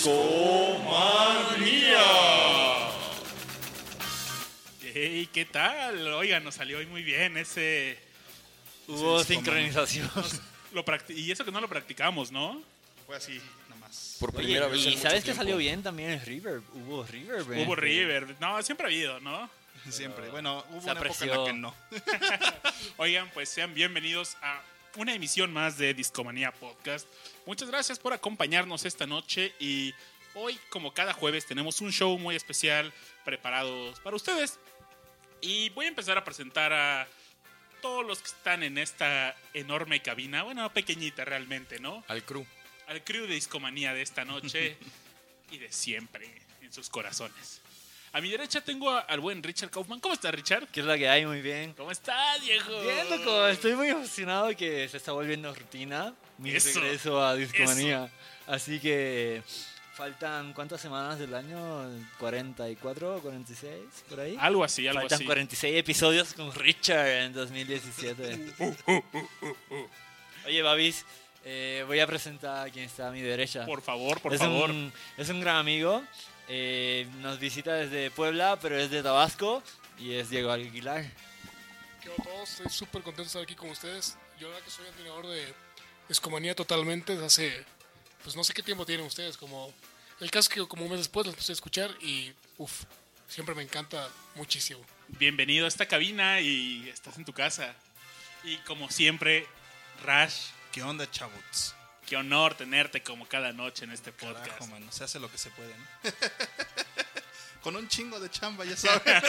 Discomanía. Hey, ¿qué tal? Oigan, nos salió hoy muy bien ese... Hubo sincronización. Y eso que no lo practicamos, ¿no? Fue así, nomás. Por primera vez en mucho ¿sabes que tiempo. salió bien también el reverb? Hubo reverb. Hubo reverb. No, siempre ha habido, ¿no? Siempre. Bueno, hubo se una época en apreció. la que no. Oigan, pues sean bienvenidos a una emisión más de Discomanía Podcast. Muchas gracias por acompañarnos esta noche y hoy, como cada jueves, tenemos un show muy especial preparados para ustedes. Y voy a empezar a presentar a todos los que están en esta enorme cabina, bueno, pequeñita realmente, ¿no? Al crew. Al crew de Discomanía de esta noche y de siempre en sus corazones. A mi derecha tengo al buen Richard Kaufman. ¿Cómo estás, Richard? ¿Qué es la que hay? Muy bien. ¿Cómo estás, viejo? Bien, loco. Estoy muy emocionado que se está volviendo rutina mi Eso, regreso a Discomanía. Así que faltan, ¿cuántas semanas del año? ¿44 o 46? ¿Por ahí? Algo así, algo Faltan así. 46 episodios con Richard en 2017. Oye, Babis, voy a presentar a quien está a mi derecha. Por favor, por es favor. Es un gran amigo. Nos visita desde Puebla, pero es de Tabasco. Y es Diego Aguilar. ¿Qué onda a todos? Estoy súper contento de estar aquí con ustedes. Yo la verdad que soy admirador de Discomanía totalmente desde hace, pues no sé qué tiempo tienen ustedes, como el caso es que como un mes después los empecé a escuchar y siempre me encanta muchísimo. Bienvenido a esta cabina y estás en tu casa. Y como siempre, Rash, ¿Qué onda, chavos? qué honor tenerte como cada noche en este podcast. Carajo, mano. Se hace lo que se puede, ¿no? Con un chingo de chamba, ya sabes.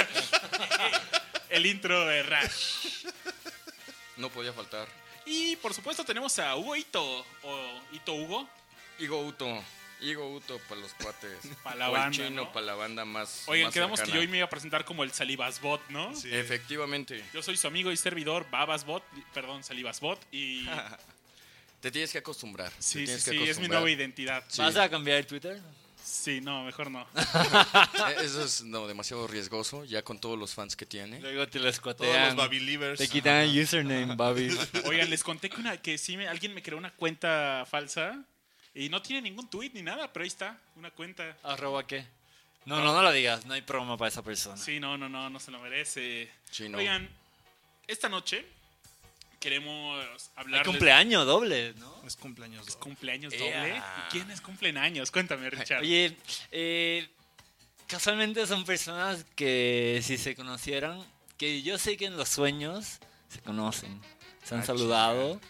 El intro de Rash. No podía faltar. Y por supuesto tenemos a Hugo Ito, o Ito Hugo. Igo Uto para los cuates. Pa' la O banda, el chino ¿no? para la banda más. Oigan, más quedamos que cercana. yo hoy me iba a presentar como el Salivasbot, ¿no? Sí. Efectivamente. Yo soy su amigo y servidor, Babasbot, perdón, Salivasbot. Y Te tienes que acostumbrar. sí, te tienes sí, que sí, es mi acostumbrar. nueva identidad. Sí. ¿Vas a cambiar el Twitter? Sí, no, mejor no. Eso es demasiado riesgoso, ya con todos los fans que tiene. Luego te lo Todos los escuatean. Babylivers. Te quitan el username, Babis. Oigan, les conté que sí, alguien me creó una cuenta falsa y no tiene ningún tweet ni nada, pero ahí está, una cuenta. ¿Arroba qué? No lo digas. No hay promo para esa persona. Sí, no se lo merece. Sí, no. Oigan, esta noche queremos hablar Hay cumpleaños doble, ¿no? Es cumpleaños. ¿Es doble. cumpleaños Ea. doble? ¿Y quiénes cumplen años? Cuéntame, Richard. Oye, casualmente son personas que si se conocieran, que yo sé que en los sueños se conocen, se han saludado.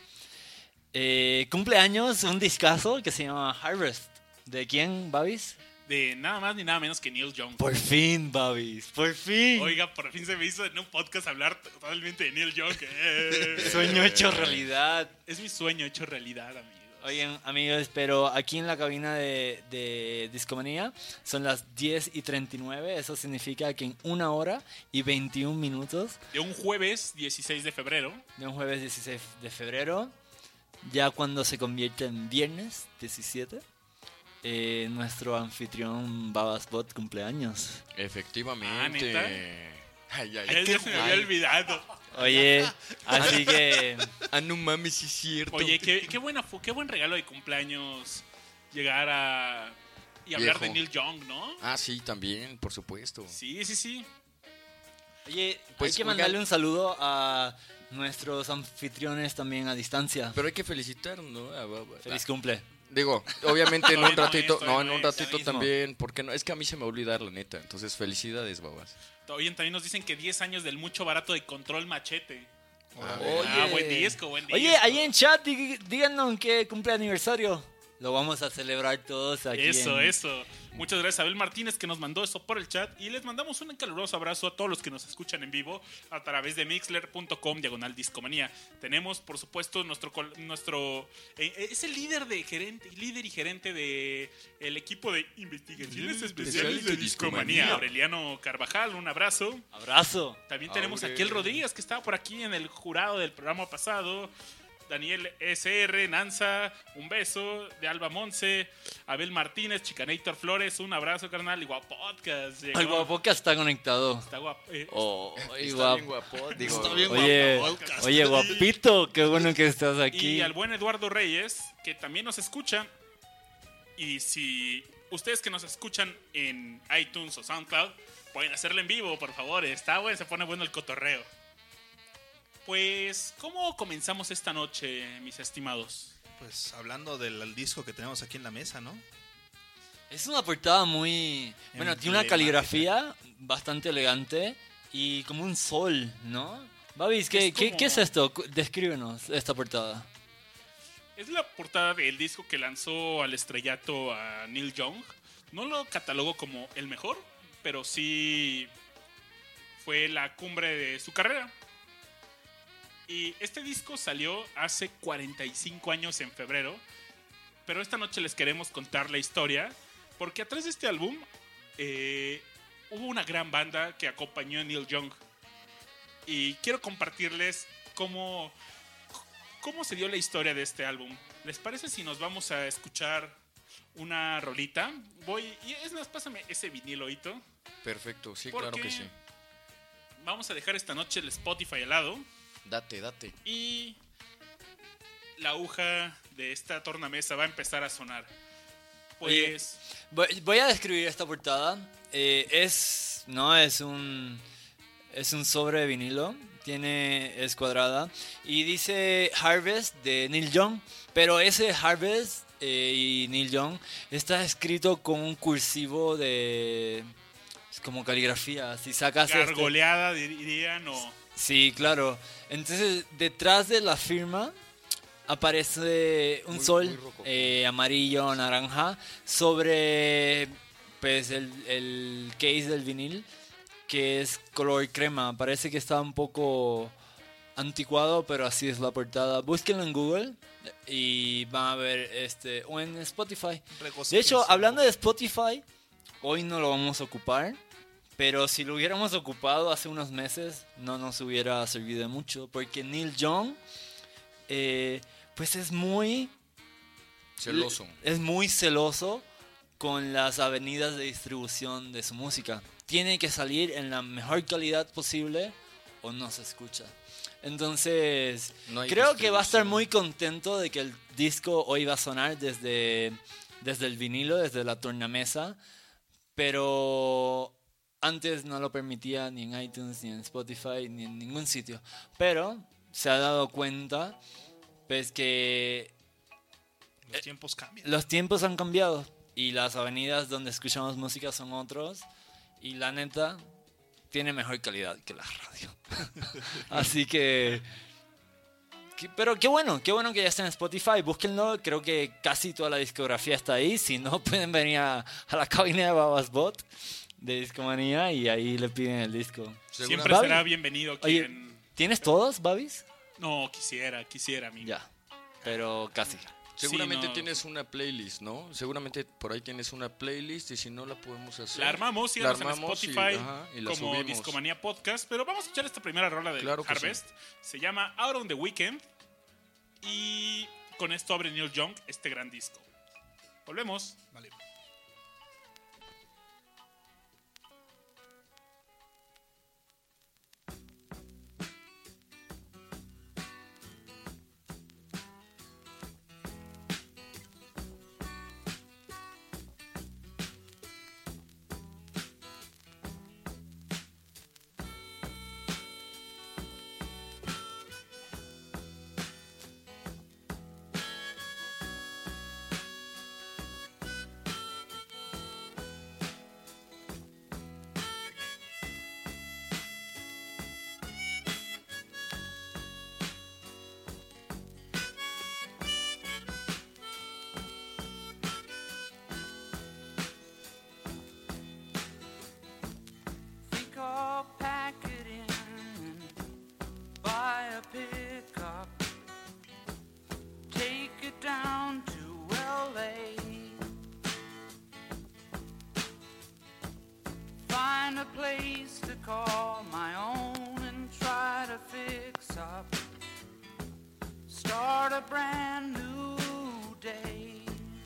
Cumpleaños, un discazo que se llama Harvest. ¿De quién, Babis? De nada más ni nada menos que Neil Young. Por fin, Babis, por fin. Oiga, por fin se me hizo en un podcast hablar totalmente de Neil Young. Sueño hecho realidad. Es mi sueño hecho realidad, amigos. Oigan, amigos, pero aquí en la cabina de Discomanía son las 10:39. Eso significa que en 1 hora y 21 minutos De un jueves 16 de febrero. de un jueves 16 de febrero, ya cuando se convierte en viernes 17, nuestro anfitrión Babasbot cumpleaños. Efectivamente. ¿neta? Ay, ay, Él ya se me había olvidado. Oye, así que Ah, no mames, sí es cierto. Oye, qué buen regalo de cumpleaños llegar a y hablar Viejo. de Neil Young, ¿no? Ah, sí, también, por supuesto. Sí, sí, sí. oye, Pues, hay que oigan. mandarle un saludo a nuestros anfitriones también a distancia. Pero hay que felicitar, ¿no? Feliz cumple. Digo, obviamente en un Todavía no ratito, es, todavía en no un es, ratito ya mismo. también, porque no, es que a mí se me va a olvidar la neta. Entonces, felicidades, babas. Oye, también nos dicen que 10 años del mucho barato de Control Machete. Oye. Buen disco, buen disco. Oye, ahí en chat díganos que cumple aniversario. Lo vamos a celebrar todos aquí. Eso. Muchas gracias a Abel Martínez que nos mandó eso por el chat y les mandamos un caluroso abrazo a todos los que nos escuchan en vivo a través de mixler.com/discomanía. Tenemos, por supuesto, nuestro es el líder y gerente de el equipo de investigaciones especiales de Discomanía, Aureliano Carvajal, un abrazo. Abrazo. También tenemos a Aure. Kiel Rodríguez, que estaba por aquí en el jurado del programa pasado. Daniel SR, Nanza, un beso. De Alba Monse, Abel Martínez, Chicanator Flores, un abrazo, carnal. Igual podcast. El Guapoca está conectado. Está guapo. Oh, Está bien guapo. Digo, Está bien Oye, guapo, podcast. oye, guapito, qué bueno que estás aquí. Y al buen Eduardo Reyes, que también nos escucha. Y si ustedes que nos escuchan en iTunes o SoundCloud, pueden hacerlo en vivo, por favor. Está bueno, se pone bueno el cotorreo. Pues, ¿cómo comenzamos esta noche, mis estimados? Pues hablando del disco que tenemos aquí en la mesa, ¿no? Es una portada muy... Bueno, tiene una caligrafía bastante elegante y como un sol, ¿no? Babis, ¿qué es esto? Descríbenos esta portada. Es la portada del disco que lanzó al estrellato a Neil Young. No lo catalogo como el mejor, pero sí fue la cumbre de su carrera. Y este disco salió hace 45 años en febrero, pero esta noche les queremos contar la historia, porque atrás de este álbum hubo una gran banda que acompañó a Neil Young. Y quiero compartirles cómo se dio la historia de este álbum. ¿Les parece si nos vamos a escuchar una rolita? Y es más, pásame ese vinilo, Hito. Perfecto, sí, claro que sí. Vamos a dejar esta noche el Spotify al lado. Date. Y la aguja de esta tornamesa va a empezar a sonar. Pues... Voy a describir esta portada. Es un sobre de vinilo. Es cuadrada. Y dice Harvest de Neil Young. Pero ese Harvest y Neil Young está escrito con un cursivo de... Es como caligrafía. Si sacas gargoleada, dirían, o... Sí, claro. Entonces, detrás de la firma aparece un sol amarillo, naranja, sobre pues el case del vinil, que es color crema. Parece que está un poco anticuado, pero así es la portada. Búsquenlo en Google y van a ver o en Spotify. De hecho, hablando de Spotify, hoy no lo vamos a ocupar. Pero si lo hubiéramos ocupado hace unos meses, no nos hubiera servido de mucho. Porque Neil Young, pues es muy... Celoso. Es muy celoso con las avenidas de distribución de su música. Tiene que salir en la mejor calidad posible o no se escucha. Entonces, creo que va a estar muy contento de que el disco hoy va a sonar desde el vinilo, desde la tornamesa. Pero... Antes no lo permitía ni en iTunes, ni en Spotify, ni en ningún sitio. Pero se ha dado cuenta pues que los tiempos cambian. Los tiempos han cambiado y las avenidas donde escuchamos música son otros. Y la neta, tiene mejor calidad que la radio. Así que... Pero qué bueno que ya está en Spotify. Búsquenlo, creo que casi toda la discografía está ahí. Si no, pueden venir a la cabina de Babas Bot de Discomanía y ahí le piden el disco. Siempre será bienvenido quien... Oye, ¿tienes todos, Babis? No, quisiera, amigo. Ya, pero casi. Seguramente tienes una playlist, ¿no? Seguramente por ahí tienes una playlist y si no la podemos hacer... La armamos, síganos en Spotify y como subimos. Discomanía Podcast. Pero vamos a escuchar esta primera rola de Harvest. Sí. Se llama Out on the Weekend. Y con esto abre Neil Young este gran disco. Volvemos. Vale. A place to call my own and try to fix up, start a brand new day.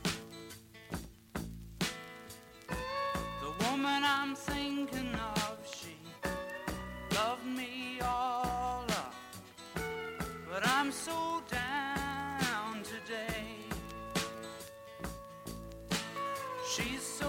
The woman I'm thinking of, she loved me all up, but I'm so down today. She's so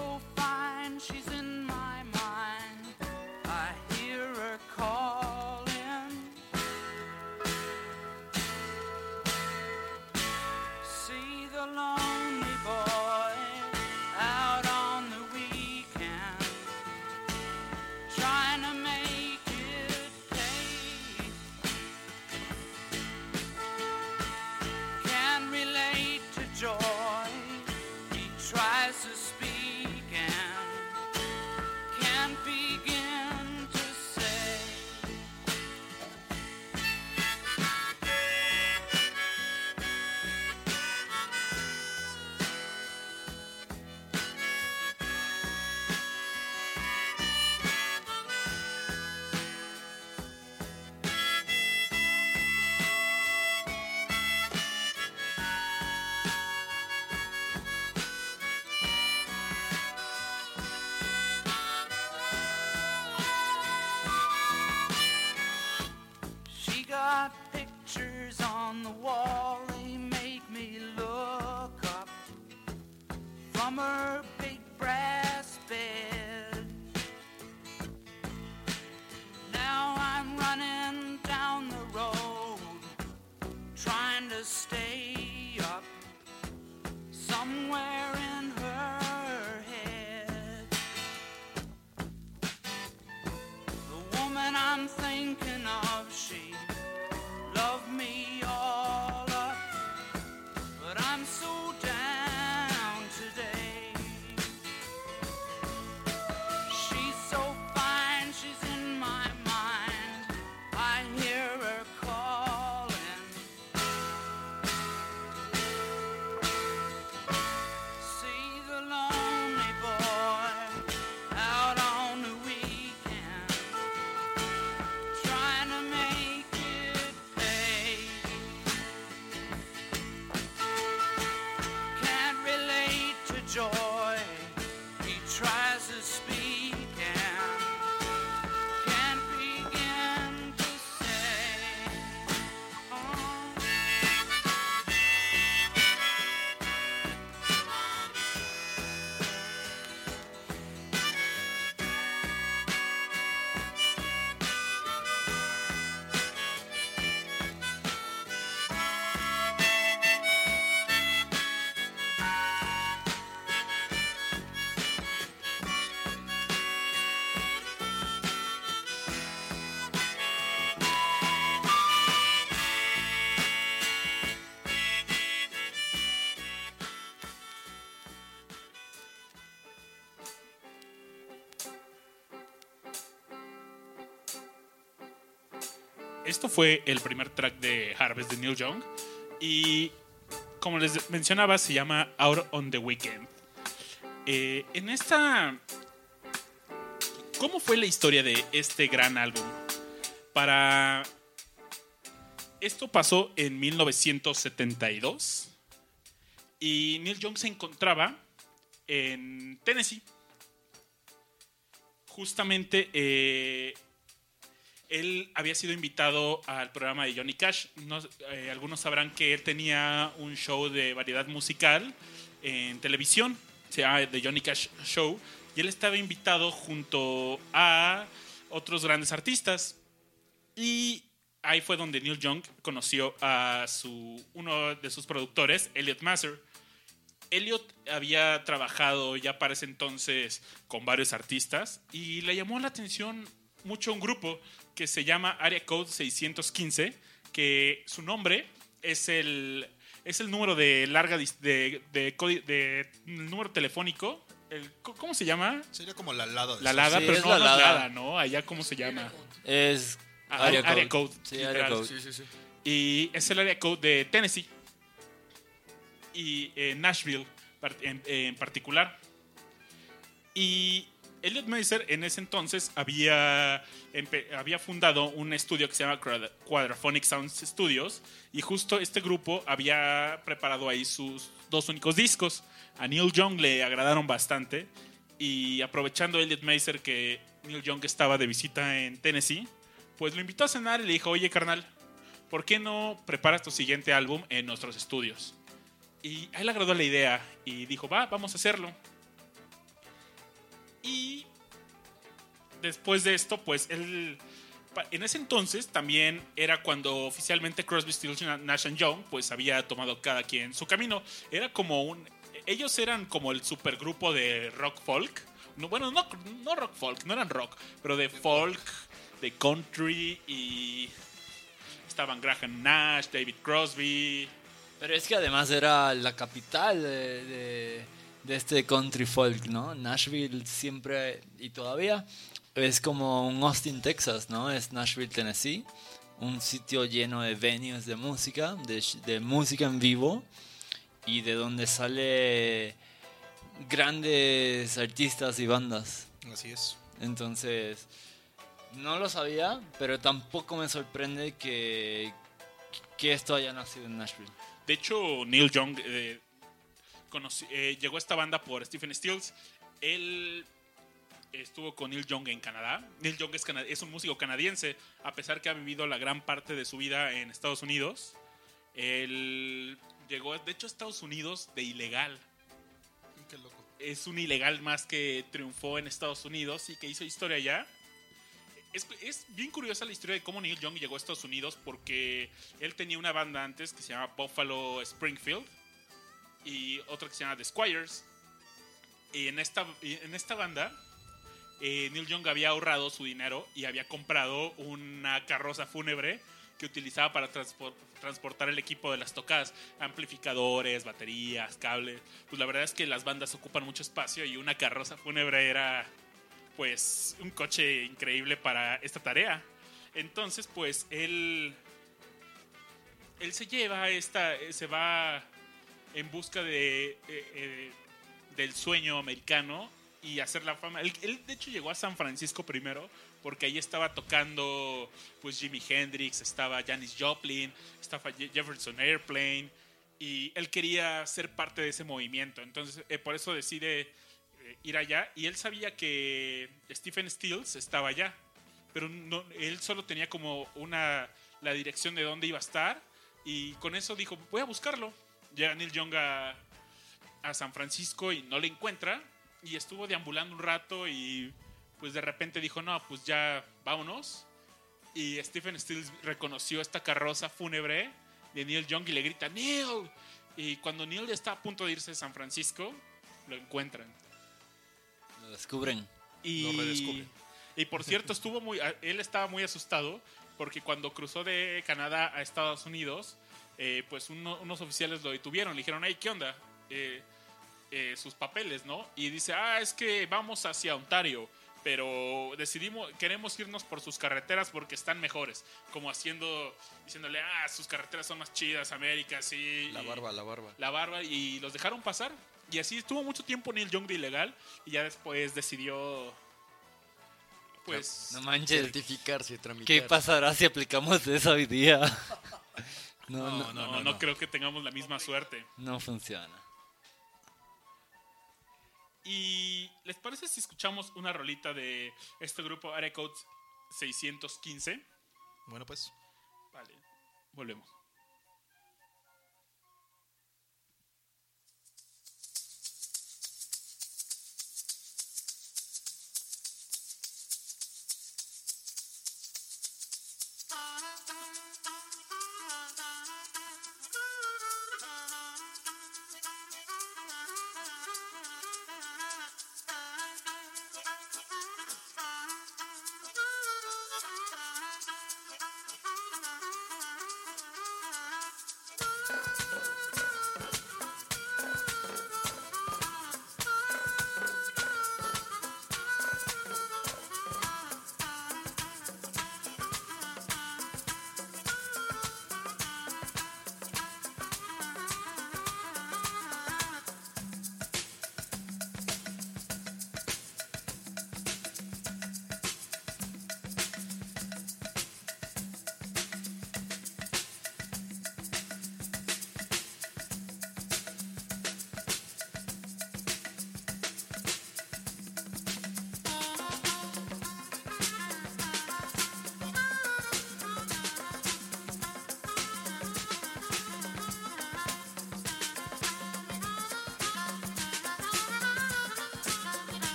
the wall, they make me look up from her big brass bed. Now I'm running down the road, trying to stay up somewhere in her head. The woman I'm thinking of, she loved me all up, but I'm so down today. She's so fine, she's in my mind, I hear her calling. See the lonely boy out on the weekend, trying to make it pay. Can't relate to joy, he tries to speak and can't begin to say. Oh. Esto fue el primer track de Harvest de Neil Young. Y como les mencionaba, se llama Out on the Weekend. En esta... ¿Cómo fue la historia de este gran álbum? Esto pasó en 1972. Y Neil Young se encontraba en Tennessee. Justamente... él había sido invitado al programa de Johnny Cash. Algunos sabrán que él tenía un show de variedad musical en televisión, se llama The Johnny Cash Show, y él estaba invitado junto a otros grandes artistas. Y ahí fue donde Neil Young conoció a uno de sus productores, Elliot Masser. Elliot había trabajado ya para ese entonces con varios artistas y le llamó la atención mucho un grupo que se llama Area Code 615, que su nombre es el número de larga de número telefónico. ¿Cómo se llama? Sería como la LADA. La LADA, Sí, pero es no la la LADA. LADA, ¿no? Allá, ¿cómo se llama? Es Area Code. Sí, literal. Area Code. Sí, sí, sí. Y es el Area Code de Tennessee y Nashville en particular. Y Elliot Masser en ese entonces había fundado un estudio que se llama Quadraphonic Sound Studios, y justo este grupo había preparado ahí sus dos únicos discos. A Neil Young le agradaron bastante, y aprovechando Elliot Masser que Neil Young estaba de visita en Tennessee, pues lo invitó a cenar y le dijo: oye, carnal, ¿por qué no preparas tu siguiente álbum en nuestros estudios? Y a él le agradó la idea y dijo: vamos a hacerlo. Y después de esto, pues él, en ese entonces también era cuando oficialmente Crosby, Stills, Nash & Young pues había tomado cada quien su camino. Era como ellos eran como el supergrupo de rock folk. No, bueno, no rock folk, no eran rock, pero de folk, de country, y estaban Graham Nash, David Crosby. Pero es que además era la capital de este country folk, ¿no? Nashville siempre y todavía es como un Austin, Texas, ¿no? Es Nashville, Tennessee, un sitio lleno de venues de música, de música en vivo, y de donde sale grandes artistas y bandas. Así es. Entonces, no lo sabía, pero tampoco me sorprende que esto haya nacido en Nashville. De hecho, Neil Young llegó a esta banda por Stephen Stills. Él estuvo con Neil Young en Canadá. Neil Young es un músico canadiense, a pesar que ha vivido la gran parte de su vida en Estados Unidos. Él llegó, de hecho, a Estados Unidos de ilegal. Qué loco. Es un ilegal más que triunfó en Estados Unidos y que hizo historia allá. Es bien curiosa la historia de cómo Neil Young llegó a Estados Unidos, porque él tenía una banda antes que se llama Buffalo Springfield y otra que se llama The Squires. Y en esta banda, Neil Young había ahorrado su dinero y había comprado una carroza fúnebre que utilizaba para transportar el equipo de las tocadas, amplificadores, baterías, cables. Pues la verdad es que las bandas ocupan mucho espacio y una carroza fúnebre era pues un coche increíble para esta tarea. Entonces pues él se va en busca del sueño americano y hacer la fama. Él de hecho llegó a San Francisco primero, porque ahí estaba tocando pues Jimi Hendrix, estaba Janis Joplin, estaba Jefferson Airplane, y él quería ser parte de ese movimiento. Entonces por eso decide ir allá, y él sabía que Stephen Stills estaba allá, pero no, él solo tenía como la dirección de dónde iba a estar, y con eso dijo, voy a buscarlo. Llega Neil Young a San Francisco y no le encuentra, y estuvo deambulando un rato y pues de repente dijo, no, pues ya vámonos. Y Stephen Stills reconoció esta carroza fúnebre de Neil Young y le grita, ¡Neil! Y cuando Neil ya está a punto de irse a San Francisco, lo encuentran. Lo descubren. Y, Lo redescubren. y por cierto, él estaba muy asustado porque cuando cruzó de Canadá a Estados Unidos, pues unos oficiales lo detuvieron. Le dijeron, hey, ¿qué onda? Sus papeles, ¿no? Y dice, es que vamos hacia Ontario, pero queremos irnos por sus carreteras porque están mejores. Como diciéndole, sus carreteras son más chidas, América, sí. La barba, y los dejaron pasar. Y así estuvo mucho tiempo Neil Young de ilegal, y ya después decidió, pues... No manches. Certificarse, tramitar. ¿Qué pasará si aplicamos eso hoy día? No creo que tengamos la misma suerte. No funciona. ¿Y les parece si escuchamos una rolita de este grupo Area Code 615? Bueno, pues. Vale, volvemos.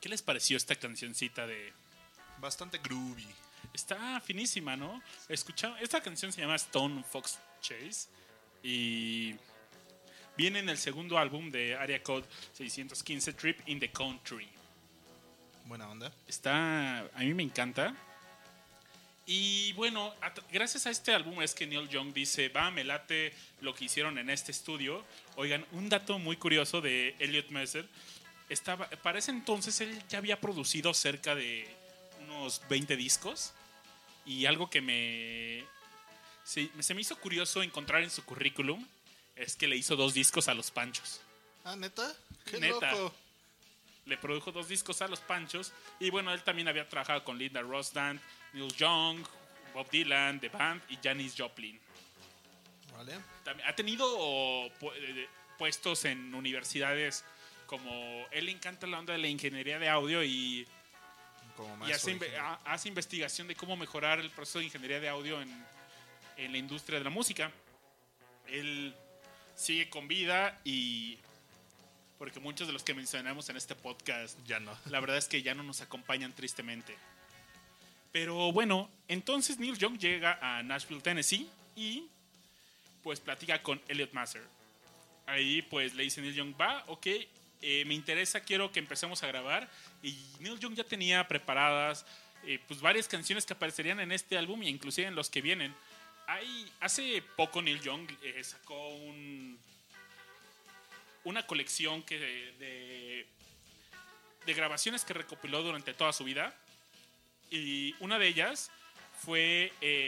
¿Qué les pareció esta cancioncita de...? Bastante groovy. Está finísima, ¿no? Esta canción se llama Stone Fox Chase y viene en el segundo álbum de Area Code 615, Trip in the Country. Buena onda. A mí me encanta. Y bueno, gracias a este álbum es que Neil Young dice, me late lo que hicieron en este estudio. Oigan, un dato muy curioso de Elliot Messer. Para ese entonces él ya había producido cerca de unos 20 discos. Y algo que se me hizo curioso encontrar en su currículum es que le hizo 2 discos a Los Panchos. Ah, ¿neta? ¡Qué Neta. loco! Le produjo 2 discos a Los Panchos. Y bueno, él también había trabajado con Linda Ronstadt, Neil Young, Bob Dylan, The Band y Janis Joplin. Vale. Ha tenido puestos en universidades como... Él le encanta la onda de la ingeniería de audio y Como y maestro de ingeniería. hace investigación de cómo mejorar el proceso de ingeniería de audio en la industria de la música. Él sigue con vida y... Porque muchos de los que mencionamos en este podcast, Ya no. la verdad es que ya no nos acompañan tristemente. Pero bueno, entonces Neil Young llega a Nashville, Tennessee y pues platica con Elliot Masser. Ahí pues le dice Neil Young, ok, me interesa, quiero que empecemos a grabar. Y Neil Young ya tenía preparadas pues varias canciones que aparecerían en este álbum e inclusive en los que vienen. Hace poco Neil Young sacó una colección de grabaciones que recopiló durante toda su vida. Y una de ellas fue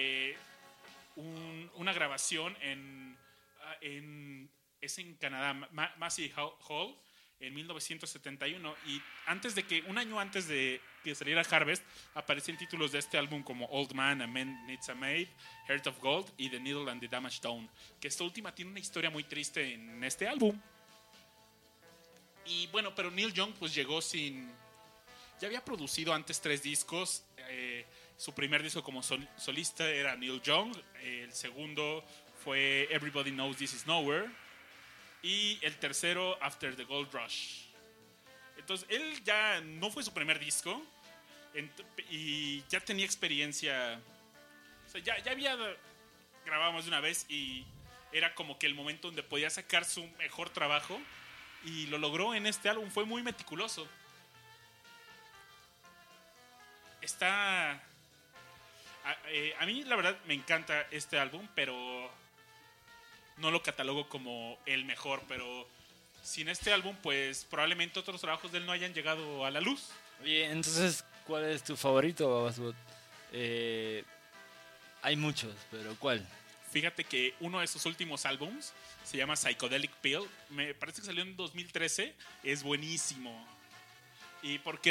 una grabación en Canadá, Massey Hall, en 1971. Y un año antes de que saliera Harvest, aparecían títulos de este álbum como Old Man, A Man Needs a Maid, Heart of Gold y The Needle and the Damaged Stone. Que esta última tiene una historia muy triste en este álbum. Y bueno, pero Neil Young pues llegó sin... Ya había producido antes 3 discos. Su primer disco como solista era Neil Young. El segundo fue Everybody Knows This Is Nowhere. Y el tercero, After the Gold Rush. Entonces, él ya no fue su primer disco. Y ya tenía experiencia. O sea, ya había grabado más de una vez. Y era como que el momento donde podía sacar su mejor trabajo. Y lo logró en este álbum. Fue muy meticuloso. A mí la verdad me encanta este álbum, pero no lo catalogo como el mejor. Pero sin este álbum pues probablemente otros trabajos de él no hayan llegado a la luz. Oye, entonces, ¿cuál es tu favorito, Babasbot? Hay muchos, pero ¿cuál? Fíjate que uno de sus últimos álbums se llama Psychedelic Pill. Me parece que salió en 2013. Es buenísimo. Y porque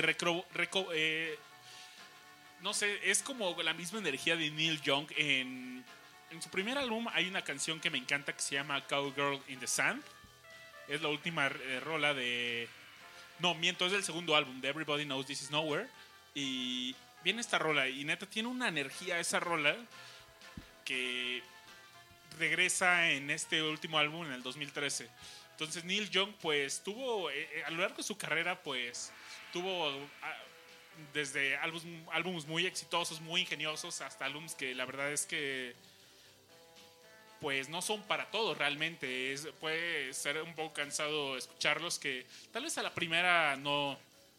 no sé, es como la misma energía de Neil Young. En su primer álbum hay una canción que me encanta que se llama Cowgirl in the Sand. Es la última rola de... No, miento, es del segundo álbum de Everybody Knows This Is Nowhere. Y viene esta rola y neta tiene una energía esa rola que regresa en este último álbum en el 2013. Entonces Neil Young pues tuvo, a lo largo de su carrera pues tuvo... desde álbumes muy exitosos, muy ingeniosos, hasta álbumes que la verdad es que pues no son para todos realmente. Puede ser un poco cansado escucharlos, que tal vez a la primera no...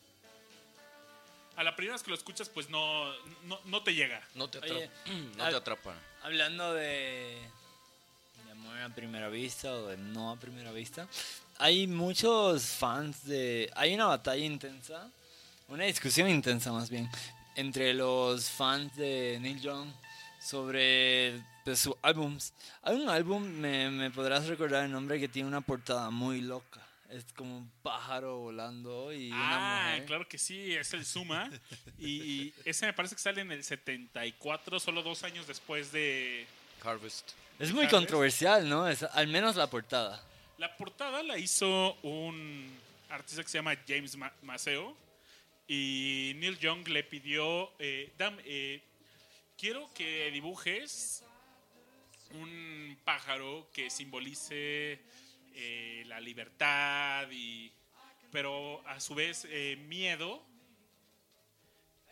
A la primera vez que lo escuchas pues no te llega. No te Oye, atrapa. Hablando de amor a primera vista o de no a primera vista, hay muchos fans hay una batalla intensa, una discusión intensa más bien, entre los fans de Neil Young sobre pues, sus álbums. Hay un álbum, me podrás recordar el nombre, que tiene una portada muy loca. Es como un pájaro volando y una mujer. Claro que sí, es el Zuma. y ese me parece que sale en el 74, solo 2 años después de... Harvest. Es muy controversial, ¿no? Al menos la portada. La portada la hizo un artista que se llama James Maceo. Y Neil Young le pidió, quiero que dibujes un pájaro que simbolice la libertad, pero a su vez miedo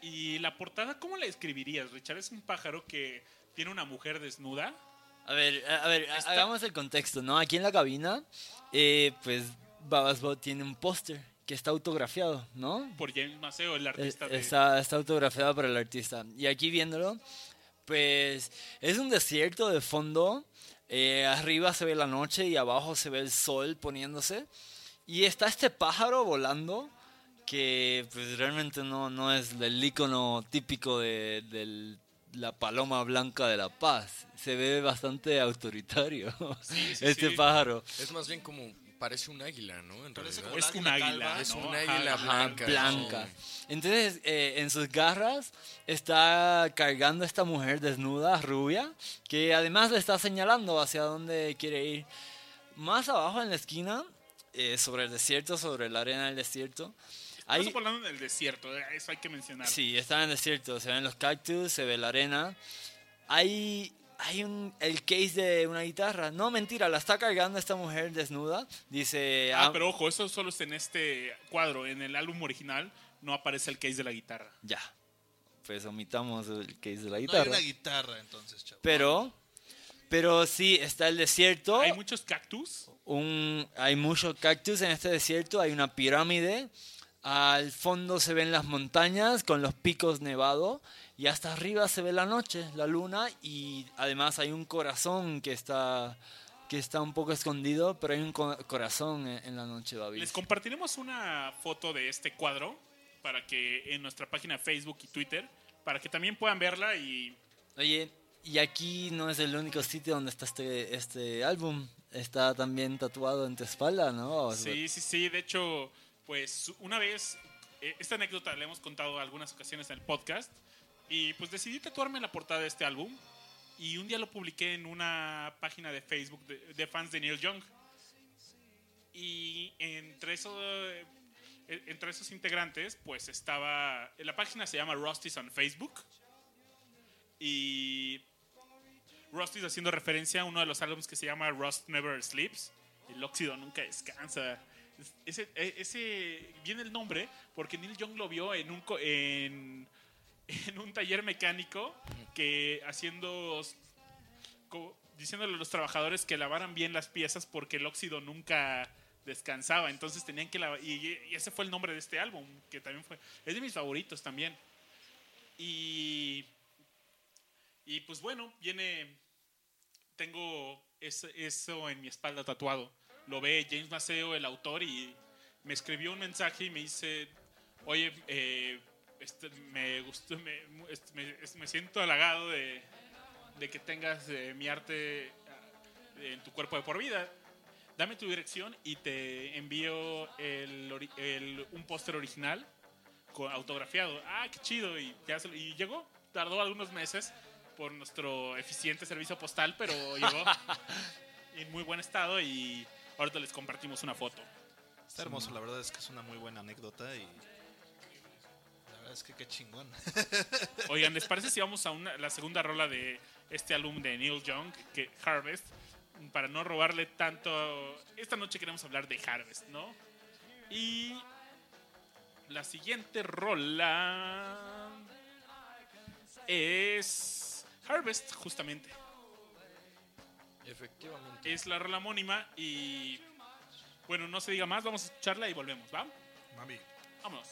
Y la portada, ¿cómo la describirías, Richard? Es un pájaro que tiene una mujer desnuda. A ver, hagamos el contexto, ¿no? Aquí en la cabina, pues Babasbot tiene un póster que está autografiado, ¿no? Por James Maceo, el artista de... Está autografiado por el artista. Y aquí viéndolo, pues es un desierto de fondo. Arriba se ve la noche y abajo se ve el sol poniéndose. Y está este pájaro volando que pues realmente no es el icono típico de la paloma blanca de la paz. Se ve bastante autoritario este sí. pájaro. Es más bien como parece un águila, ¿no? En Parece realidad. como Es un águila águila, calva. Es ¿no? un Ajá, águila blanca. Blanca. Sí. Entonces, en sus garras está cargando esta mujer desnuda, rubia, que además le está señalando hacia dónde quiere ir. Más abajo en la esquina, sobre el desierto, sobre la arena del desierto, Estamos hablando del desierto, eso hay que mencionar. sí, está en el desierto, se ven los cactus, se ve la arena. Hay el case de una guitarra. No, mentira, la está cargando esta mujer desnuda. Dice... Pero ojo, eso solo es en este cuadro. En el álbum original no aparece el case de la guitarra. Ya, pues omitamos el case de la No hay guitarra. una guitarra, entonces, chavo. Pero sí, está el desierto. Hay muchos cactus. Hay muchos cactus en este desierto. Hay una pirámide. Al fondo se ven las montañas con los picos nevados. Y hasta arriba se ve la noche, la luna. Y además hay un corazón que está un poco escondido. Pero hay un corazón en la noche, David. Les compartiremos una foto de este cuadro para que en nuestra página de Facebook y Twitter, para que también puedan verla y... Oye, y aquí no es el único sitio donde está este álbum. Está también tatuado en tu espalda, ¿no? Sí. De hecho, pues una vez, esta anécdota la hemos contado algunas ocasiones en el podcast, y pues decidí tatuarme la portada de este álbum, y un día lo publiqué en una página de Facebook de fans de Neil Young. Y entre esos integrantes, pues estaba... La página se llama Rusty's on Facebook, y Rusty's haciendo referencia a uno de los álbumes que se llama Rust Never Sleeps. El óxido nunca descansa. Ese viene el nombre porque Neil Young lo vio en un taller mecánico, que diciéndole a los trabajadores que lavaran bien las piezas porque el óxido nunca descansaba. Entonces tenían que lavar. Y ese fue el nombre de este álbum, que también es de mis favoritos también. Y pues bueno, tengo eso en mi espalda tatuado. Lo ve James Maceo, el autor, y me escribió un mensaje y me dice: oye, me gustó, me siento halagado de que tengas mi arte en tu cuerpo de por vida. Dame tu dirección y te envío un póster original autografiado. Qué chido. Y llegó. Tardó algunos meses por nuestro eficiente servicio postal, pero llegó en muy buen estado, y ahorita les compartimos una foto. Está hermoso, la verdad es que es una muy buena anécdota y la verdad es que qué chingón. Oigan, ¿les parece si vamos a la segunda rola de este álbum de Neil Young, que Harvest? Para no robarle tanto, esta noche queremos hablar de Harvest, ¿no? Y la siguiente rola es Harvest, justamente. Efectivamente. Es la rola homónima y bueno, no se diga más, vamos a escucharla y volvemos, ¿va? Mami. Vámonos.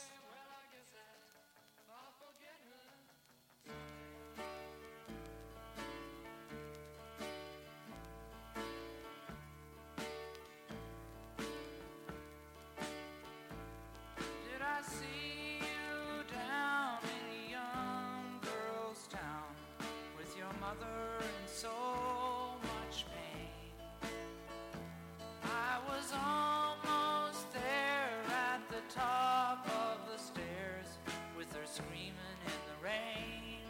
Did I see you down in a young girl's town with your mother in so much pain? I was almost there at the top of the stairs with her screaming in the rain.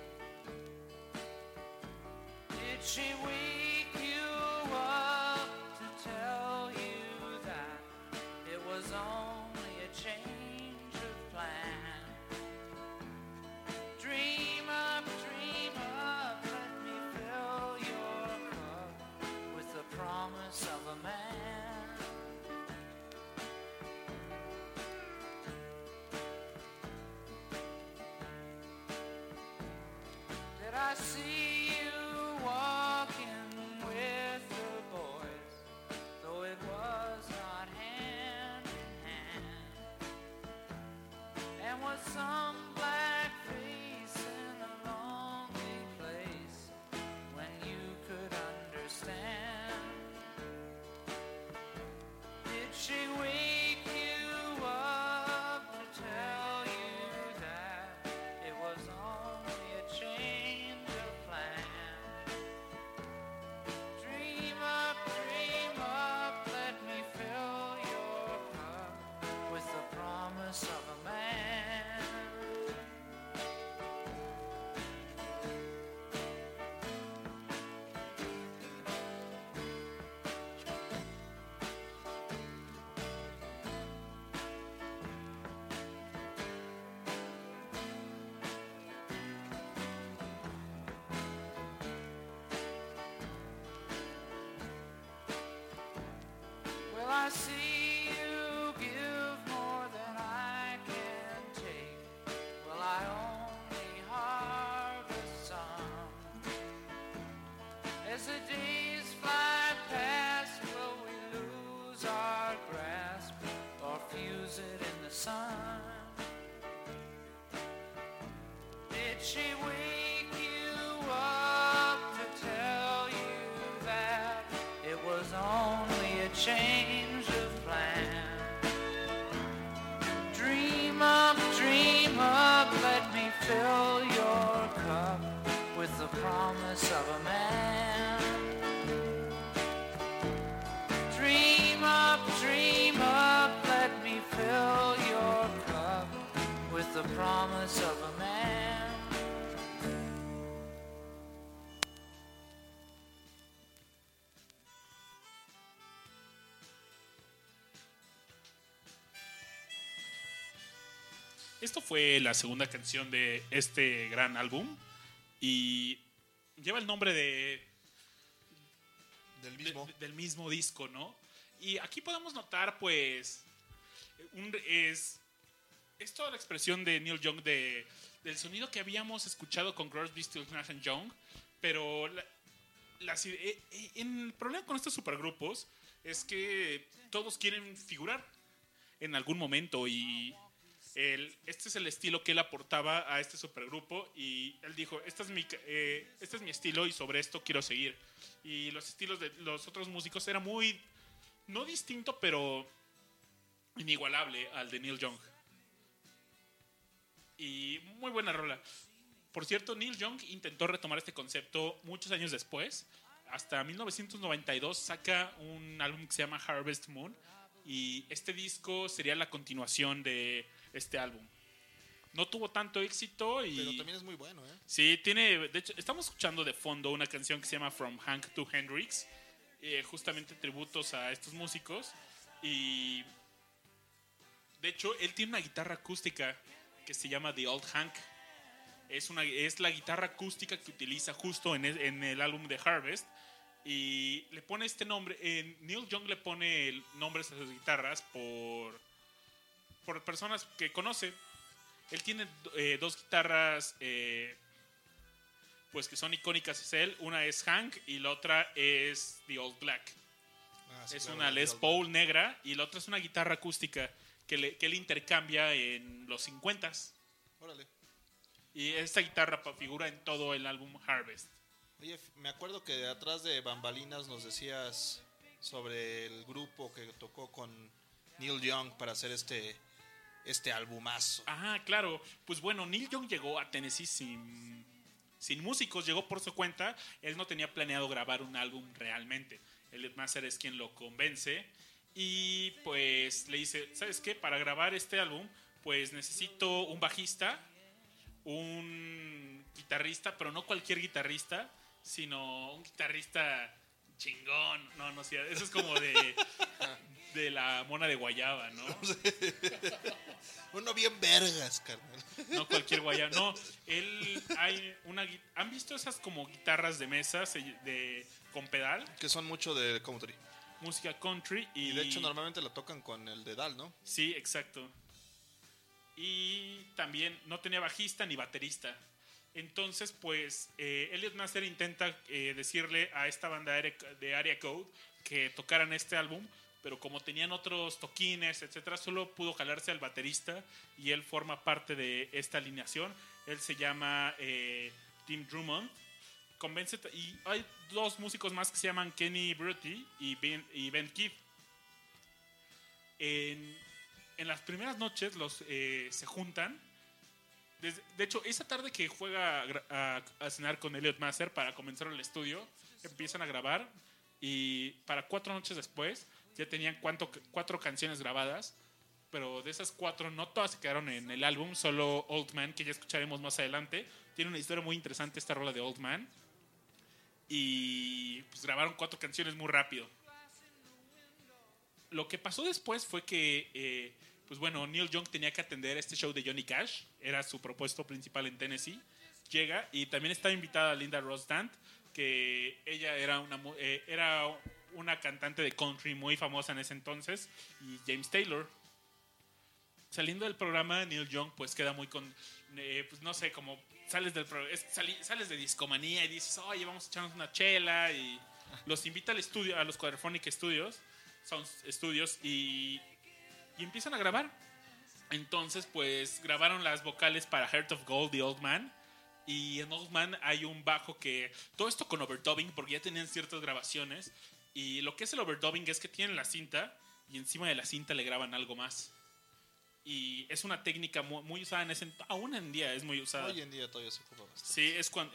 Did she wake you up to tell you that it was only a change of plan? Dream up, let me fill your cup with the promise of a man. see you give more than I can take. Well, I only harvest some. As the days fly past, will we lose our grasp or fuse it in the sun? Did she wake you up to tell you that it was only a change of plan? Dream up, let me fill your cup with the promise of a man. Dream up, let me fill your cup with the promise of a man. Esto fue la segunda canción de este gran álbum y lleva el nombre del mismo disco, ¿no? Y aquí podemos notar, pues, es toda la expresión de Neil Young del sonido que habíamos escuchado con Crosby, Stills, Nash & Young, pero el problema con estos supergrupos es que todos quieren figurar en algún momento y este es el estilo que él aportaba a este supergrupo y él dijo, este es mi estilo y sobre esto quiero seguir. Y los estilos de los otros músicos era muy, no distinto, pero inigualable al de Neil Young. Y muy buena rola. Por cierto, Neil Young intentó retomar este concepto muchos años después. Hasta 1992 saca un álbum que se llama Harvest Moon y este disco sería la continuación de este álbum. No tuvo tanto éxito pero también es muy bueno, ¿eh? Sí, de hecho, estamos escuchando de fondo una canción que se llama From Hank to Hendrix, justamente tributos a estos músicos y de hecho él tiene una guitarra acústica que se llama The Old Hank. Es la guitarra acústica que utiliza justo en el álbum de Harvest y le pone este nombre. Neil Young le pone nombres a sus guitarras por personas que conoce. Él tiene dos guitarras pues que son icónicas de él. Una es Hank y la otra es The Old Black. Sí, es claro, una Les Paul negra y la otra es una guitarra acústica que él intercambia en los 50s. Órale. Y esta guitarra figura en todo el álbum Harvest. Oye, me acuerdo que atrás de bambalinas nos decías sobre el grupo que tocó con Neil Young para hacer este albumazo. Ah, claro. Pues bueno, Neil Young llegó a Tennessee sin músicos, llegó por su cuenta. Él no tenía planeado grabar un álbum realmente. Elliot Master es quien lo convence y pues le dice, ¿sabes qué? Para grabar este álbum, pues necesito un bajista, un guitarrista, pero no cualquier guitarrista, sino un guitarrista chingón. No, sí, eso es como de la mona de guayaba, ¿no? Uno bien vergas, carnal. No cualquier guayaba, no. ¿Han visto esas como guitarras de mesa con pedal? Que son mucho de country. Música country y de hecho normalmente la tocan con el dedal, ¿no? Sí, exacto. Y también no tenía bajista ni baterista. Entonces, pues, Elliot Master intenta decirle a esta banda de Area Code que tocaran este álbum, pero como tenían otros toquines, etcétera, solo pudo jalarse al baterista y él forma parte de esta alineación. Él se llama Tim Drummond. Y hay dos músicos más que se llaman Kenny Bruty y Ben Keith. En las primeras noches se juntan. De hecho, esa tarde que juega a cenar con Elliot Master para comenzar el estudio, empiezan a grabar y para 4 noches después ya tenían 4 canciones grabadas, pero de esas 4 no todas se quedaron en el álbum, solo Old Man, que ya escucharemos más adelante. Tiene una historia muy interesante esta rola de Old Man y pues grabaron 4 canciones muy rápido. Lo que pasó después fue que pues bueno, Neil Young tenía que atender este show de Johnny Cash, era su propuesto principal en Tennessee. Llega y también estaba invitada Linda Ronstadt, que ella era una cantante de country muy famosa en ese entonces, y James Taylor. Saliendo del programa, Neil Young pues queda muy pues no sé, como sales sales de Discomanía y dices, oye, vamos a echarnos una chela, y los invita al estudio, a los Quadraphonic Sound Studios, y empiezan a grabar. Entonces pues grabaron las vocales para Heart of Gold, The Old Man, y en Old Man hay un bajo que, todo esto con overdubbing, porque ya tenían ciertas grabaciones, y lo que es el overdubbing es que tienen la cinta y encima de la cinta le graban algo más. Y es una técnica muy usada aún en día es muy usada. Hoy en día todavía se ocupa bastante. Sí, es cuando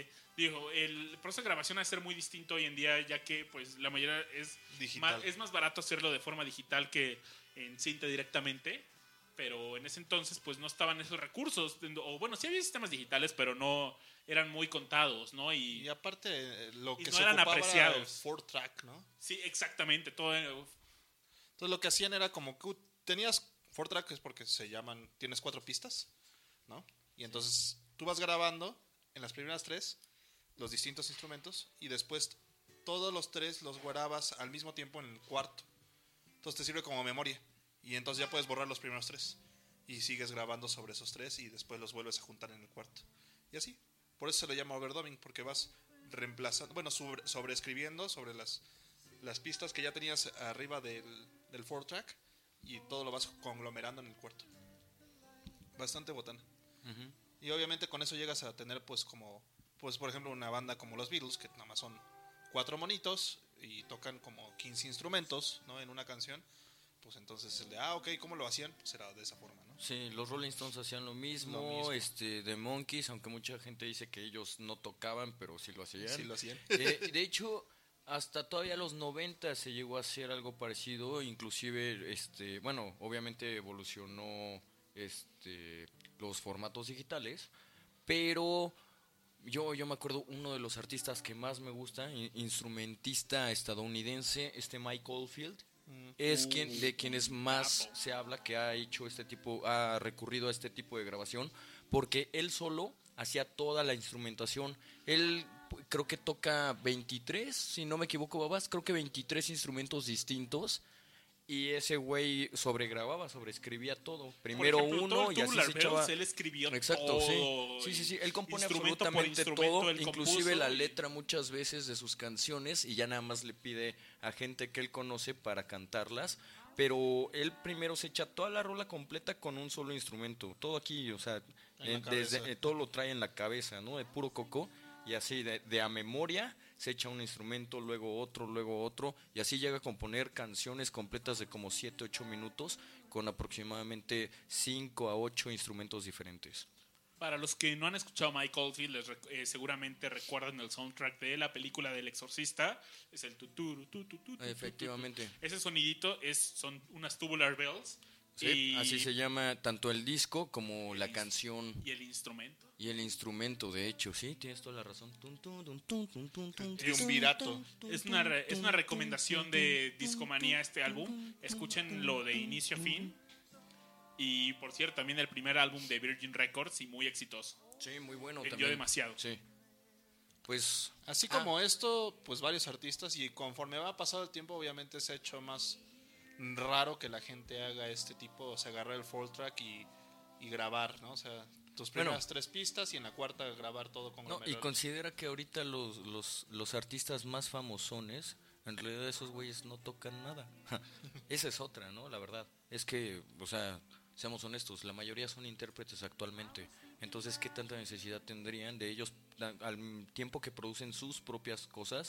el proceso de grabación va a ser muy distinto hoy en día, ya que pues la mayoría es Digital. es más barato hacerlo de forma digital que en cinta directamente, pero en ese entonces pues no estaban esos recursos, o bueno, sí había sistemas digitales, pero no eran muy contados, ¿no? Y aparte, lo y que no se eran ocupaba era el apreciados. 4-track, ¿no? Sí, exactamente, todo. Entonces lo que hacían era como que tenías 4-track, es porque tienes 4 pistas, ¿no? Y entonces tú vas grabando en las primeras 3 los distintos instrumentos y después todos los 3 los grabas al mismo tiempo en el cuarto. Entonces te sirve como memoria y entonces ya puedes borrar los primeros 3 y sigues grabando sobre esos 3 y después los vuelves a juntar en el cuarto. Y así. Por eso se le llama overdubbing, porque vas reemplazando, bueno, sobreescribiendo sobre las pistas que ya tenías arriba del 4-track y todo lo vas conglomerando en el cuarto. Bastante botana. Y obviamente con eso llegas a tener pues por ejemplo una banda como los Beatles, que nada más son 4 monitos y tocan como 15 instrumentos, ¿no? En una canción. Pues entonces ok, ¿cómo lo hacían? Pues era de esa forma, ¿no? Sí, los Rolling Stones hacían lo mismo. The Monkees, aunque mucha gente dice que ellos no tocaban, pero sí lo hacían. Sí lo hacían. De hecho, hasta todavía los 90 se llegó a hacer algo parecido, inclusive, bueno, obviamente evolucionó los formatos digitales, pero yo me acuerdo uno de los artistas que más me gusta, instrumentista estadounidense, Mike Oldfield. Es de quienes más se habla que ha recurrido a este tipo de grabación, porque él solo hacía toda la instrumentación. Él creo que toca 23, si no me equivoco, Babas, creo que 23 instrumentos distintos. Y ese güey sobreescribía todo. Primero por ejemplo, uno y así se echaba. Él escribió Exacto, todo. Sí. Él compone Instrumento por absolutamente instrumento, todo, él inclusive compuso la letra muchas veces de sus canciones, y ya nada más le pide a gente que él conoce para cantarlas. Pero él primero se echa toda la rola completa con un solo instrumento. Todo aquí, o sea, todo lo trae en la cabeza, ¿no? De puro coco. Y así, de a memoria, se echa un instrumento, luego otro, y así llega a componer canciones completas de como 7-8 minutos, con aproximadamente 5 a 8 instrumentos diferentes. Para los que no han escuchado a Mike Oldfield, seguramente recuerdan el soundtrack de la película del Exorcista. Es el tuturu, Efectivamente. Ese sonidito son unas tubular bells. Sí, así se llama tanto el disco como la canción. Y el instrumento. Y el instrumento, de hecho, sí, tienes toda la razón. Triunvirato. Es una recomendación de Discomanía este álbum. Escúchenlo de inicio a fin. Y por cierto, también el primer álbum de Virgin Records, y muy exitoso. Sí, muy bueno Vendió también. demasiado. Sí. Pues Así como esto, pues varios artistas, y conforme va pasado el tiempo, obviamente se ha hecho más raro que la gente haga este tipo, o sea, agarrar el 4-track y grabar, ¿no? O sea, tus primeras 3 pistas y en la cuarta grabar todo con no, y considera que ahorita los artistas más famosones, en realidad esos güeyes no tocan nada. Esa es otra, ¿no? La verdad. Es que, o sea, seamos honestos, la mayoría son intérpretes actualmente. Entonces, ¿qué tanta necesidad tendrían de ellos, al tiempo que producen sus propias cosas,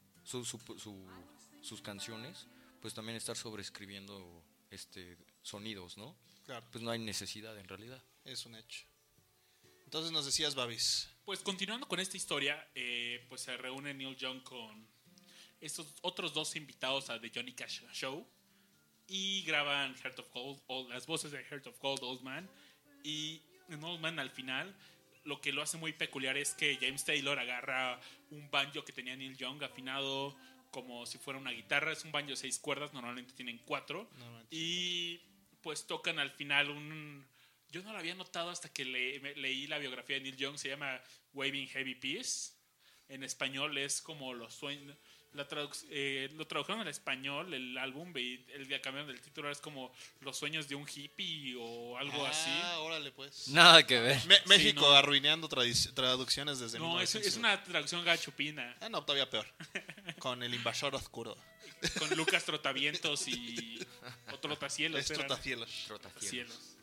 sus canciones, pues también estar sobreescribiendo sonidos, ¿no? Claro. Pues no hay necesidad en realidad. Es un hecho. Entonces nos decías, Babis. Pues continuando con esta historia, pues se reúne Neil Young con estos otros 2 invitados a The Johnny Cash Show y graban Heart of Gold, las voces de Heart of Gold, Old Man. Y en Old Man, al final, lo que lo hace muy peculiar es que James Taylor agarra un banjo que tenía Neil Young afinado como si fuera una guitarra. Es un banjo de 6 cuerdas, normalmente tienen 4. Y pues tocan al final yo no lo había notado hasta que leí la biografía de Neil Young. Se llama Waving Heavy Peace. En español es como los lo tradujeron al español, el álbum, y el que cambiaron del título es como Los sueños de un hippie o algo así. Ah, órale pues. Nada que ver. México no. arruinando traducciones desde No, es 1900. una traducción gachupina. Ah, no, todavía peor. Con el invasor oscuro. Con Lucas Trotavientos y otro Trotacielos. Es eran. Trotacielos. Trotacielos.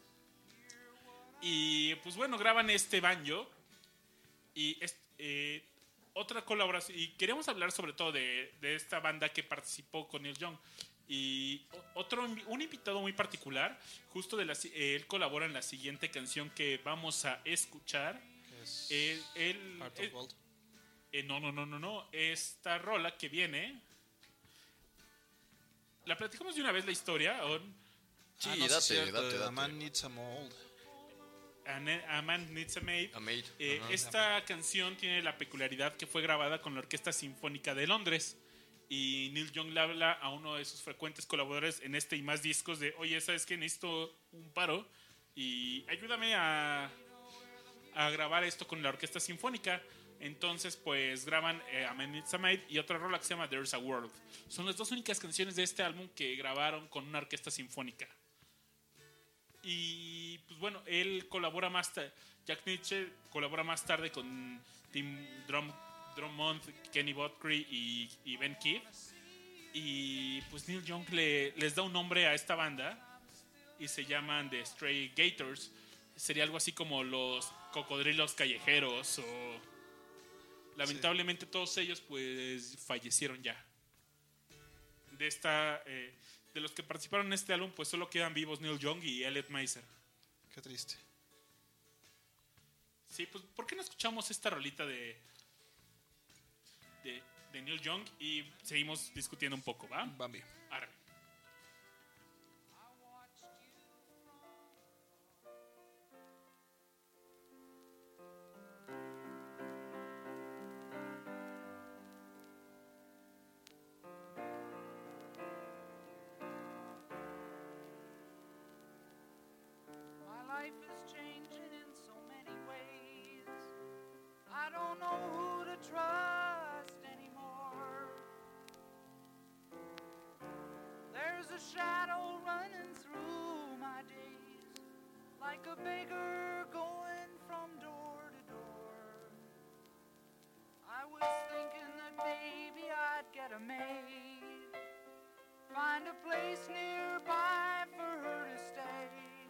Y pues bueno, graban este banjo. Y otra colaboración. Y queríamos hablar sobre todo de esta banda que participó con Neil Young. Y un invitado muy particular. Justo él colabora en la siguiente canción que vamos a escuchar. Heart of Gold. No. Esta rola que viene. ¿La platicamos de una vez la historia? Sí, Ah, no, date, sí es cierto, date. A Man Needs a Mold. A Man Needs a Maid. A Maid. Ajá. Esta canción tiene la peculiaridad que fue grabada con la Orquesta Sinfónica de Londres. Y Neil Young le habla a uno de sus frecuentes colaboradores en este y más discos de, oye, ¿sabes qué? Necesito un paro y ayúdame a grabar esto con la Orquesta Sinfónica. Entonces, pues graban A Man Needs a Maid y otra rola que se llama There's a World. Son las dos únicas canciones de este álbum que grabaron con una orquesta sinfónica. Y pues bueno, él colabora Jack Nitzsche colabora más tarde con Tim Drummond, Kenny Botry y Ben Kidd. Y pues Neil Young les da un nombre a esta banda y se llaman The Stray Gators. Sería algo así como los cocodrilos callejeros o... Lamentablemente todos ellos pues fallecieron ya. De los que participaron en este álbum pues solo quedan vivos Neil Young y Elliot Meiser. Qué triste. Sí, pues ¿por qué no escuchamos esta rolita de Neil Young y seguimos discutiendo un poco, ¿va? Bambi. Arre. My life is changing in so many ways. I don't know who to trust anymore. There's a shadow running through my days, like a beggar going from door to door. I was thinking that maybe I'd get a maid, find a place nearby for her to stay.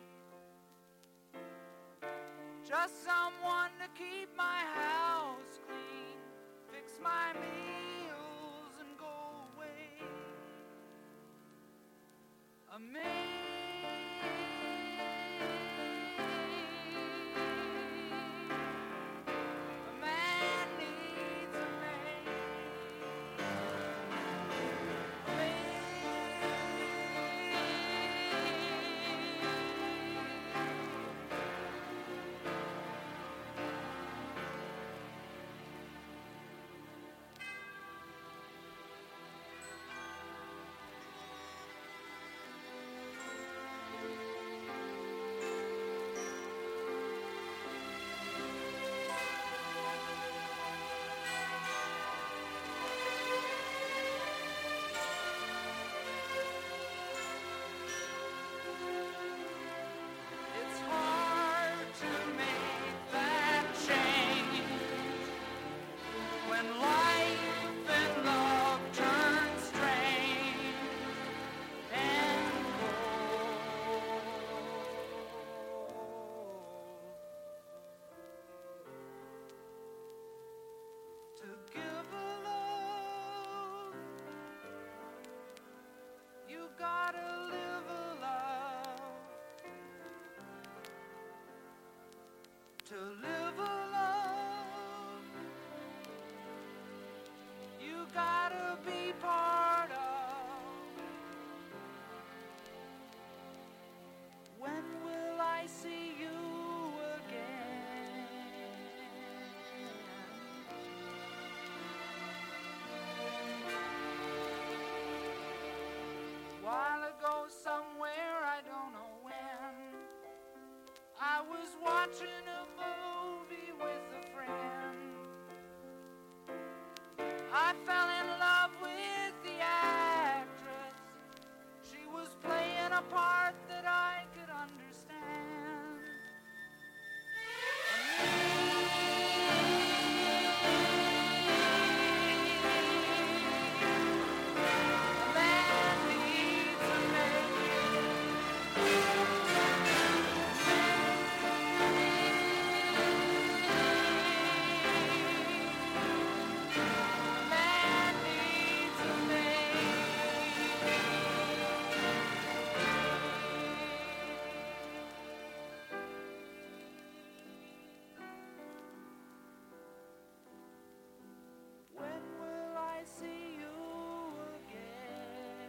Just someone to keep my house clean, fix my meals and go away. A man needs a maid. It's hard to make that change when life and love turn strange and cold. To give a love, you gotta live a love. To live a love, you gotta be part of. When will I see you again? While ago somewhere, I don't know when, I was watching a movie with a friend. I fell in love with a part that I could understand. A man needs a man needs a When will I see you again?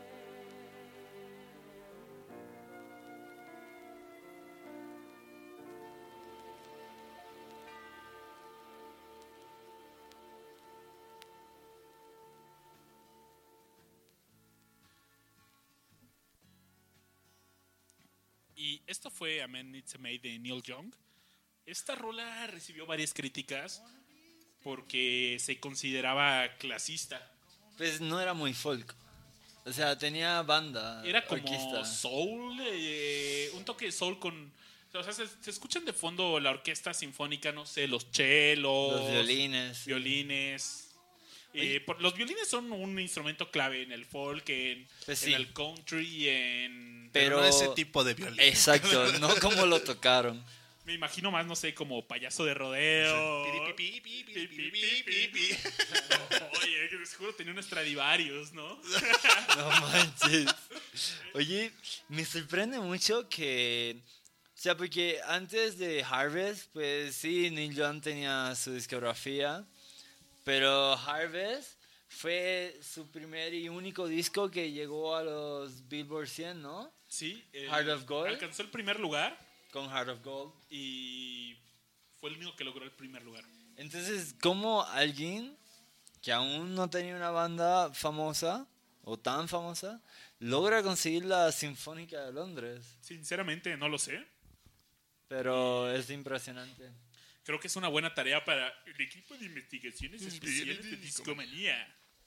Y esto fue A Man Needs a Maid de Neil Young. Esta rola recibió varias críticas porque se consideraba clasista. Pues no era muy folk. O sea, tenía banda, Era como orquesta. soul, un toque de soul con... O sea, se escuchan de fondo la orquesta sinfónica, no sé, los chelos, Los violines. violines. Los violines son un instrumento clave en el folk, en Pues sí. el country, Pero no ese tipo de violín. Exacto, no como lo tocaron. me imagino más, no sé, como payaso de rodeo. Pi, pi, pi, pi, pi, pi, pi, pi. Oye, que seguro tenía un Stradivarius, ¿no? No manches. Oye, me sorprende mucho que... O sea, porque antes de Harvest, pues sí, Neil Young tenía su discografía. Pero Harvest fue su primer y único disco que llegó a los Billboard 100, ¿no? Sí. Heart of Gold. Alcanzó el primer lugar Con Heart of Gold. y fue el único que logró el primer lugar. Entonces, ¿cómo alguien que aún no tenía una banda famosa o tan famosa logra conseguir la Sinfónica de Londres? Sinceramente, no lo sé. Pero es impresionante. Creo que es una buena tarea para el equipo de investigaciones especiales de Discomanía.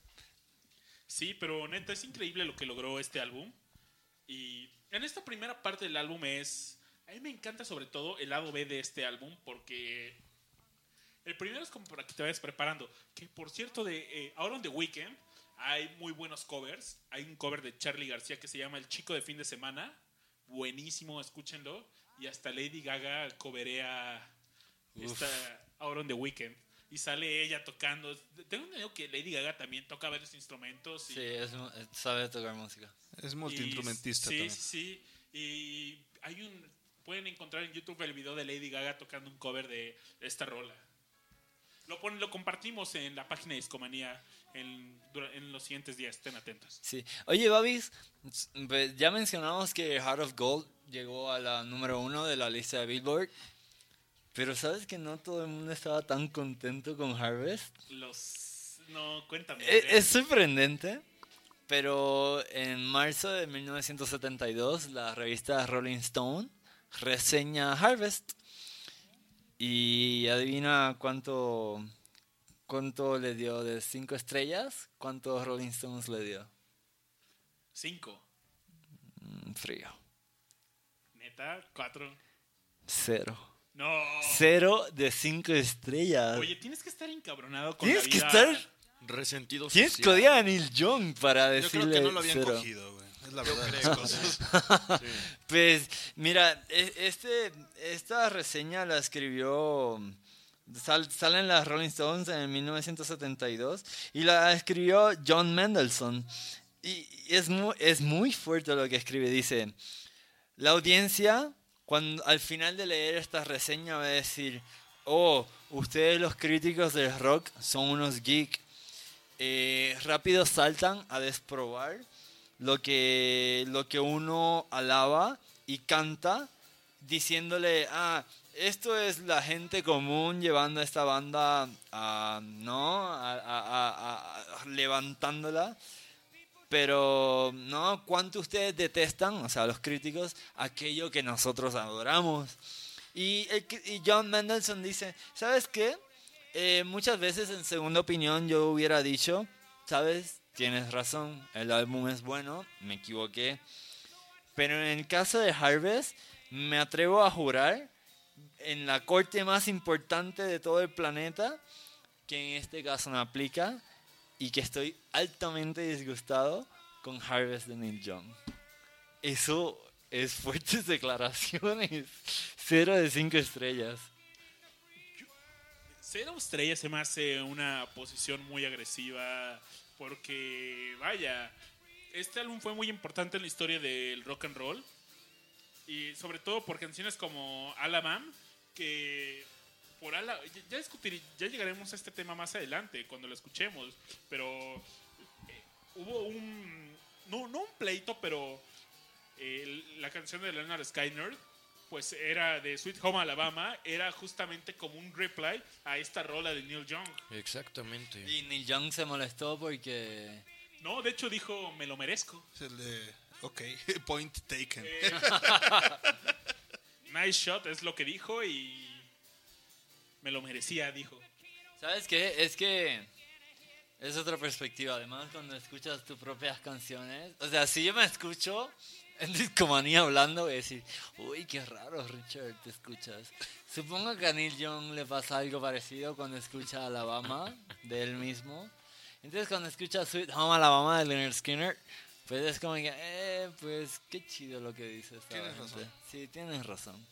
Sí, pero neta, es increíble lo que logró este álbum. Y en esta primera parte del álbum a mí me encanta sobre todo el lado B de este álbum porque el primero es como para que te vayas preparando. Que por cierto, ahora en The Weeknd hay muy buenos covers. Hay un cover de Charly García que se llama El Chico de Fin de Semana. Buenísimo, escúchenlo. Y hasta Lady Gaga coverea esta Out on the Weekend y sale ella tocando. Tengo entendido que Lady Gaga también toca varios instrumentos. Sí, sabe tocar música. Es multiinstrumentista Sí, también. sí, sí. Y pueden encontrar en YouTube el video de Lady Gaga tocando un cover de esta rola. Lo compartimos en la página de Discomanía en los siguientes días. Estén atentos. Sí. Oye, Babis, pues ya mencionamos que Heart of Gold llegó a la número 1 de la lista de Billboard. Pero ¿sabes que no todo el mundo estaba tan contento con Harvest? No, cuéntame. Es sorprendente, pero en marzo de 1972 la revista Rolling Stone reseña Harvest. Y adivina cuánto le dio de 5 estrellas, cuánto Rolling Stones le dio. 5. Frío. Neta, 4. 0. No. 0 de 5 estrellas. Oye, tienes que estar encabronado con Tienes la que vida. estar... Resentido Tienes que social. odiar a Neil Young para Yo creo decirle que no lo habían 0. cogido, güey. Es la verdad de las creo. cosas. Pues, mira, esta reseña la escribió... Sale en las Rolling Stones en 1972 y la escribió John Mendelssohn. Y es muy fuerte lo que escribe. Dice, la audiencia, al final de leer esta reseña, va a decir, oh, ustedes los críticos del rock son unos geeks. Rápido saltan a desprobar lo que uno alaba y canta, diciéndole, esto es la gente común llevando a esta banda levantándola. Pero, ¿no? ¿Cuánto ustedes detestan, o sea, los críticos, aquello que nosotros adoramos? Y John Mendelssohn dice, ¿sabes qué? Muchas veces en segunda opinión yo hubiera dicho, ¿sabes? Tienes razón, el álbum es bueno, me equivoqué. Pero en el caso de Harvest, me atrevo a jurar, en la corte más importante de todo el planeta, que en este caso no aplica, y que estoy altamente disgustado con Harvest de Neil Young. Eso es fuertes declaraciones. 0 de 5 estrellas. 0 estrellas se me hace una posición muy agresiva porque, vaya, este álbum fue muy importante en la historia del rock and roll y sobre todo por canciones como Alabama, que por ya llegaremos a este tema más adelante cuando lo escuchemos, pero hubo no un pleito, pero la canción de Leonard Skinner pues era de Sweet Home Alabama, era justamente como un reply a esta rola de Neil Young. Exactamente. Y Neil Young se molestó porque... No, de hecho dijo, me lo merezco. Es el de... Ok, point taken. Nice shot es lo que dijo y me lo merecía, dijo. ¿Sabes qué? Es que es otra perspectiva. Además, cuando escuchas tus propias canciones... O sea, si yo me escucho en Discomanía hablando, voy a decir, uy, qué raro, Richard, te escuchas. Supongo que a Neil Young le pasa algo parecido cuando escucha Alabama, de él mismo. Entonces, cuando escucha Sweet Home Alabama de Leonard Skinner, pues es como que, pues, qué chido lo que dice esta Tienes gente. razón. Sí, tienes razón.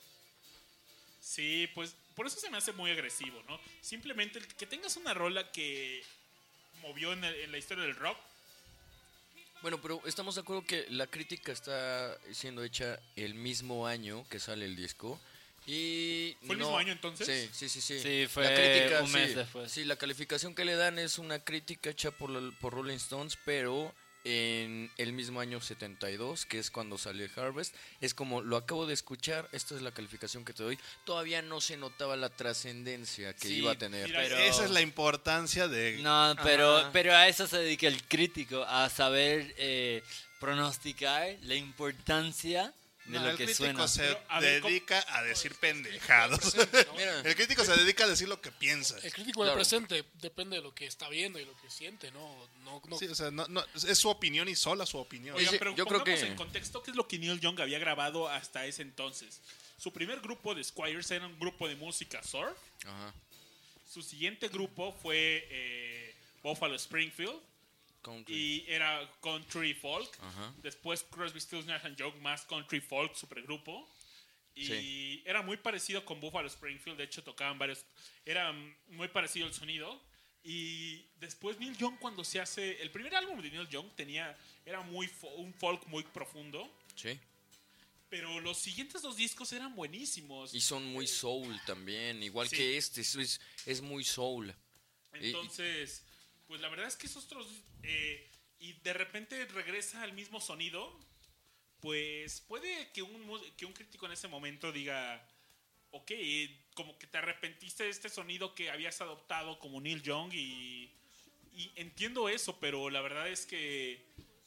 Sí, pues por eso se me hace muy agresivo, ¿no? Simplemente el que tengas una rola que movió en la historia del rock. Bueno, pero estamos de acuerdo que la crítica está siendo hecha el mismo año que sale el disco. Y ¿Fue el mismo año entonces? Sí. Sí, fue la crítica, un mes después. Sí, la calificación que le dan es una crítica hecha por Rolling Stones, pero en el mismo año 72, que es cuando salió Harvest. Es como, lo acabo de escuchar, esta es la calificación que te doy. Todavía no se notaba la trascendencia que Sí, iba a tener. mira, pero- Esa es la importancia de... No, pero, Ajá. pero a eso se dedica el crítico, a saber pronosticar la importancia de No, lo el que crítico suena. se Pero, a ver, dedica a decir pendejados. Mira, El crítico se dedica a decir lo que piensa. El crítico del Claro. presente depende de lo que está viendo y lo que siente, no. Sí, o sea, es su opinión y sola su opinión. Oiga, Ese- pero yo creo pongamos que- en contexto qué es lo que Neil Young había grabado hasta ese entonces. Su primer grupo de Squires era un grupo de música surf. ajá, Su siguiente grupo fue Buffalo Springfield country. y era country folk. Ajá. Después Crosby, Stills, Nash and Young, más country folk, supergrupo. Y Sí. era muy parecido con Buffalo Springfield. De hecho, tocaban varios. Era muy parecido el sonido. Y después Neil Young, cuando se hace. El primer álbum de Neil Young era un folk muy profundo. Sí. Pero los siguientes dos discos eran buenísimos. Y son muy soul también, igual Sí. que este, es muy soul. Entonces, pues la verdad es que esos otros. Y de repente regresa al mismo sonido. Pues puede que un crítico en ese momento diga: ok, como que te arrepentiste de este sonido que habías adoptado como Neil Young. Y entiendo eso, pero la verdad es que.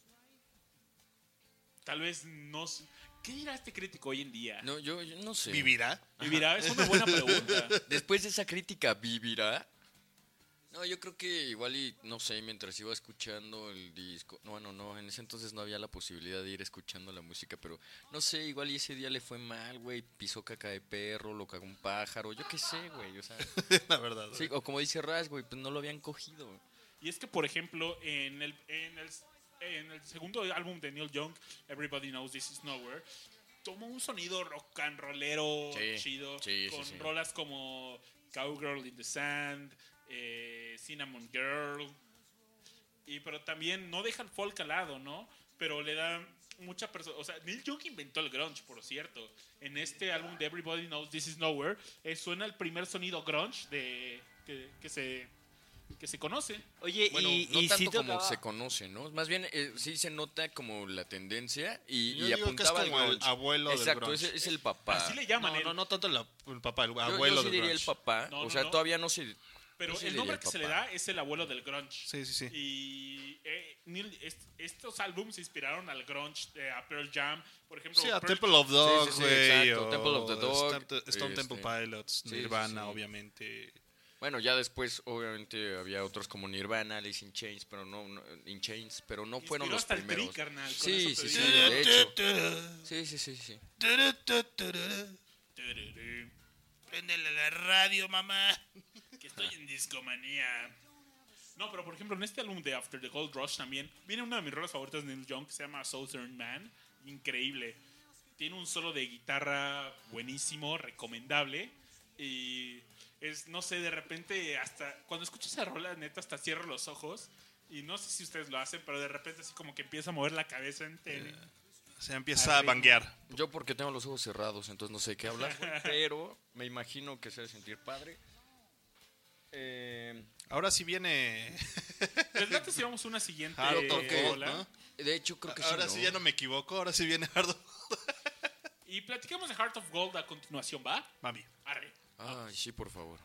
Tal vez no. ¿Qué dirá este crítico hoy en día? No, yo no sé. ¿Vivirá? Vivirá, es una buena pregunta. Después de esa crítica, ¿vivirá? No, yo creo que igual y, no sé, mientras iba escuchando el disco, no, en ese entonces no había la posibilidad de ir escuchando la música, pero no sé, igual y ese día le fue mal, güey, pisó caca de perro, lo cagó un pájaro, yo qué sé, güey, o sea, La verdad. sí, o como dice Raz, güey, pues no lo habían cogido. Y es que, por ejemplo, en el segundo álbum de Neil Young, Everybody Knows This Is Nowhere, tomó un sonido rock and rollero Sí, chido, sí, con sí. rolas como Cowgirl in the Sand, Cinnamon Girl, pero también no deja el folk al lado, ¿no? Pero le da mucha persona. O sea, Neil Young inventó el grunge, por cierto. En este álbum de Everybody Knows This Is Nowhere, suena el primer sonido grunge que se conoce. Oye, Bueno, y no sí tanto como tocaba... se conoce, ¿no? Más bien sí se nota como la tendencia y Yo digo que es apuntaba al como el grunge. abuelo del Exacto, grunge. es el papá. Así le llaman. No tanto el papá, el Yo abuelo sí del diría grunge. el papá, No, o no, sea, no. todavía no se... Pero yo sí el diría nombre el que se le papá. da es el abuelo del grunge. Sí. Y estos álbumes se inspiraron al grunge, a Pearl Jam, por ejemplo. Sí, a Pearl- Temple of Dog, Sí, güey. exacto, o Temple of the Dog, Stone Temple este, Pilots, sí, Nirvana, sí. obviamente. Bueno, ya después, obviamente, había otros como Nirvana, Alice in Chains, pero no fueron Inspiró los hasta el primeros. Tri, carnal, con Sí, eso sí, te sí, digo. de hecho. Sí. Tururú. Préndele la radio, mamá. Que estoy en discomanía. No, pero por ejemplo, en este álbum de After the Gold Rush también viene una de mis rolas favoritas de Neil Young que se llama Southern Man. Increíble. Tiene un solo de guitarra buenísimo, recomendable. Y es, no sé, de repente, hasta cuando escucho esa rola, neta, hasta cierro los ojos. Y no sé si ustedes lo hacen, pero de repente así como que empieza a mover la cabeza en tele. Se empieza a banguear. Yo porque tengo los ojos cerrados, entonces no sé qué hablar, güey, pero me imagino que se debe sentir padre. Ahora sí viene. Les late si vamos a una siguiente Heart of Gold, rola. ¿no? De hecho, creo que Ahora sí, sí ¿no? ya no me equivoco. Ahora sí viene Heart of Gold. Y platicamos de Heart of Gold a continuación, ¿va? Mami. Arre. Ay, sí, por favor.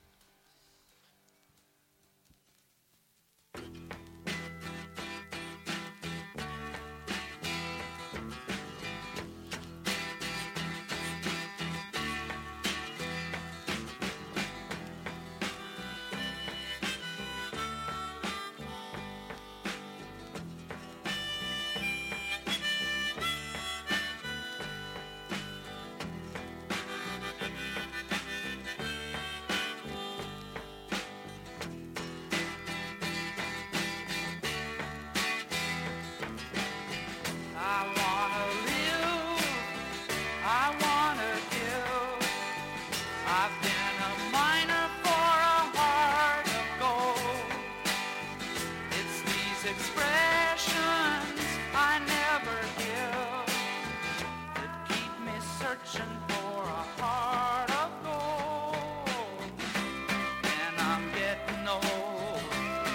I wanna live, I wanna give. I've been a miner for a heart of gold. It's these expressions I never give that keep me searching for a heart of gold. And I'm getting old.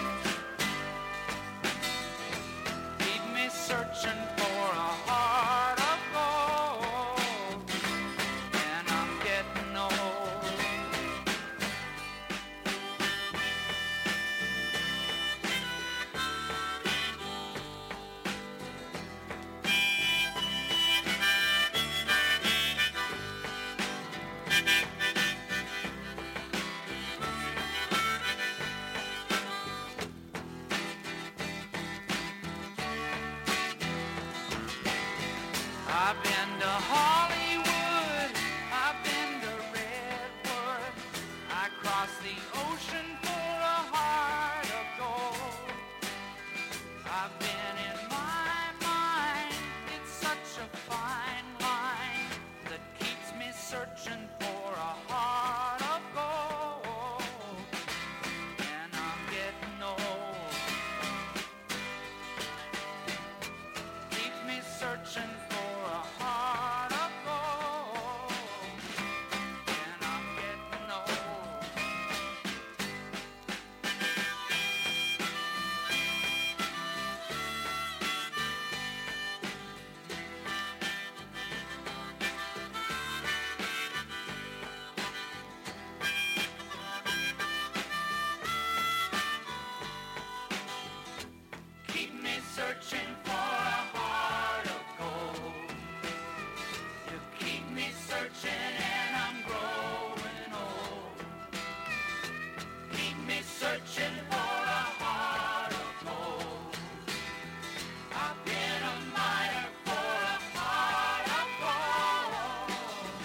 Keep me searching for a heart of gold, and I'm getting old. I've been to Hollywood, I've been to Redwood, I crossed the ocean for a heart of gold. I've been in my mind, it's such a fine line that keeps me searching for a heart of gold. And I'm getting old. Keep me searching for a heart of gold, and I'm getting old. Keep me searching for a heart of gold. You keep me searching and I'm growing old. Keep me searching for a heart of gold. I've been a miner for a heart of gold.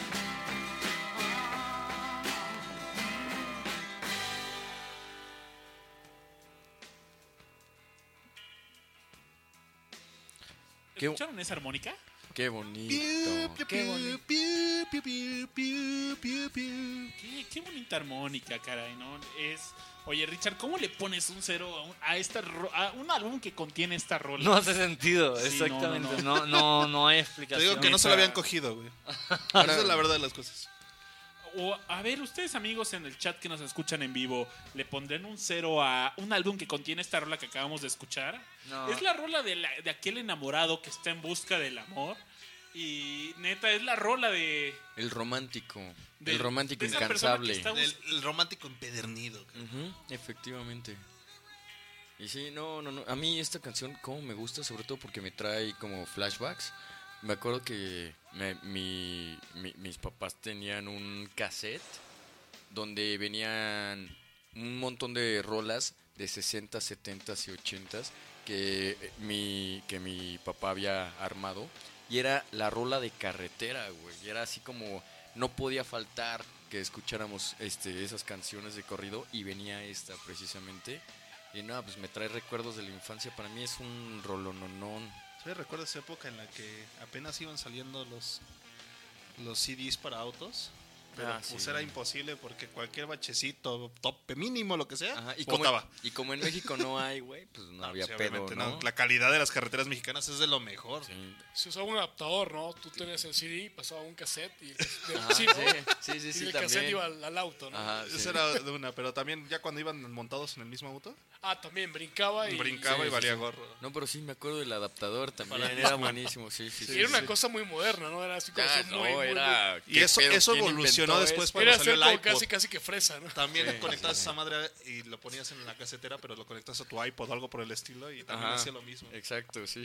Qué- ¿Escucharon esa armónica? Qué bonito. Qué bonito. Qué bonita armónica, caray, ¿no? Oye, Richard, ¿cómo le pones un cero a un álbum que contiene esta rola? No hace sentido, Sí, exactamente. no. No hay Te explicación. digo que no se lo habían cogido, güey. Esa es la verdad de las cosas. O, a ver, ustedes amigos en el chat que nos escuchan en vivo, ¿le pondrán un cero a un álbum que contiene esta rola que acabamos de escuchar? No. Es la rola de aquel enamorado que está en busca del amor. Y neta, es la rola de... El romántico. de- El romántico de esa persona que incansable. está El romántico empedernido. Güey. Ujú, efectivamente. Y sí, no. A mí esta canción, como me gusta, sobre todo porque me trae como flashbacks. Me acuerdo que mis papás tenían un cassette donde venían un montón de rolas de 60, 70 y 80 que mi papá había armado. Y era la rola de carretera, güey. Y era así como, no podía faltar que escucháramos esas canciones de corrido. Y venía esta precisamente. Y no, pues me trae recuerdos de la infancia. Para mí es un rolononón. ¿Sí? Recuerdo esa época en la que apenas iban saliendo los CDs para autos. Pero pues sí. era imposible porque cualquier bachecito, tope mínimo, lo que sea, Ajá, y botaba. como en México no hay, güey, pues no había Sí, pedo, obviamente ¿no? La calidad de las carreteras mexicanas es de lo mejor. Sí. Se usaba un adaptador, ¿no? Tú tenías el CD, pasaba un cassette y Ajá, sí, ¿no? sí, Y sí, el cassette también. iba al auto, ¿no? Ajá, sí. Esa era de una, pero también ya cuando iban montados en el mismo auto, Ah, también brincaba y... brincaba sí, y valía sí. gorro. No, pero sí me acuerdo del adaptador también, era buenísimo, sí. Y era una cosa muy moderna, ¿no? Era así como Ah, así no, muy... era... Y ¿qué eso pedo? ¿Quién evolucionó inventó después eso? cuando Era salió ser el como iPod. casi que fresa, ¿no? También Sí, conectabas sí. esa madre y lo ponías en la casetera, pero lo conectas a tu iPod o algo por el estilo y también Ajá, hacía lo mismo. exacto, sí.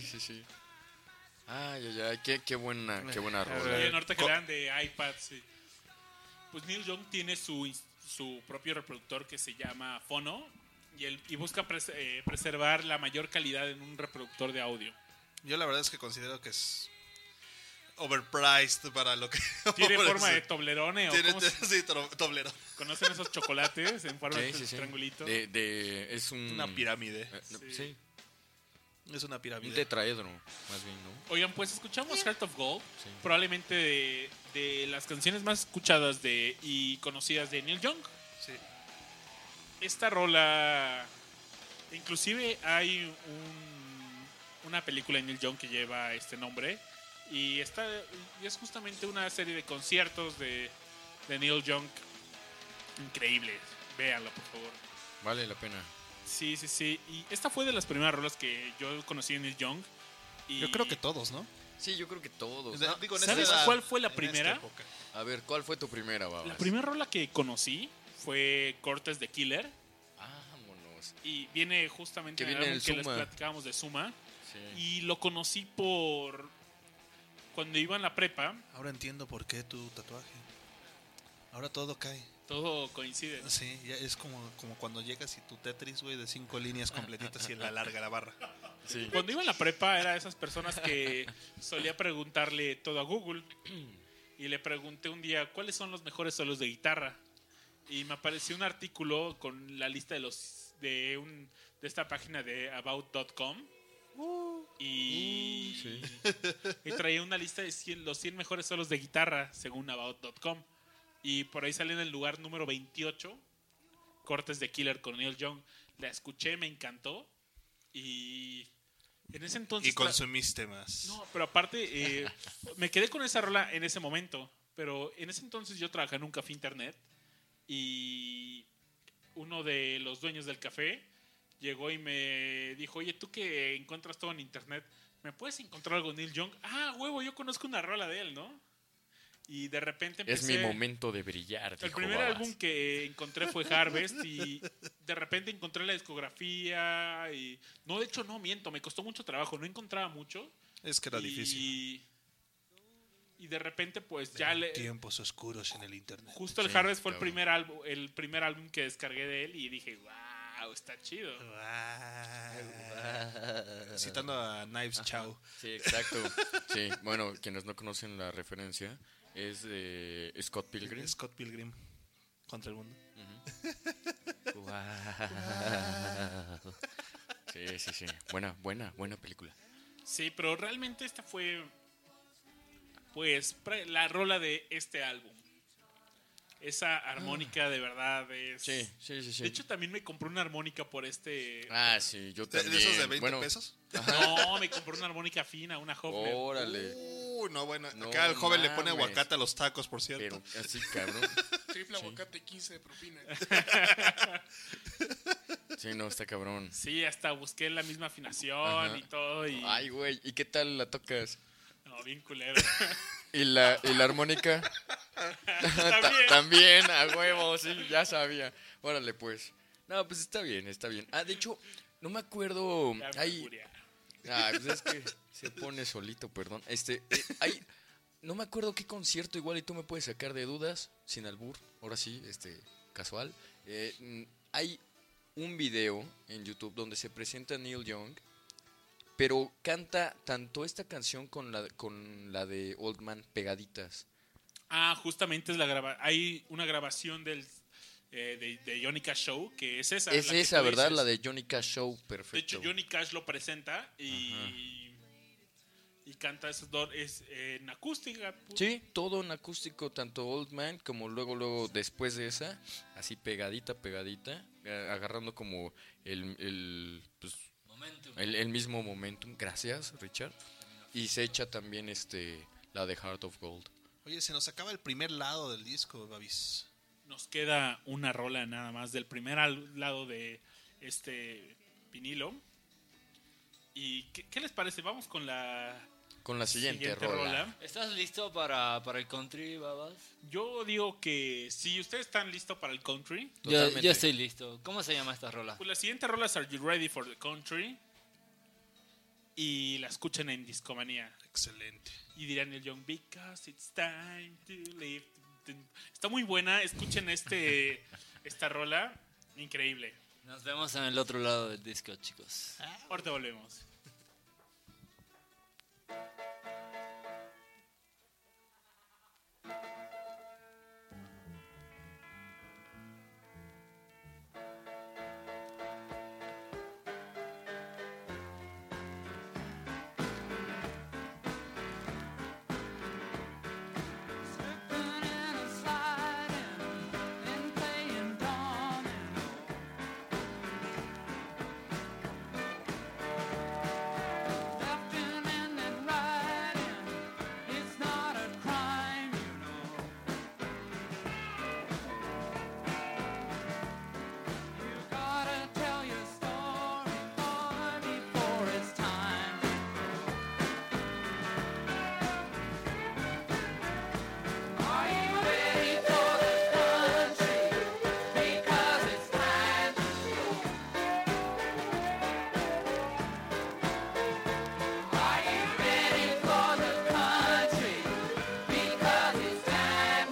Ay, qué buena Oye, rola. ahorita que hablan de iPad, sí. Pues Neil Young tiene su propio reproductor que se llama Phono y busca preservar la mayor calidad en un reproductor de audio. Yo la verdad es que considero que es overpriced para lo que... Tiene ofrece. forma de toblerone o Tiene, ¿cómo se- sí, toblero. ¿Conocen esos chocolates en forma de Sí. triangulito? Es un... Una pirámide. no, Sí. sí, Es una un pirámide. tetraedro, más bien, ¿no? Oigan, pues escuchamos Heart of Gold, Sí. probablemente de las canciones más escuchadas y conocidas de Neil Young. Sí. Esta rola, inclusive hay una película de Neil Young que lleva este nombre y es justamente una serie de conciertos de Neil Young increíbles. Véanlo, por favor. Vale la pena. Sí. Y esta fue de las primeras rolas que yo conocí de Neil Young. Y Yo creo que todos, ¿no? Sí, yo creo que todos. Digo, en ¿sabes esta edad, cuál fue la en primera? esta época. A ver, ¿cuál fue tu primera, babas? La primera rola que conocí fue Cortes de Killer. Vámonos. Y viene justamente Que del viene álbum el que les Suma. platicábamos de Suma. Sí. Y lo conocí cuando iba en la prepa. Ahora entiendo por qué tu tatuaje. Ahora todo cae. Todo coincide. Sí, ya es como cuando llegas y tu Tetris, güey, de 5 líneas completitas y en la larga la barra. Sí. Cuando iba en la prepa era de esas personas que solía preguntarle todo a Google. Y le pregunté un día cuáles son los mejores solos de guitarra. Y me apareció un artículo con la lista de esta página de about.com. Y, sí. y traía una lista de los 100 mejores solos de guitarra según about.com. Y por ahí sale en el lugar número 28 Cortes de Killer con Neil Young. La escuché, me encantó. Y en ese entonces... Y consumiste más. No, pero aparte, me quedé con esa rola en ese momento. Pero en ese entonces yo trabajaba en un café internet. Y uno de los dueños del café llegó y me dijo: oye, tú que encuentras todo en internet, ¿me puedes encontrar algo de Neil Young? Ah, huevo, yo conozco una rola de él, ¿no? Y de repente Es empecé... mi momento de brillar, El dijo primer Babas. álbum que encontré fue Harvest y de repente encontré la discografía y... No, de hecho no, miento, me costó mucho trabajo, no encontraba mucho. Es que era difícil. Y de repente pues ya le... Tiempos oscuros en el internet. Justo el Sí, Harvest fue cabrón. el primer álbum que descargué de él y dije, wow, está chido. Citando a Knives Chow. Sí, exacto. Sí, bueno, quienes no conocen la referencia, es de Scott Pilgrim. Scott Pilgrim contra el mundo. Sí. Buena película. Sí, pero realmente esta fue pues la rola de este álbum. Esa armónica de verdad es... Sí. De hecho también me compré una armónica por este... Ah, sí, yo ¿De también. esos de 20 Bueno, pesos? No, me compré una armónica fina, una Hofner. Órale. No, bueno. No Acá el joven le pone mames. aguacate a los tacos, por cierto. Pero así, cabrón. Triple aguacate, 15 de propina. Sí, no, está cabrón. Sí, hasta busqué la misma afinación Ajá. y todo y... Ay, güey, ¿y qué tal la tocas? No, bien culero. ¿Y la armónica? También. También, a huevo, sí, ya sabía. Órale, pues. No, pues está bien. Ah, de hecho, no me acuerdo. Ya me Hay... alburearon. Ah, pues es que se pone solito, perdón. No me acuerdo qué concierto, igual y tú me puedes sacar de dudas, sin albur, ahora sí, casual. hay un video en YouTube donde se presenta a Neil Young, pero canta tanto esta canción con la de Old Man pegaditas. Justamente hay una grabación de Johnny Cash Show, que es esa. Es la que esa, tú ¿verdad? dices. La de Johnny Cash Show, De perfecto. hecho, Johnny Cash lo presenta y canta esos dos en acústica. Sí, todo en acústico, tanto Old Man como luego después de esa, así pegadita, agarrando como pues, el mismo momentum. Gracias, Richard. Y se echa también la de Heart of Gold. Oye, se nos acaba el primer lado del disco, Babis. Nos queda una rola nada más del primer lado de este vinilo. ¿Y qué les parece? Vamos con la Siguiente rola. ¿Estás listo para el country, Babas? Yo digo que si ustedes están listos para el country, Totalmente. Yo estoy listo. ¿Cómo se llama esta rola? pues la siguiente rola es Are You Ready for the Country? Y la escuchan en Discomanía. Excelente. Y dirán el Young, because it's time to live. Está muy buena, escuchen esta rola, increíble. Nos vemos en el otro lado del disco, chicos. Ahorita volvemos. Slipping and sliding and playing domino. Lefting and then riding, it's not a crime, you know. You gotta tell your story, boy, before it's time. Are you ready for the country? Because it's time. Are you ready for the country? Because it's time.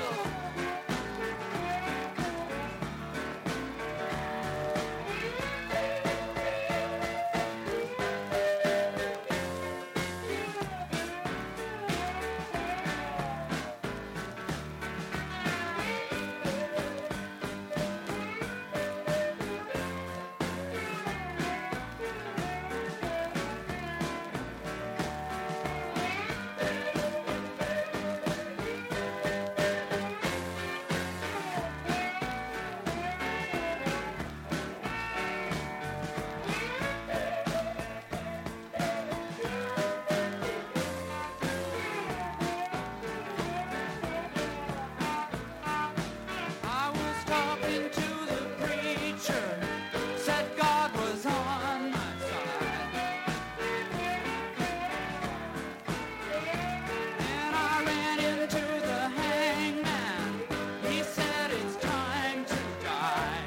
I was talking to the preacher, said God was on my side. And I ran into the hangman, he said it's time to die.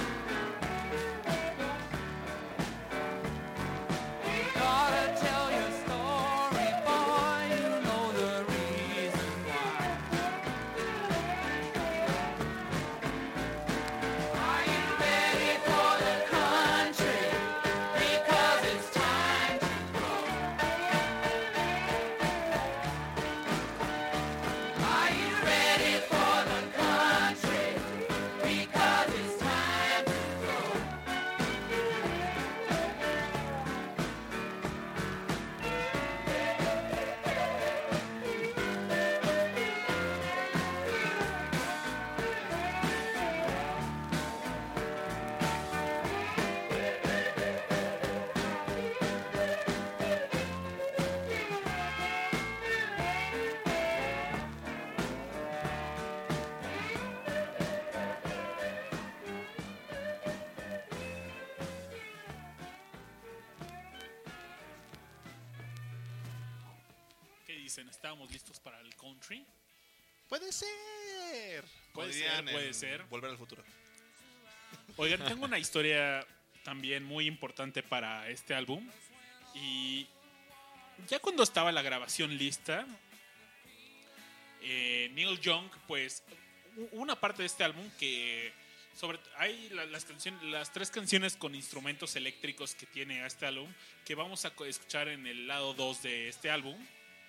You gotta tell your story, boy, you know the reason why. Are you ready for the country? Because it's time to grow. Are you ready for the country? Because it's time to grow. ¿Qué dicen? ¿Estábamos listos para el country? Puede ser. Puede Podrían ser, puede en ser. Volver al futuro. Oigan, tengo una historia también muy importante para este álbum. Y ya cuando estaba la grabación lista, Neil Young, pues, una parte de este álbum que hay las tres canciones con instrumentos eléctricos que tiene este álbum, que vamos a escuchar en el lado 2 de este álbum.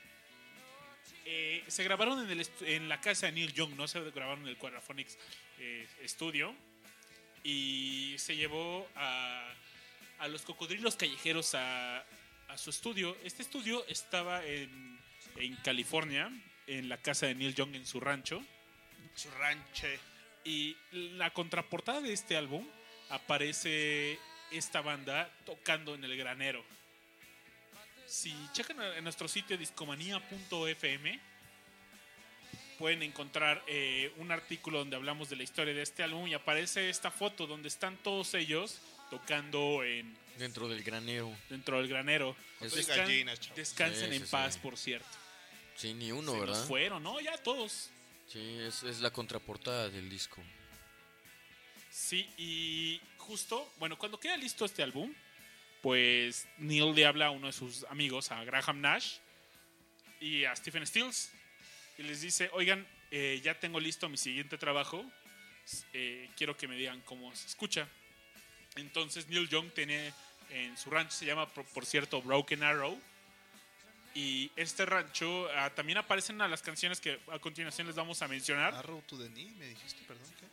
Se grabaron en la casa de Neil Young, no se grabaron en el Quadraphonics Studio. Y se llevó a los cocodrilos callejeros a su estudio. Este estudio estaba en California, en la casa de Neil Young, en su rancho. Su ranche. Y la contraportada de este álbum aparece esta banda tocando en el granero. Si checan en nuestro sitio discomanía.fm, pueden encontrar un artículo donde hablamos de la historia de este álbum y aparece esta foto donde están todos ellos tocando dentro del granero. Gallinas, chavos. Descansen en paz, por cierto. Sí, ni uno, Se ¿verdad? nos fueron, ¿no? Ya todos. Sí, es la contraportada del disco. Sí, y justo, bueno, cuando queda listo este álbum, pues Neil le habla a uno de sus amigos, a Graham Nash y a Stephen Stills, y les dice, oigan, ya tengo listo mi siguiente trabajo, quiero que me digan cómo se escucha. Entonces Neil Young tiene en su rancho, se llama, por cierto, Broken Arrow, y este rancho también aparecen a las canciones que a continuación les vamos a mencionar. Arrow to the knee, me dijiste, perdón, ¿qué?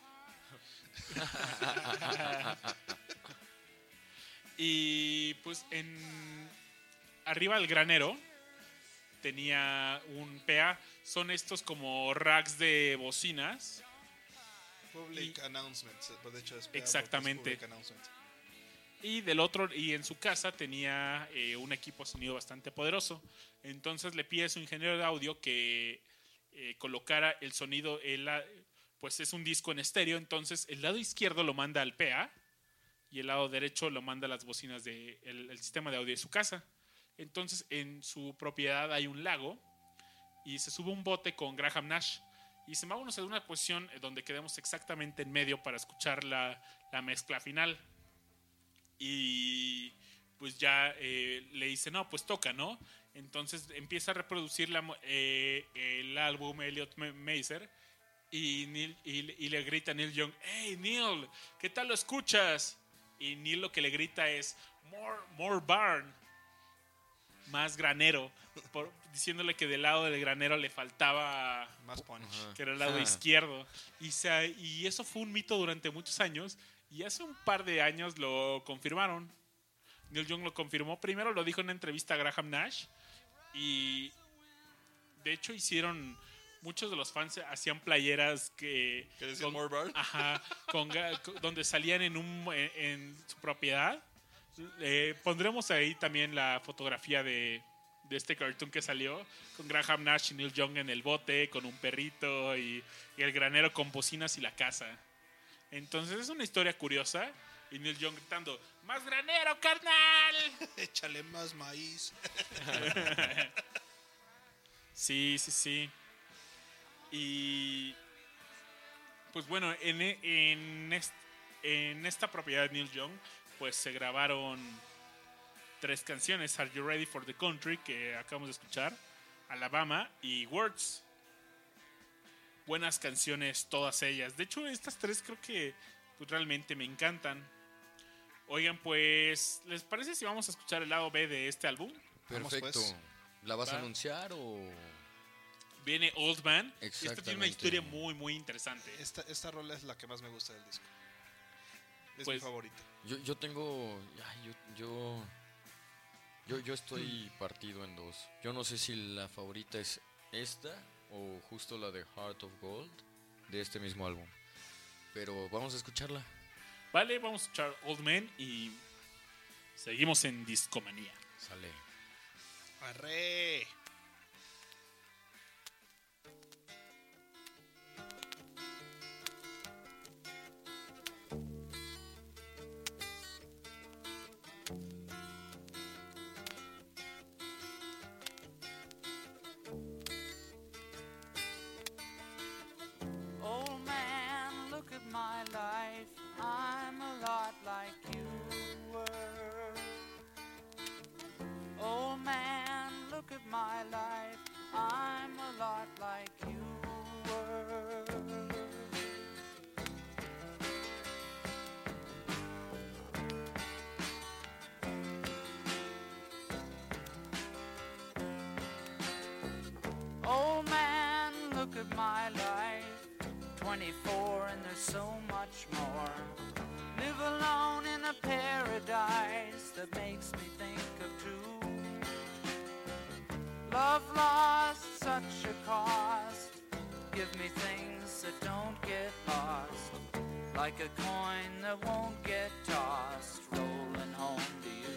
Y pues arriba del granero tenía un PA. Son estos como racks de bocinas. Public announcements, de hecho es exactamente. Public announcement. Y del otro, y en su casa tenía un equipo de sonido bastante poderoso. Entonces le pide a su ingeniero de audio que colocara el sonido, pues es un disco en estéreo. Entonces el lado izquierdo lo manda al PA y el lado derecho lo manda a las bocinas del el sistema de audio de su casa. Entonces en su propiedad hay un lago y se sube un bote con Graham Nash. Y se vámonos a una posición donde quedemos exactamente en medio para escuchar la mezcla final. Y pues ya le dice, no, pues toca, ¿no? Entonces empieza a reproducir el álbum Elliot Mazer y le grita a Neil Young, hey Neil, ¿qué tal lo escuchas? Y Neil lo que le grita es, more barn, más granero, diciéndole que del lado del granero le faltaba más punch, que era el lado izquierdo. Y eso fue un mito durante muchos años. Y hace un par de años lo confirmaron. Neil Young lo confirmó. Primero lo dijo en una entrevista a Graham Nash. Y de hecho hicieron... Muchos de los fans hacían playeras que decían More Bar. Ajá, donde salían en su propiedad. Pondremos ahí también la fotografía de este cartoon que salió con Graham Nash y Neil Young en el bote con un perrito y el granero con bocinas y la casa. Entonces es una historia curiosa y Neil Young gritando, ¡más granero, carnal! Échale más maíz. Sí. Y pues bueno, en esta propiedad de Neil Young pues se grabaron 3 canciones: Are You Ready for the Country, que acabamos de escuchar, Alabama y Words. Buenas canciones todas ellas. De hecho, estas 3 creo que pues, realmente me encantan. Oigan, pues, ¿les parece si vamos a escuchar el lado B de este álbum? Perfecto. Pues. ¿La vas a anunciar o...? Viene Old Man. Exactamente. Esta tiene una historia muy, muy interesante. Esta rola es la que más me gusta del disco. Es Pues, mi favorita. Yo tengo... Yo estoy partido en 2. Yo no sé si la favorita es esta o justo la de Heart of Gold de este mismo álbum. Pero vamos a escucharla. Vale, vamos a escuchar Old Man y seguimos en Discomanía. Sale. ¡Arre! Old man, look at my life. I'm a lot like you were. Old man, look at my 94 and there's so much more. Live alone in a paradise that makes me think of two. Love lost, such a cost. Give me things that don't get lost. Like a coin that won't get tossed, rolling home to you.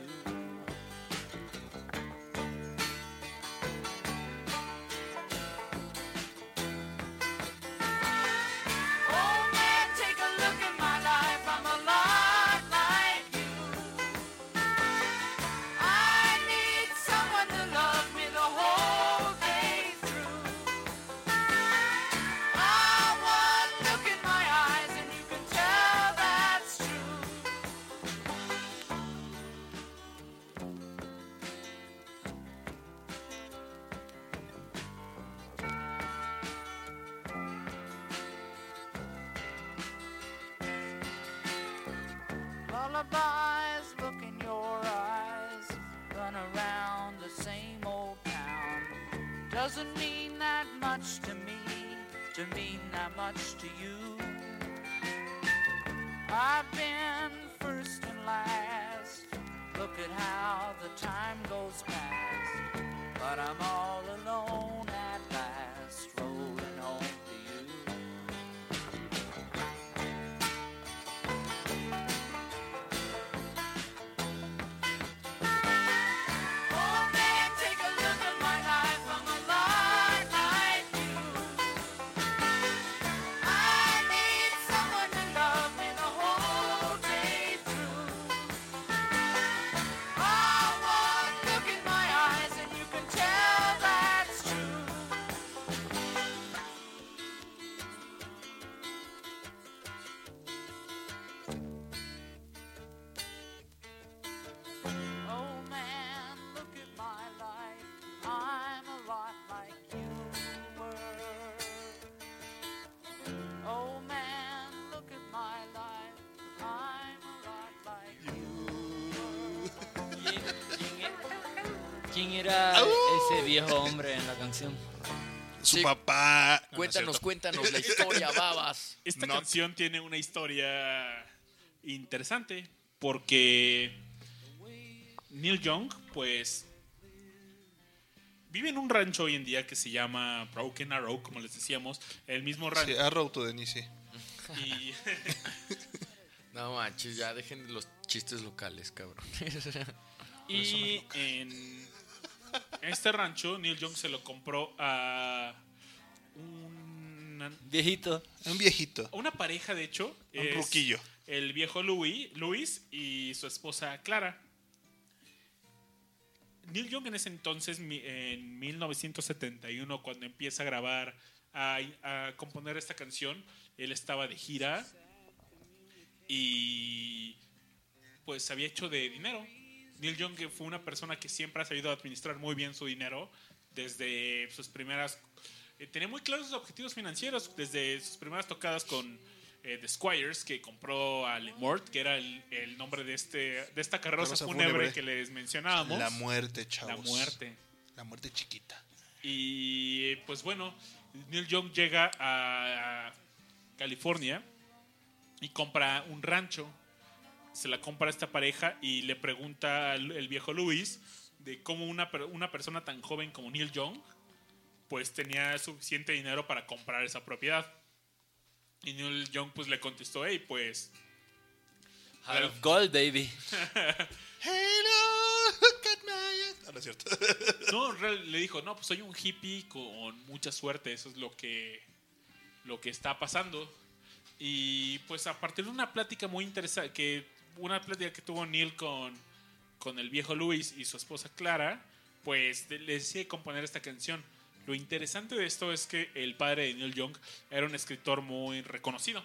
Oh man, take a look at my life, I'm a lot like you. I need someone to love me the whole day through. One look in my eyes and you can tell that's true. Lullabies, look in your eyes, run around the same old town. Doesn't mean that much to me, to mean that much to you. I've been first and last, look at how the time goes past. But I'm all alone at last, rolling home to you. Oh man, take a look at my life, I'm a lot like you. I need someone to love me the whole day through. One look in my eyes and you can tell that's true. Oh man, look at my life, I'm a lot like you were. Oh man, look at my life, I'm a lot like you were. ¿Quién era ese viejo hombre en la canción? Su Sí. papá. No, no es Cuéntanos, cierto. cuéntanos la historia, babas. Esta No. canción tiene una historia interesante porque Neil Young, pues, vive en un rancho hoy en día que se llama Broken Arrow, como les decíamos, el mismo rancho. Sí, Arrow to Denise. Y No manches, ya dejen los chistes locales, cabrón. Y en este rancho, Neil Young se lo compró a Viejito. Un viejito. una pareja, de hecho. Un es ruquillo. El viejo Luis y su esposa Clara. Neil Young en ese entonces, en 1971, cuando empieza a grabar, a componer esta canción, él estaba de gira y pues había hecho de dinero. Neil Young fue una persona que siempre ha sabido administrar muy bien su dinero desde sus primeras... tenía muy claros sus objetivos financieros desde sus primeras tocadas con The Squires, que compró a Le Mort, que era el nombre de esta carroza Carroza fúnebre fúnebre. que les mencionábamos. La muerte, chavos. La muerte. La muerte chiquita. Y pues bueno, Neil Young llega a California y compra un rancho. Se la compra a esta pareja y le pregunta el viejo Luis de cómo una persona tan joven como Neil Young pues tenía suficiente dinero para comprar esa propiedad. Y Neil Young pues le contestó, hey, pues... Heart of Gold, baby. Hello, look at my... No es cierto. No, le dijo, no, pues soy un hippie con mucha suerte, eso es lo que está pasando. Y pues a partir de una plática muy interesante, una plática que tuvo Neil con el viejo Luis y su esposa Clara, pues le decide componer esta canción. Lo interesante de esto es que el padre de Neil Young era un escritor muy reconocido.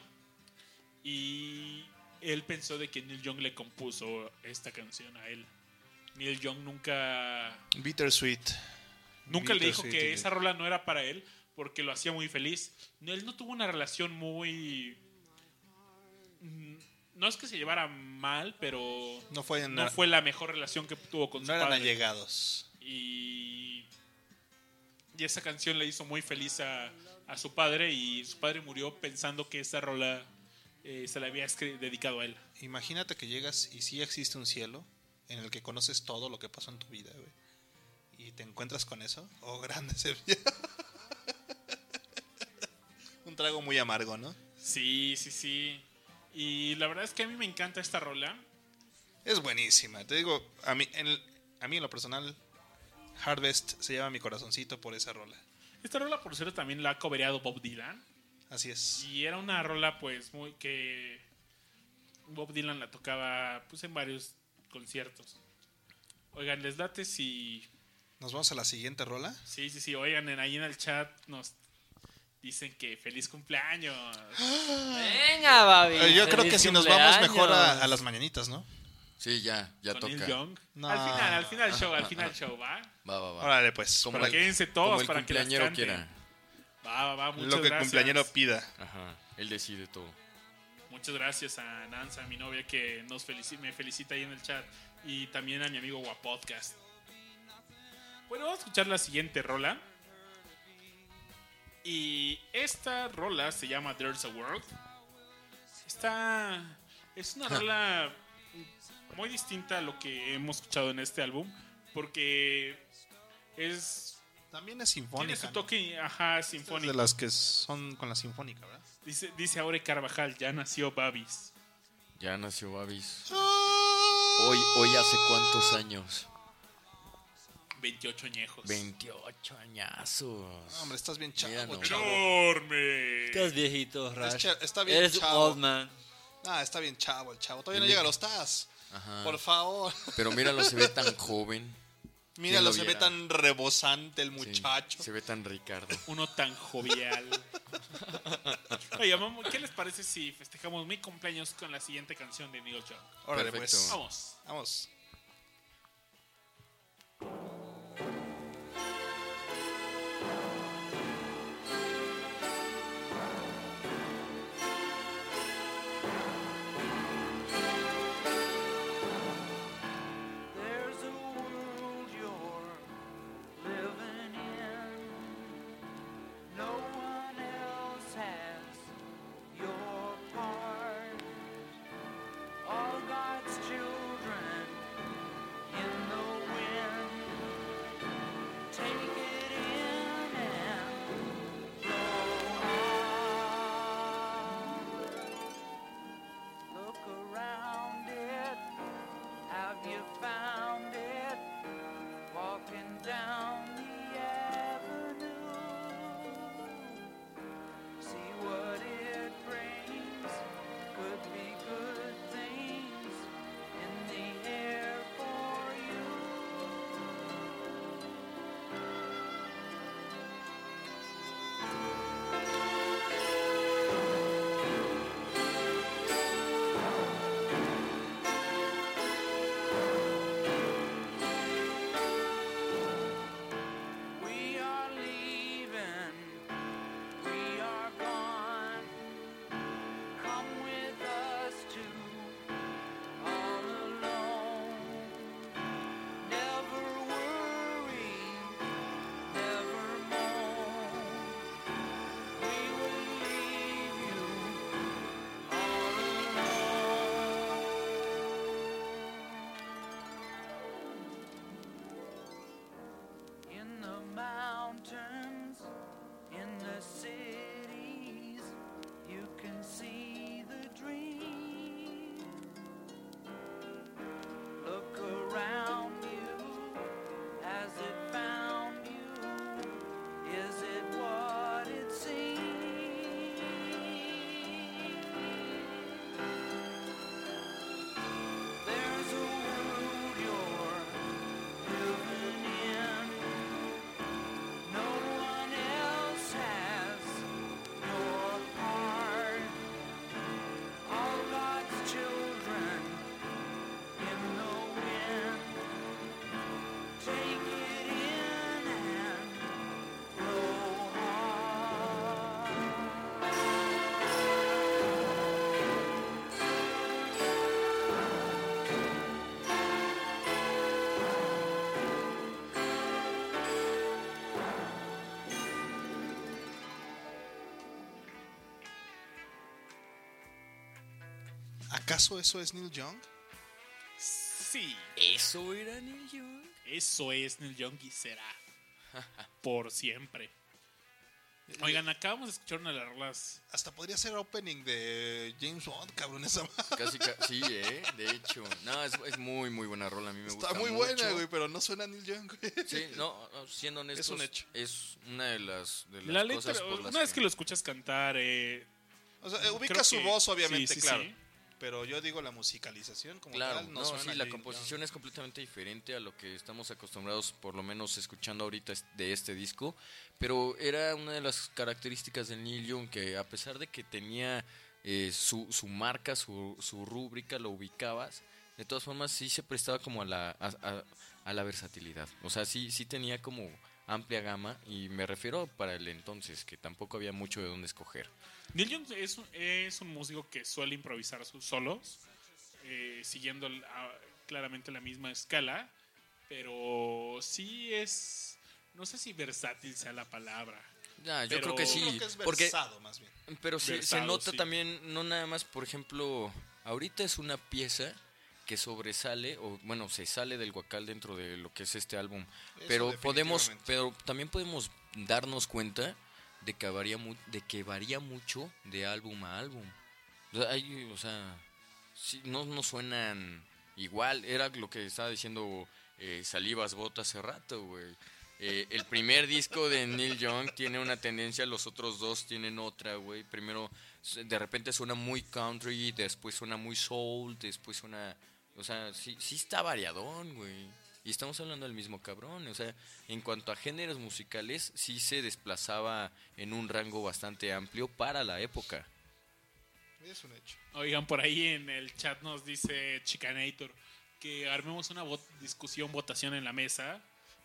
Y él pensó de que Neil Young le compuso esta canción a él. Neil Young nunca Bittersweet. le dijo que Bittersweet. esa rola no era para él porque lo hacía muy feliz. Él no tuvo una relación muy... No es que se llevara mal, pero No fue, no fue la mejor relación que tuvo con no su eran padre. allegados. Y esa canción le hizo muy feliz a a su padre y su padre murió pensando que esta rola se la había dedicado a él. Imagínate que llegas y sí existe un cielo en el que conoces todo lo que pasó en tu vida, güey. Y te encuentras con eso. Oh, grande ese día. Un trago muy amargo, ¿no? Sí, sí, sí. Y la verdad es que a mí me encanta esta rola. Es buenísima. Te digo, a mí en lo personal, Harvest se llama mi corazoncito por esa rola. Esta rola, por cierto, también la ha cobereado Bob Dylan. Así es. Y era una rola, pues, muy que Bob Dylan la tocaba, pues, en varios conciertos. Oigan, les late si... Nos vamos a la siguiente rola. Sí, sí, sí. Oigan, ahí en el chat nos dicen que feliz cumpleaños. Venga, Babi. Yo creo feliz que si nos vamos mejor cumpleaños. a las mañanitas, ¿no? Sí, ya Con toca. Neil Young. No. Al final show, ¿va? Va. Órale, pues. Como para el- Quédense Como todos el para que las cumpleañero canten. quiera. Va, muchas lo que el gracias. cumpleañero pida. Ajá, él decide todo. Muchas gracias a Nanza, mi novia, que me felicita ahí en el chat. Y también a mi amigo Guapodcast. Bueno, vamos a escuchar la siguiente rola. Y esta rola se llama There's a World. Es una rola muy distinta a lo que hemos escuchado en este álbum. Porque También es tiene sinfónica. su ¿no? toque, ajá, Es sinfónico. de las que son con la sinfónica, ¿verdad? Dice Aure Carvajal, ya nació Babis. Ya nació Babis. Hoy hace cuántos años. 28 añejos. 28 añazos. No, hombre, estás bien Mira chavo, nomás. chavo. ¡Enorme! Estás viejito, Rash. Está bien Eres chavo. old man. Ah, está bien chavo el chavo. Todavía no llega a los TAS. Ajá. Por favor. Pero míralo, se ve tan joven. Míralo, lo se ve viera? tan rebosante el Sí, muchacho. se ve tan Ricardo. Uno tan jovial. Oye, mamá, ¿qué les parece si festejamos mi cumpleaños con la siguiente canción de Neil Young? Órale, Perfecto. pues. Vamos. Vamos. There's a world you're living in. No one else has your part. All God's children ¿Acaso eso es Neil Young? Sí, ¿Eso era Neil Young? eso es Neil Young y será por siempre. Oigan, acabamos de escuchar una de las rolas. Hasta podría ser opening de James Bond, cabrón, esa madre. Sí, de hecho. No, es muy, muy buena rola. A mí me gusta Está muy mucho. buena, güey, pero no suena Neil Young, güey. Sí, no, siendo honestos, Es un hecho. es una de las La letra, cosas por las una vez que lo escuchas cantar, O sea, creo ubica su que- voz, obviamente, sí, claro. sí. Pero yo digo la musicalización como Claro, tal. no, suena sí, la Neil composición Young. es completamente diferente a lo que estamos acostumbrados, por lo menos escuchando ahorita de este disco, pero era una de las características del Neil Young, que a pesar de que tenía su marca, su rúbrica, lo ubicabas, de todas formas sí se prestaba como a la versatilidad, o sea, sí tenía como amplia gama, y me refiero para el entonces, que tampoco había mucho de dónde escoger. Neil Young es un músico que suele improvisar sus solos, siguiendo claramente la misma escala, pero sí es, no sé si versátil sea la palabra. Ya, yo Pero- creo que sí, Yo creo que es porque versado, más bien. pero se Versado, nota sí. también, no nada más, por ejemplo, ahorita es una pieza que sobresale, o bueno, se sale del guacal dentro de lo que es este álbum, Eso pero definitivamente. también podemos darnos cuenta de que varía mucho de álbum a álbum. O sea, sí, no suenan igual, era lo que estaba diciendo Salivas Bota hace rato, güey. El primer disco de Neil Young tiene una tendencia, los otros dos tienen otra, güey. Primero, de repente suena muy country, después suena muy soul, después suena... O sea, sí está variadón, güey. Y estamos hablando del mismo cabrón. O sea, en cuanto a géneros musicales, sí se desplazaba en un rango bastante amplio para la época. Es un hecho. Oigan, por ahí en el chat nos dice Chicanator que armemos una votación en la mesa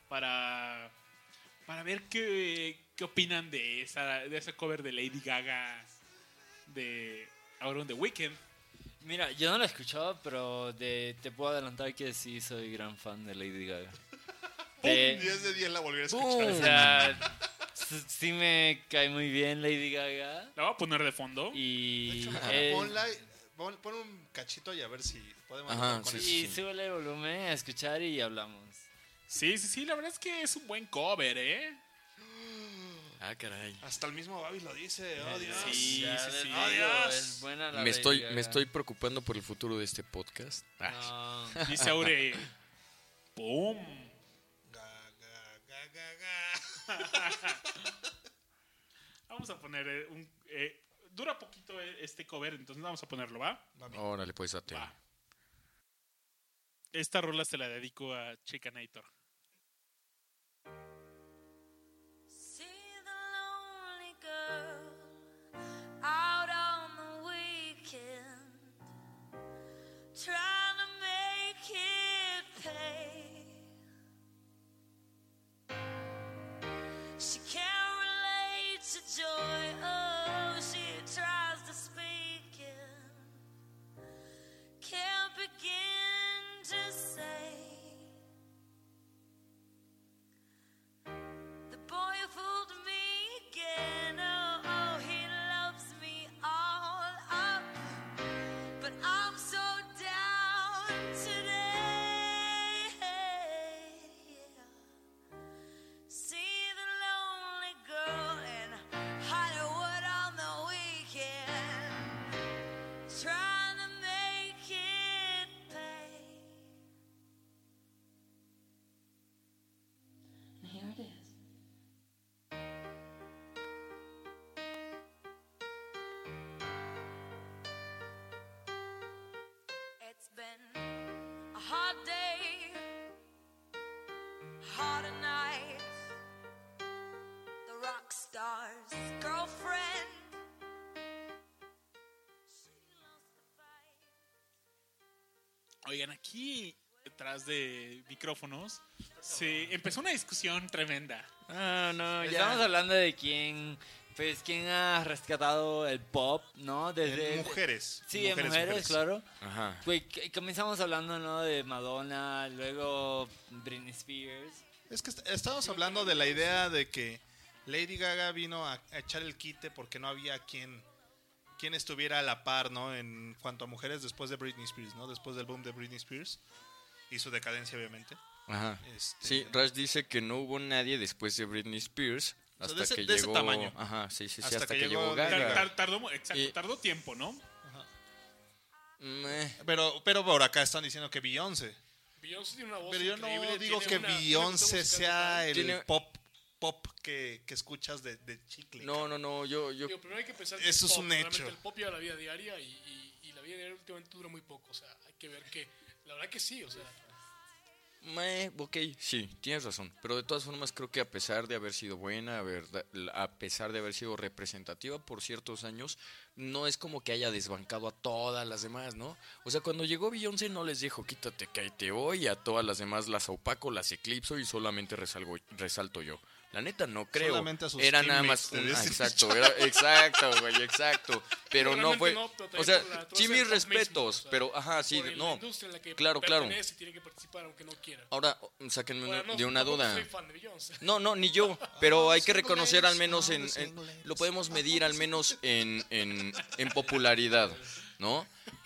para ver qué opinan de esa cover de Lady Gaga de Out on the Weekend. Mira, yo no la he escuchado, pero te puedo adelantar que sí soy gran fan de Lady Gaga. ¡Pum! De- 10 de 10 la volví a o escuchar. sea, sí me cae muy bien Lady Gaga. La voy a poner de fondo. Y, Pon un cachito y a ver si podemos Ajá, hablar con sí, eso. y súbele el volumen a escuchar y hablamos. Sí, la verdad es que es un buen cover, ¿eh? Ah, caray. Hasta el mismo Babi lo dice. Oh, Dios. Sí, Ya, sí, les sí. digo, ¡Oh, Dios! es buena la Me Lady estoy Gaga. preocupando por el futuro de este podcast. No. Dice Aure. ¡Pum! Ga, ga, ga, ga, ga. Vamos a poner dura poquito este cover, entonces vamos a ponerlo, ¿va? Órale, pues date. Va. Esta rola se la dedico a Chicanator. See the lonely girl out on the weekend, trying to make it pay. She can't relate to joy, oh, she tries to speak it, can't begin to say. The boy fooled me again, oh, oh, he loves me all up, but I'm so down today. See the lonely girl in Hollywood on the weekend, trying to make it pay. And here it is. It's been a hard day, harder nights. The rock star's girlfriend, she lost the fight. Oigan, aquí detrás de micrófonos se empezó una discusión tremenda. No, Estamos hablando de quién ha rescatado el pop, ¿no? Desde Mujeres. Sí, en mujeres, claro. Ajá. Güey, comenzamos hablando, ¿no? De Madonna, luego Britney Spears. Es que estamos hablando de la idea de que Lady Gaga vino a echar el quite porque no había quien quién estuviera a la par, ¿no? En cuanto a mujeres después de Britney Spears, ¿no? Después del boom de Britney Spears y su decadencia, obviamente. Ajá. Sí, Rush dice que no hubo nadie después de Britney Spears O sea, hasta que de ese llegó. tamaño. Ajá, sí, Hasta hasta que que llegó llegó Gaga. Tardó tiempo, ¿no? Pero por acá están diciendo que Beyoncé. Beyoncé tiene una voz Pero yo increíble, no digo tiene que una Beyoncé musical sea brutal. el Tiene- pop que escuchas de chicle. No, yo Digo, primero hay que pensar que Eso el es pop, un realmente hecho. El pop lleva la vida diaria y la vida diaria últimamente dura muy poco. O sea, hay que ver que, la verdad que sí, o sea, ok, sí, tienes razón. Pero de todas formas creo que a pesar de haber sido buena, a pesar de haber sido representativa por ciertos años, no es como que haya desbancado a todas las demás, ¿no? O sea, cuando llegó Beyoncé no les dijo, quítate, cállate hoy, y a todas las demás las opaco, las eclipso y solamente resalto yo. La neta no creo. Solamente a sus Era nada más teammates, te hubiese exacto, güey, exacto. Pero no realmente fue, no, pero también o sea, por la sí naturaleza mis del pop mismo, respetos, o sea, pero ajá, sí, por la no. industria en la que Claro. pertenece, tiene que participar aunque no quiera. Ahora, sáquenme Ahora, no, de una tampoco duda. soy fan de Beyoncé. No, ni yo, pero hay que single reconocer ladies, al menos all the single ladies. lo podemos medir al menos en popularidad, ¿no?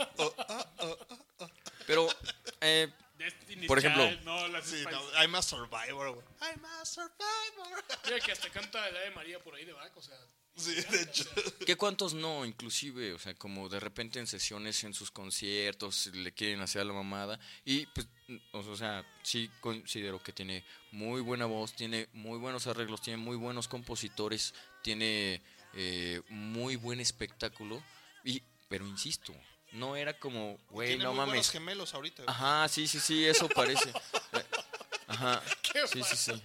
Pero, Destiny's Por ejemplo. Child, no, las Sí, Spice- no, I'm a survivor, güey. I'm a survivor. Mira que hasta canta el Ave María por ahí de back, o sea, Sí, de hecho. ¿qué cuántos no? Inclusive, o sea, como de repente en sesiones en sus conciertos le quieren hacer a la mamada. Y pues, o sea, sí considero que tiene muy buena voz, tiene muy buenos arreglos, tiene muy buenos compositores, tiene muy buen espectáculo. Pero insisto, no era como, güey, Tiene no muy buenos mames. gemelos ahorita. Ajá, sí, eso parece. Ajá, ¿qué sí.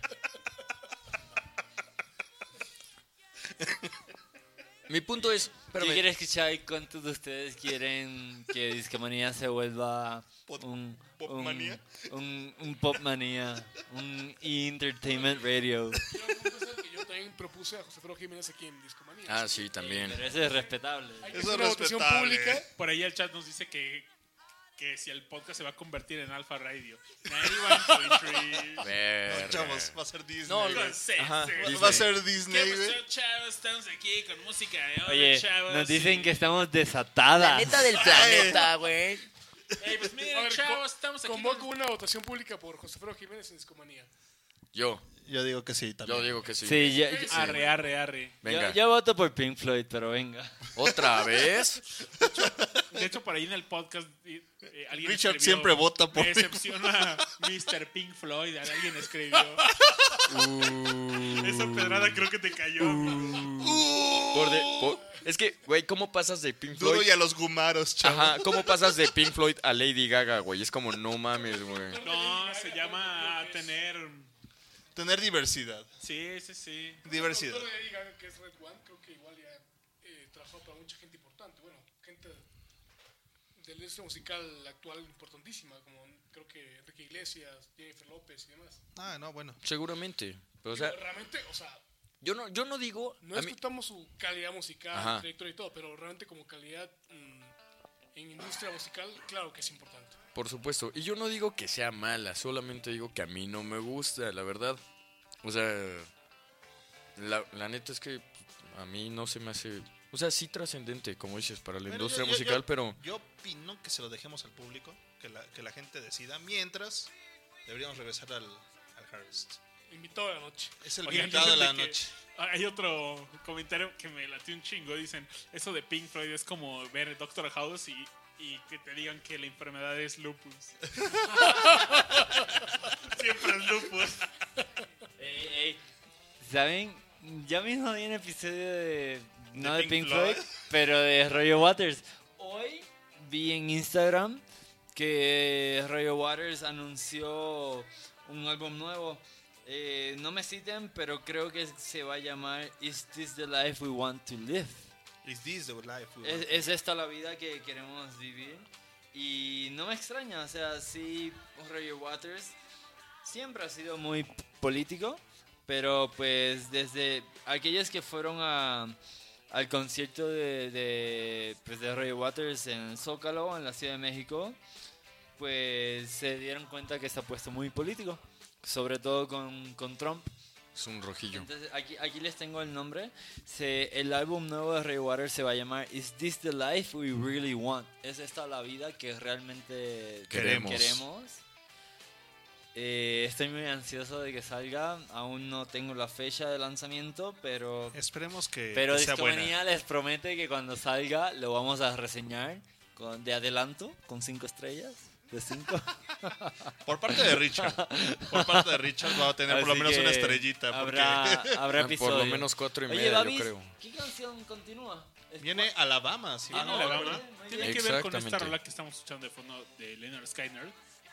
Mi punto es, ¿Qué espérame, quiere escuchar y cuántos de ustedes quieren que Discomanía se vuelva un ¿Popmanía? un Popmanía, un E-Entertainment Radio? quiero confesar que yo también propuse a José Pedro Jiménez aquí en Discomanía. Ah, sí, también. Pero eso es respetable. Hay que Eso hacer es una votación respetable. pública. Por ahí el chat nos dice que si el podcast se va a convertir en Alfa Radio. 91.3. Verga. Chavos, va a ser Disney. No, güey. Ajá, ¿Qué Disney. Va a ser Disney, pasó, güey. chavos? Estamos aquí con música de hoy, Oye, chavos. nos dicen y- que estamos desatadas. del planeta, güey. Ey, pues A miren, ver, chavos, estamos aquí convoco con- una votación pública por José Pedro Jiménez en Discomanía. Yo Yo digo que sí, también. Yo digo que sí. Sí, Arre. Venga. yo voto por Pink Floyd, pero venga. ¿Otra vez? De hecho, por ahí en el podcast alguien Richard escribió, siempre vota por Me decepciona Mr. Pink Floyd. Alguien escribió. Esa pedrada creo que te cayó. Es que, güey, ¿cómo pasas de Pink Duro Floyd? y a los gumaros, chavos. Ajá, ¿cómo pasas de Pink Floyd a Lady Gaga, güey? Es como, no mames, güey. No, se llama tener... Tener diversidad. Sí. Diversidad. El productor de Lady Gaga, que es Red One, creo que igual ya trabajó para mucha gente importante. Bueno, gente de la industria musical actual importantísima, como creo que Enrique Iglesias, Jennifer López y demás. Ah, no, bueno. Seguramente. Pero, o sea, Realmente, o sea, yo no digo... no a mí- discutamos su calidad musical, Ajá. trayectoria y todo, pero realmente como calidad en industria musical, claro que es importante. Por supuesto. Y yo no digo que sea mala, solamente digo que a mí no me gusta, la verdad. O sea, la neta es que a mí no se me hace... O sea, sí trascendente, como dices, para la Pero industria yo- musical, yo- pero... Yo opino que se lo dejemos al público, que la gente decida, mientras deberíamos regresar al Harvest. Invitado de la noche. Es el Oigan, invitado de la fíjate que noche. Hay otro comentario que me latió un chingo. Dicen, eso de Pink Floyd es como ver Doctor House y que te digan que la enfermedad es lupus. Siempre es lupus. ¿Saben? Ya mismo vi un episodio de... No de Pink Pink Floyd. Floyd, pero de Roger Waters. Hoy vi en Instagram que Roger Waters anunció un álbum nuevo. No me citen, pero creo que se va a llamar Is This the Life We Want to Live? Is this the life we ¿Es, want? es esta la vida que queremos vivir? Y no me extraña, o sea, sí, Roger Waters siempre ha sido muy político, pero pues desde aquellos que fueron al concierto de Roger Waters en el Zócalo, en la Ciudad de México, pues se dieron cuenta que está puesto muy político, sobre todo con Trump, Es un rojillo. Entonces, aquí les tengo el nombre. El álbum nuevo de Ray Waters se va a llamar Is This the Life We Really Want? ¿Es esta la vida que realmente Queremos. Estoy muy ansioso de que salga. Aún no tengo la fecha de lanzamiento, pero Esperemos que sea Discomanía buena. les promete que cuando salga lo vamos a reseñar de adelanto, con 5 estrellas. De 5. Por parte de Richard. Por parte de Richard va a tener por lo Así menos que una estrellita. Porque habrá episodio. Por lo menos 4 y Oye, media, Babis, yo creo. ¿qué canción continúa? viene Alabama. ¿Sí? Viene no, Alabama. muy bien. Tiene que ver con esta Exactamente. rola que estamos escuchando de fondo de Leonard Skinner.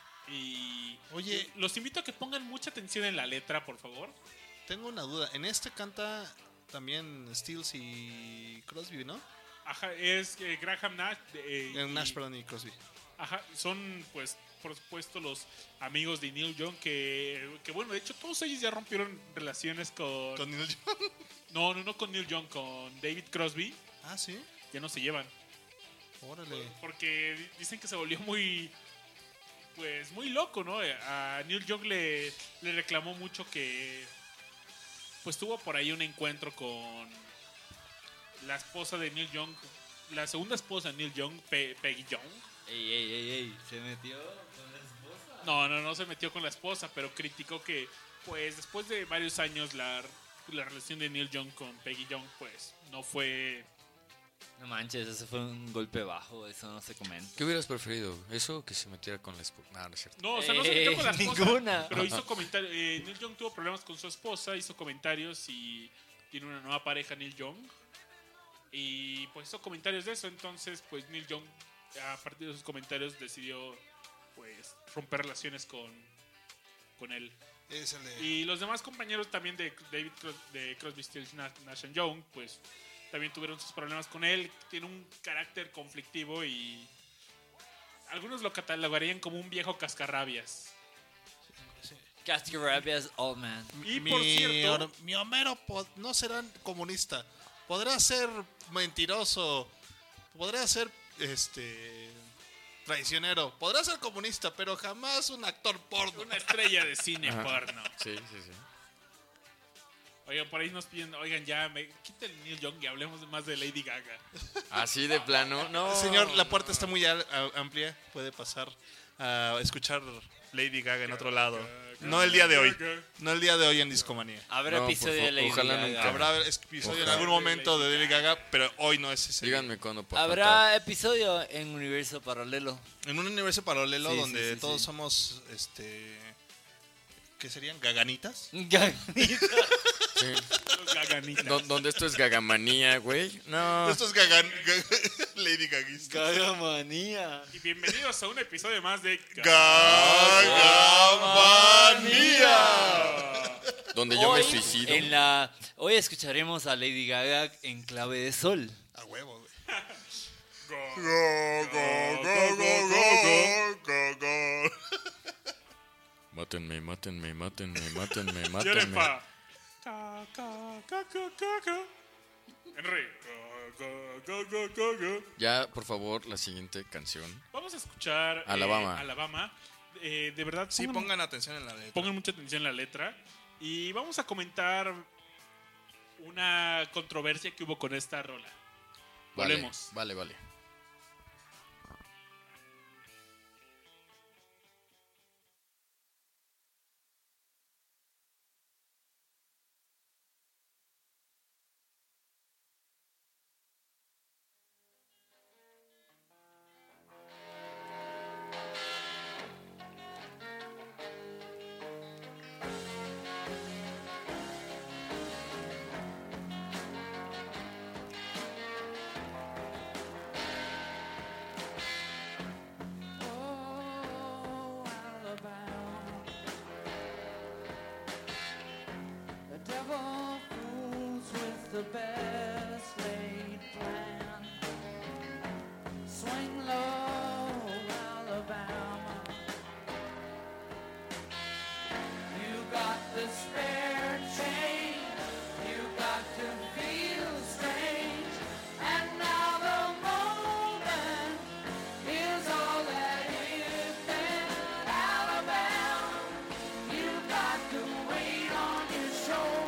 Y Oye. los invito a que pongan mucha atención en la letra, por favor. Tengo una duda. En este canta también Stills y Crosby, ¿no? Ajá, es Graham Nash. Nash, perdón, y Crosby. Ajá, son pues por supuesto los amigos de Neil Young que bueno, de hecho todos ellos ya rompieron relaciones con... Con Neil Young. No con Neil Young, con David Crosby. Ah, sí. Ya no se llevan. Órale. Porque dicen que se volvió muy loco, ¿no? A Neil Young le reclamó mucho que pues tuvo por ahí un encuentro con la esposa de Neil Young, la segunda esposa de Neil Young, Peggy Young. Ey, se metió con la esposa. No se metió con la esposa, pero criticó que pues después de varios años la relación de Neil Young con Peggy Young pues no fue... No manches, eso fue un golpe bajo, eso no se comenta. ¿Qué hubieras preferido? ¿Eso o que se metiera con la esposa? No es cierto. No, o sea, no se metió con la esposa. Ninguna. Pero hizo comentarios. Neil Young tuvo problemas con su esposa, hizo comentarios y tiene una nueva pareja, Neil Young. Y pues hizo comentarios de eso. Entonces, pues Neil Young, a partir de sus comentarios, decidió pues romper relaciones con él. Es el de... Y los demás compañeros también de Crosby, Stills, Nash and Young, pues también tuvieron sus problemas con él. Tiene un carácter conflictivo y algunos lo catalogarían como un viejo cascarrabias. Cascarrabias Old Man. Y por cierto, mi Homero no será comunista. Podrá ser mentiroso. Podrá ser traicionero. Podrá ser comunista, pero jamás un actor porno. una estrella de cine porno. Sí. Oigan, por ahí nos piden, oigan, ya, quiten el Neil Young y hablemos más de Lady Gaga. Así de plano. No. Señor, la puerta está muy amplia. Puede pasar a escuchar Lady Gaga en otro lado. No el día de hoy. No el día de hoy en Discomanía. Habrá No, episodio por de Lady ojalá Gaga. nunca. Habrá episodio en Ojalá. algún momento de Lady Gaga, pero hoy no es ese. Díganme cuándo por Habrá episodio en universo paralelo. En un universo paralelo Sí, donde sí, todos sí. somos, ¿qué serían? ¿Gaganitas? Sí. Los Gaganitas. ¿Dónde esto es gagamanía, güey? No. Esto es Lady Gaguista. Gagamanía. Y bienvenidos a un episodio más de Gagamanía. Donde yo me suicido. Hoy escucharemos a Lady Gaga en clave de sol. A huevo, güey. Mátenme. Yerepa. Ca, ca, ca, ca, ca, ca. Henry. Ca, ca, ca, ca, ca. Ya, por favor, la siguiente canción. Vamos a escuchar Alabama. Alabama. De verdad, Sí, pongan atención en la letra. pongan mucha atención en la letra. Y vamos a comentar una controversia que hubo con esta rola. Volvemos. Vale. Oh, Alabama, the devil fools with the best laid plan. Swing low, Alabama. You got the spare change. You got to feel strange. And now the moment is all that is then. Alabama, you got to wait on your shoulder.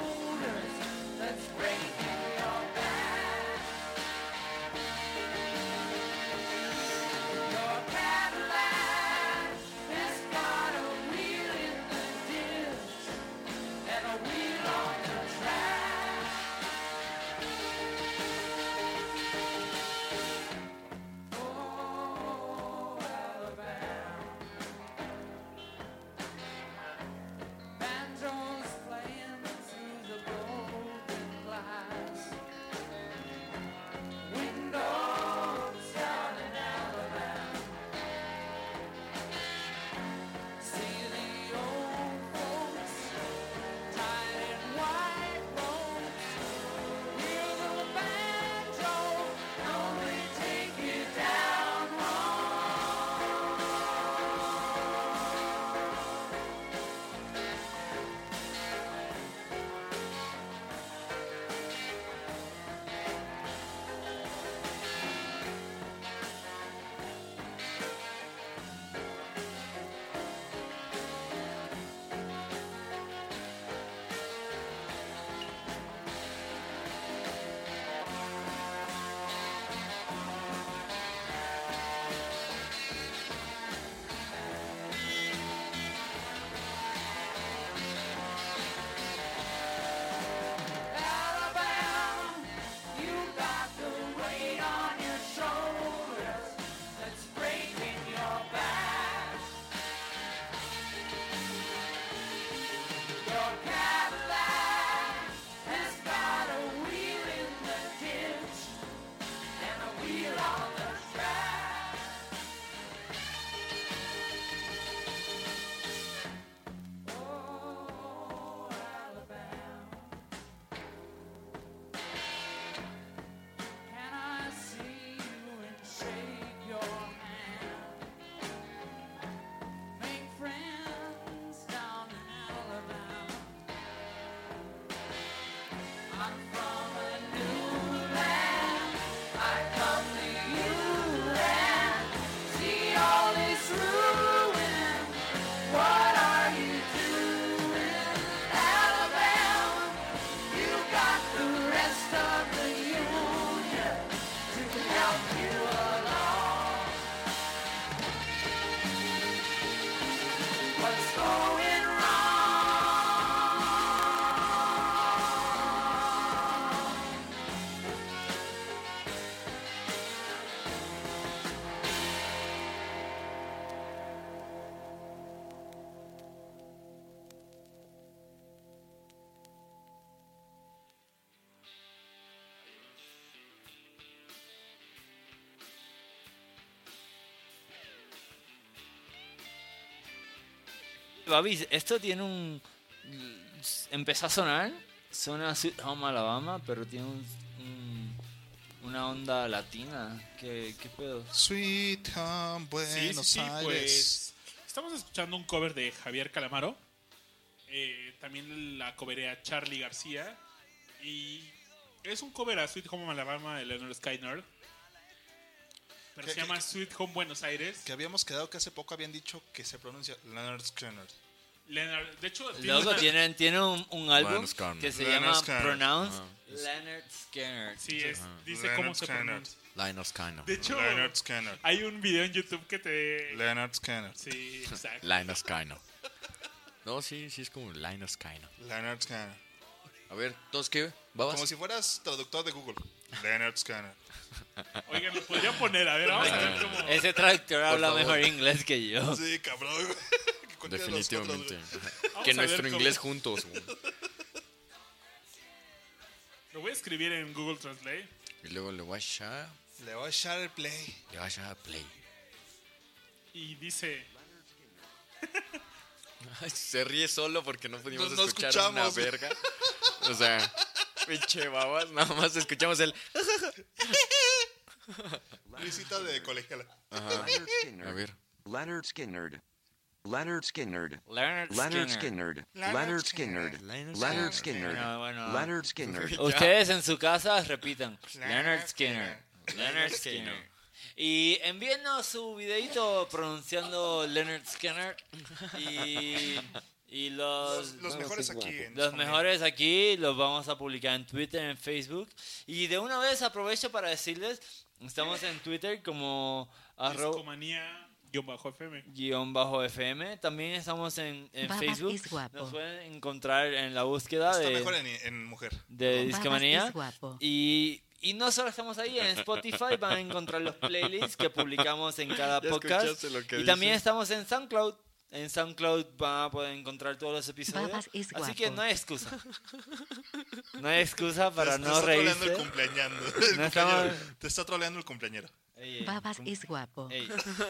Babis, esto tiene un... Empezó a sonar, suena a Sweet Home Alabama, pero tiene una onda latina. ¿Qué pedo? Sweet Home, Buenos Sí, Aires. pues estamos escuchando un cover de Javier Calamaro. También la coverea Charlie García. Y es un cover a Sweet Home Alabama de Leonard Skinner. Pero se llama Sweet Home Buenos Aires. Que habíamos quedado que hace poco habían dicho que se pronuncia Leonard Skinner. Leonard, de hecho, Luego tiene un álbum Leonard Skinner. que se Leonard llama Skinner. Pronounced Leonard Skinner. Sí, dice Leonard cómo se Skinner. pronuncia. Linus Skinner. De hecho, Leonard Skinner. hay un video en YouTube que te... Leonard Skinner. Sí, exacto. Linus Skinner. No, sí es como Linus Skinner. Leonard Skinner. A ver, ¿todos qué? ¿Babas? Como si fueras traductor de Google. Leonard Skinner. Oigan, lo podría poner, a ver, vamos a ver cómo... Ese traductor habla favor. mejor inglés que yo. Sí, cabrón. Que cualquiera de los Definitivamente. cuatro, Que a ver nuestro cómo- inglés juntos. Lo voy a escribir en Google Translate. Y luego le voy a echar le voy a echar el play. play. Y dice... Ay, se ríe solo porque no pudimos No escuchar escuchamos. una verga. O sea, pinche babas, nada más escuchamos el... Risita de colegiala. Leonard Skinner. A ver. Leonard Skinner. Leonard Skinner. Leonard Leonard Skinner. Skinner. Leonard Skinner. Leonard Skinner. Bueno. Leonard Skinner. Ustedes en su casa repitan Leonard Skinner. Leonard Skinner. Y envíennos su videito pronunciando Leonard Skinner. Y los mejores aquí. Los mejores aquí los vamos a publicar en Twitter, en Facebook. Y de una vez aprovecho para decirles, estamos en Twitter como Discomanía-FM. _FM. También estamos en Babas Facebook. es guapo. Nos pueden encontrar en la búsqueda Está de mejor en mujer. Discomanía. Babas es guapo. Y no solo estamos ahí, en Spotify van a encontrar los playlists que publicamos en cada ¿Ya podcast. escuchaste lo que Y dice? también estamos en SoundCloud. En SoundCloud van a poder encontrar todos los episodios. Babas es Así guapo. que no hay excusa. No hay excusa para Te no está troleando el reírse. cumpleañero. No estamos- Te está troleando el cumpleañero. Ey, Babas es guapo. ey.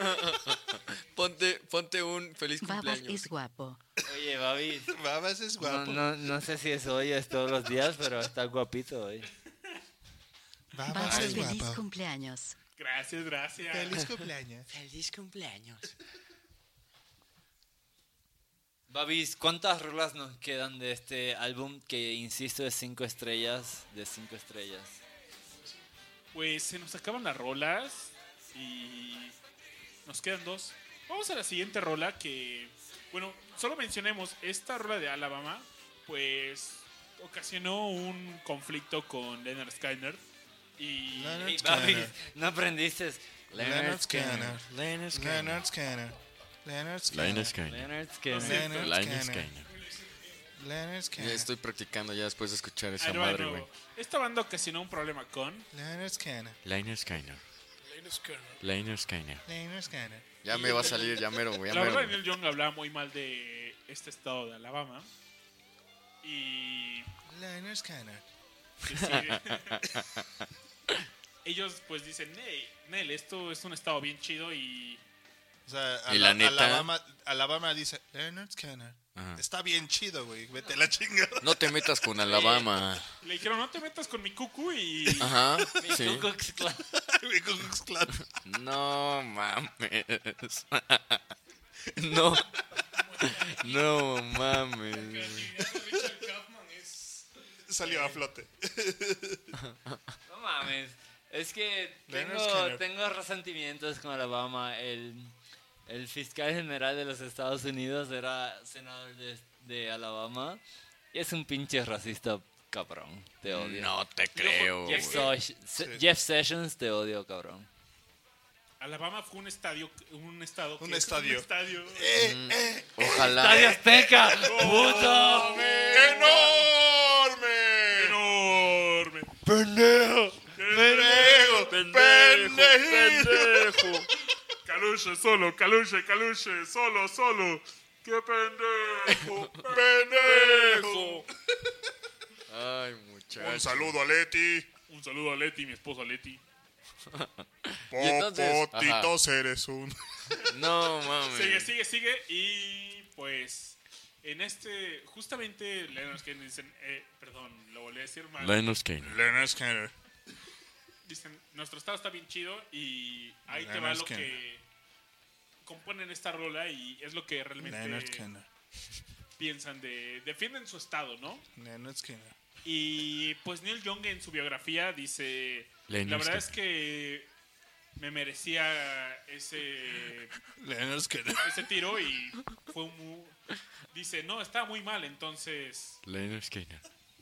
Ponte un feliz Babas cumpleaños. es guapo. Oye, Babi. Babas es guapo. No sé si es hoy o es todos los días, pero está guapito hoy. Babas Babas es feliz guapo. cumpleaños. Gracias, gracias. Feliz cumpleaños. Feliz cumpleaños. Babis, ¿cuántas rolas nos quedan de este álbum que, insisto, es 5 estrellas de 5 estrellas? Pues se nos acaban las rolas y nos quedan 2. Vamos a la siguiente rola que, bueno, solo mencionemos, esta rola de Alabama, pues ocasionó un conflicto con Leonard Skinner y Leonard Ey, Skinner. Babis, ¿no aprendiste? Leonard Skinner. Leonard Skinner. Leonard Skinner. Leonard Skinner. Leonard Skinner. Leonard Skinner. Leonard Leonard Skinner. Skinner. Leonard Ya Skinner. estoy practicando ya después de escuchar esa Ahí va de madre, nuevo. güey. Esta banda ocasionó un problema con Leonard Skinner. Leonard Skinner. Leonard Skinner. Leonard Skinner. Leonard Skinner. Ya me va a salir, ya mero, güey. Ya la verdad. mero. Neil Young hablaba muy mal de este estado de Alabama y Leonard Skinner. que sigue. Ellos pues dicen, Nel, esto es un estado bien chido y O sea, Y la neta- Alabama dice, Leonard Skinner. Ajá. Está bien chido, güey. Vete a la chingada. No te metas con Alabama. le dijeron, no te metas con mi cucu y Ajá. Sí. Ku Klux Klan. Güey, Ku Klux Klan. No mames. No. No mames. Salió a flote. No mames. Es que Leonard Skinner. tengo resentimientos con Alabama. El fiscal general de los Estados Unidos era senador de Alabama. Y es un pinche racista cabrón. Te odio. No te creo. Jeff, güey. Jeff Sessions, te odio, cabrón. Alabama fue un estadio, un estado. Un que es estadio. Ojalá. ¡Estadio Azteca! ¡Puto! ¡Enorme! enorme. ¡Pendejo! ¡Pendejo! ¡Pendejo! Caluche, solo, Caluche, solo. ¡Qué pendejo! ¡Pendejo! Ay, muchacho. Un saludo a Leti. Un saludo a Leti, mi esposa Leti. Y entonces, Popotitos, eres un. No mames. Sigue. Y pues en justamente Leonard Skinner dicen, perdón, lo volví a decir mal. Leonard Skinner. Leonard Skinner. Dicen, nuestro estado está bien chido y ahí te va Leonard lo Skinner. que componen esta rola y es lo que realmente Leonard Skinner. piensan defienden su estado, ¿no? Leonard Skinner. Y pues Neil Young en su biografía dice, Leonard la verdad es Skinner. que me merecía Leonard Skinner. ese tiro y fue dice, no, estaba muy mal, entonces Leonard Skinner.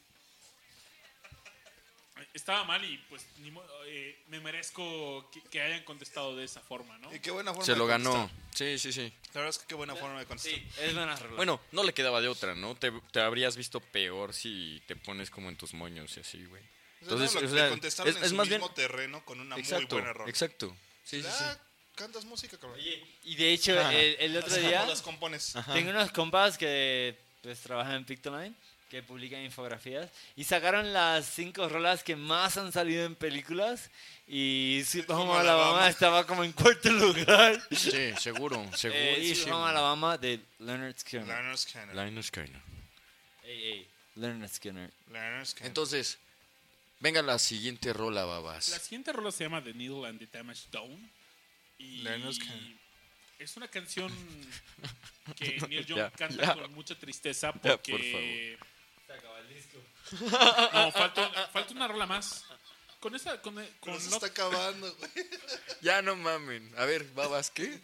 estaba mal y pues me merezco que hayan contestado de esa forma, ¿no? Y qué buena forma Se lo de ganó. contestar. Sí. La verdad es que qué buena forma de contestar. Sí, es buena rola. Bueno, no le quedaba de otra, ¿no? Te habrías visto peor si te pones como en tus moños y así, güey. Entonces, Entonces, lo o sea, que contestaron en es su más bien... mismo terreno con una muy Exacto, buena rola. exacto. Sí, sí, sí. Ah, cantas música, cabrón. Oye, y de hecho, el otro ¿Cómo día las compones? tengo unos compas que pues trabajan en Pictoline, que publican infografías, y sacaron las 5 rolas que más han salido en películas, y Sweet Home Como Alabama Alabama. estaba como en cuarto lugar. Sí, seguro, Sweet segurísimo. Home Alabama de Leonard Skinner. Leonard Skinner. Leonard Skinner. Ey, Leonard Skinner. Leonard Skinner. Entonces, venga la siguiente rola, babas. La siguiente rola se llama The Needle and the Damaged Dome y Leonard Skinner. es una canción que Neil Young Ya, canta ya. con mucha tristeza Ya, por porque Se acaba el disco. no, falta una rola más. Con esa con Pero se lo- está acabando, güey. Ya no mamen. A ver, babas, ¿qué?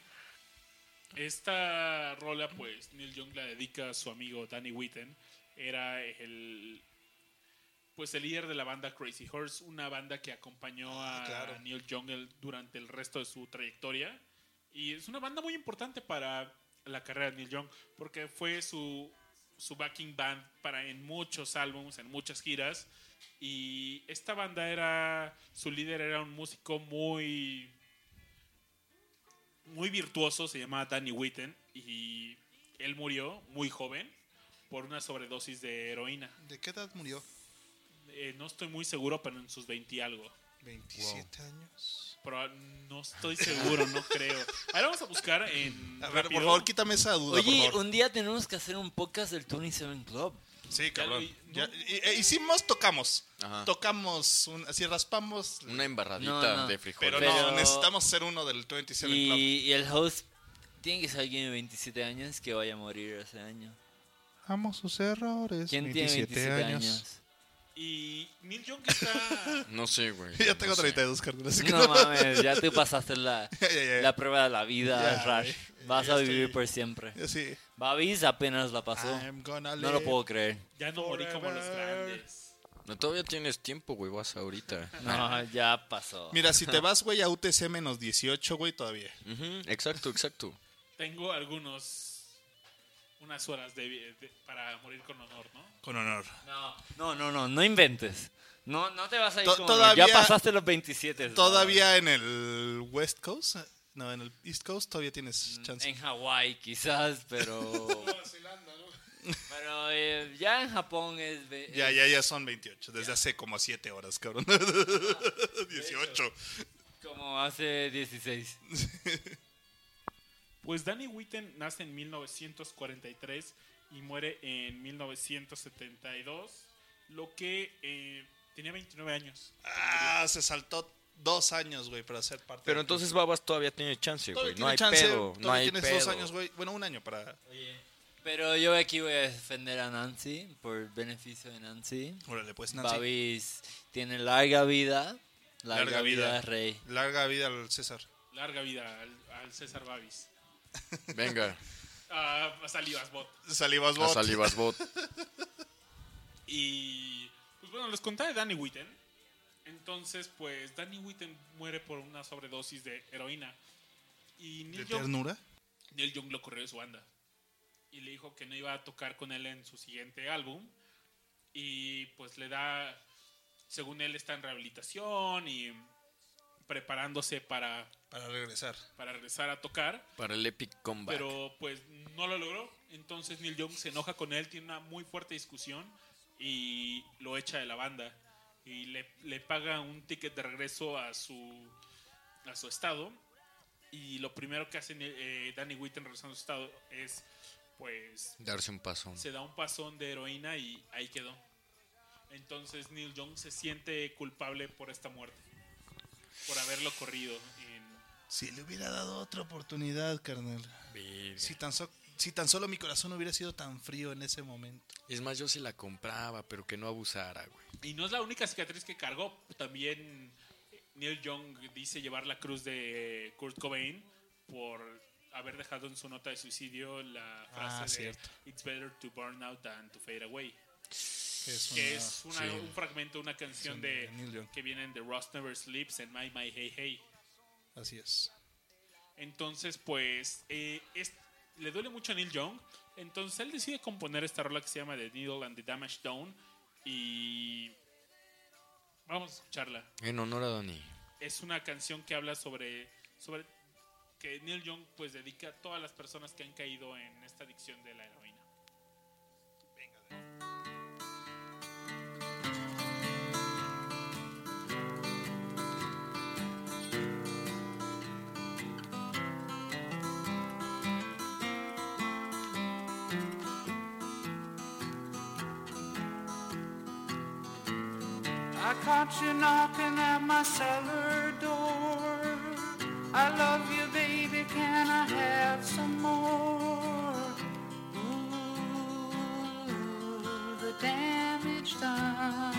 esta rola pues Neil Young la dedica a su amigo Danny Whitten. Era el líder de la banda Crazy Horse, una banda que acompañó a claro. Neil Young durante el resto de su trayectoria. Y es una banda muy importante para la carrera de Neil Young, porque fue su backing band en muchos álbumes, en muchas giras. Y esta banda su líder era un músico muy virtuoso, se llamaba Danny Whitten, y él murió muy joven por una sobredosis de heroína. ¿De qué edad murió? No estoy muy seguro, pero en sus 20 y algo. 27 años. Pero no estoy seguro, no creo. Ahora vamos a buscar en. A ver, rápido. por favor, quítame esa duda, por Oye, favor. un día tenemos que hacer un podcast del 27 Club. Sí, cabrón. Ya, Ya, hicimos, tocamos. Ajá. Tocamos, así raspamos. Una embarradita No, no. de frijol. Pero, Pero- no, necesitamos ser uno del 27 Club. Y el host tiene que ser alguien de 27 años que vaya a morir ese año. Amo sus errores. ¿Quién tiene 27 años? Y Neil Young está. No sé, güey. Ya tengo no sé. 32, carnal. así que No mames, ya tú pasaste la ya. prueba de la vida, Ya, Rash. Vas ya a vivir estoy- por siempre. Ya sí. Babis apenas la pasó. I'm gonna No lo live. puedo creer. Ya no morí como los grandes. No, todavía tienes tiempo, güey. Vas ahorita. No, ya pasó. Mira, si te vas, güey, a UTC menos 18, güey, todavía. Ujú, exacto, exacto. Tengo unas horas para morir con honor, ¿no? Con honor. No inventes. No te vas a ir como todavía- ya pasaste los 27. Todavía en el West Coast, no, en el East Coast todavía tienes chance. En Hawái quizás, pero Nueva Zelanda, ¿no? pero ya en Japón es Ya son 28, desde hace como 7 horas, cabrón. 18. como hace 16. Pues Danny Whitten nace en 1943 y muere en 1972, lo que tenía 29 años. Ah, se saltó 2 años, güey, para ser parte Pero del entonces club. babas todavía tiene chance, güey. Todavía No hay tiene chance, pedo. No todavía hay tienes pedo. 2 años, güey. Bueno, un año para... Pero yo aquí voy a defender a Nancy por beneficio de Nancy. Órale, pues, Nancy. Babis tiene larga vida. Larga, Larga vida, vida. rey. Larga vida al César. Larga vida al César Babis. Venga, A Salivas Bot. Salivas a Bot. Salivas Bot. Y pues bueno, les conté de Danny Whitten. Entonces, pues Danny Whitten muere por una sobredosis de heroína. Y ¿De Neil Young, ternura? Neil Young lo corrió de su banda. Y le dijo que no iba a tocar con él en su siguiente álbum. Y pues le da, según él, está en rehabilitación y preparándose para regresar a tocar. Para el Epic Comeback. Pero pues no lo logró. Entonces Neil Young se enoja con él, tiene una muy fuerte discusión y lo echa de la banda. Y le paga un ticket de regreso a su estado. Y lo primero que hace Danny Whitten regresando a su estado es pues Darse un pasón. se da un pasón de heroína y ahí quedó. Entonces Neil Young se siente culpable por esta muerte, por haberlo corrido. Si le hubiera dado otra oportunidad, carnal. Si tan solo mi corazón hubiera sido tan frío en ese momento. Es más, yo sí la compraba, pero que no abusara, güey. Y no es la única cicatriz que cargó. También Neil Young dice llevar la cruz de Kurt Cobain por haber dejado en su nota de suicidio la frase de It's better to burn out than to fade away. Que es un fragmento, una canción de Neil Young. que viene en The Rust Never Sleeps en My My Hey Hey. Así es. Entonces, pues, le duele mucho a Neil Young. Entonces, él decide componer esta rola que se llama The Needle and the Damaged Stone. Y vamos a escucharla. En honor a Donnie. Es una canción que habla sobre que Neil Young, pues, dedica a todas las personas que han caído en esta adicción de la heroína. I caught you knocking at my cellar door. I love you, baby, can I have some more? Ooh, the damage done.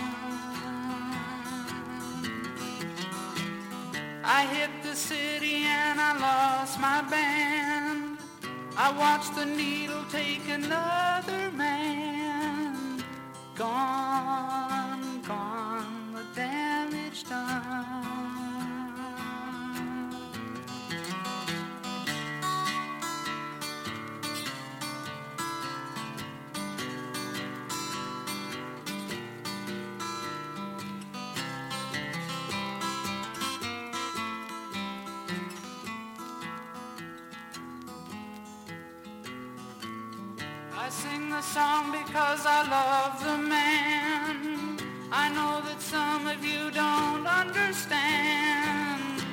I hit the city and I lost my band. I watched the needle take another man. Gone, gone, the damage done. I sing the song because I love the man. I know that some of you don't understand.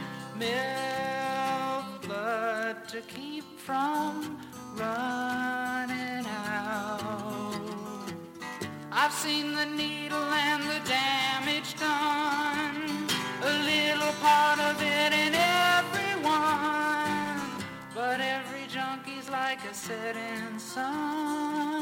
Milk blood to keep from running out. I've seen the needle and the damage done. A little part of it in everyone. But every junkie's like a setting sun.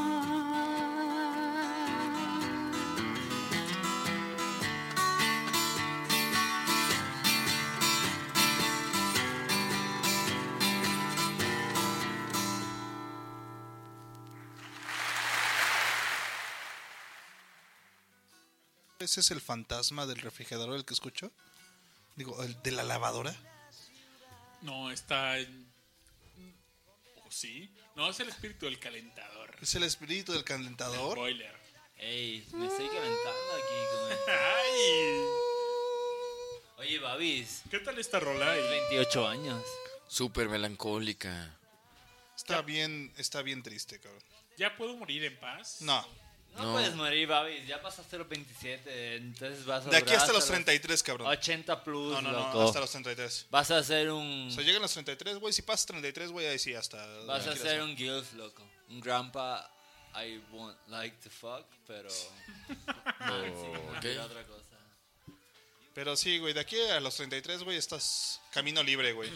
¿Ese es el fantasma del refrigerador el que escucho? Digo, el de la lavadora. No, está en... ¿O sí? No, es el espíritu del calentador. ¿Es el espíritu del calentador? Boiler. Ey, me estoy calentando aquí con esto. ¡Ay! Oye, Babis, ¿Qué tal esta rola? 28 años. Súper melancólica. Está bien triste, cabrón. ¿Ya puedo morir en paz? No. No puedes morir, Babis. Ya pasaste los 27, entonces vas a De aquí durar hasta los 33, cabrón. 80 plus, No, loco. hasta los 33. Vas a hacer un... O sea, llegan los 33, güey. Si pasas 33, güey, ahí sí, hasta... Vas a hacer un gilf, loco. Un grandpa I won't like to fuck, pero... Ok. otra cosa. Pero sí, güey, de aquí a los 33, güey, estás camino libre, güey.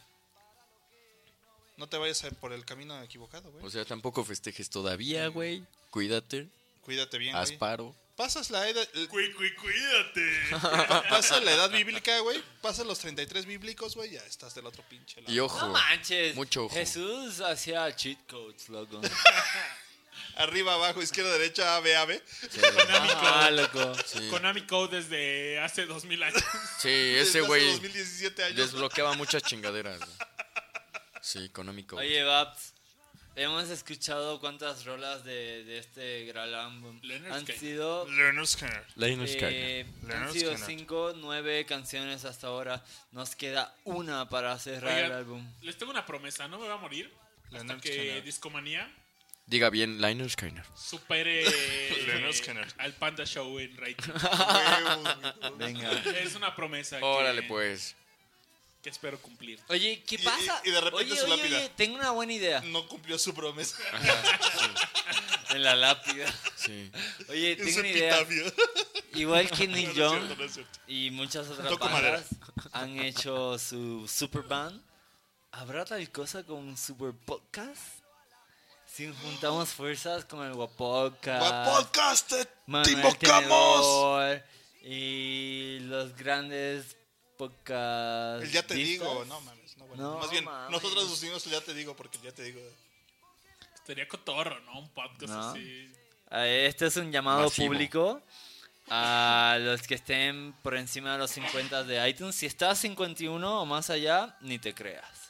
No te vayas por el camino equivocado, güey. O sea, tampoco festejes todavía, güey. Cuídate. Cuídate bien, Haz güey. paro. Pasas la edad... Cuídate. Pasas la edad bíblica, güey. Pasas los 33 bíblicos, güey, ya estás del otro pinche lado. Y ojo. No manches. Mucho ojo. Jesús hacía cheat codes, loco. Arriba, abajo, izquierda, derecha, ave, ave. Ah, loco. Sí, Konami Code desde hace 2000 años. sí Desde ese hace güey 2017 años. desbloqueaba muchas chingaderas. Güey. Sí, económico. Oye, Babs, hemos escuchado cuántas rolas de este gran álbum. Leonard Han Skinner. sido... Leonard Skinner. han Leonard sido Skinner. 5, 9 canciones hasta ahora. Nos queda una para cerrar el Oigan, álbum. les tengo una promesa, no me va a morir hasta Leonard que Skinner. Discomanía Diga bien, Liner Skyner. supere Leonard Skinner. al Panda Show en rating. Venga. Es una promesa. Órale, pues. que espero cumplir. Oye, ¿qué pasa? y de repente su lápida. Oye, tengo una buena idea. No cumplió su promesa. En la lápida. Sí. Oye, En tengo su una idea. epitafio. Igual que Neil No es Young cierto, no es cierto. y muchas otras Toco bandas han hecho su super band. ¿Habrá tal cosa como un super podcast? Si juntamos fuerzas con el Guapodcast, Guapodcast, te Manuel invocamos. Tenedor y los grandes podcasts. El ya te digo, no mames. No, bueno. No Más bien, mames. nosotros pusimos el ya te digo porque el ya te digo. Estaría cotorro, ¿no? Un podcast ¿No? así. Este es un llamado Masivo. público a los que estén por encima de los 50 de iTunes. Si estás 51 o más allá, ni te creas.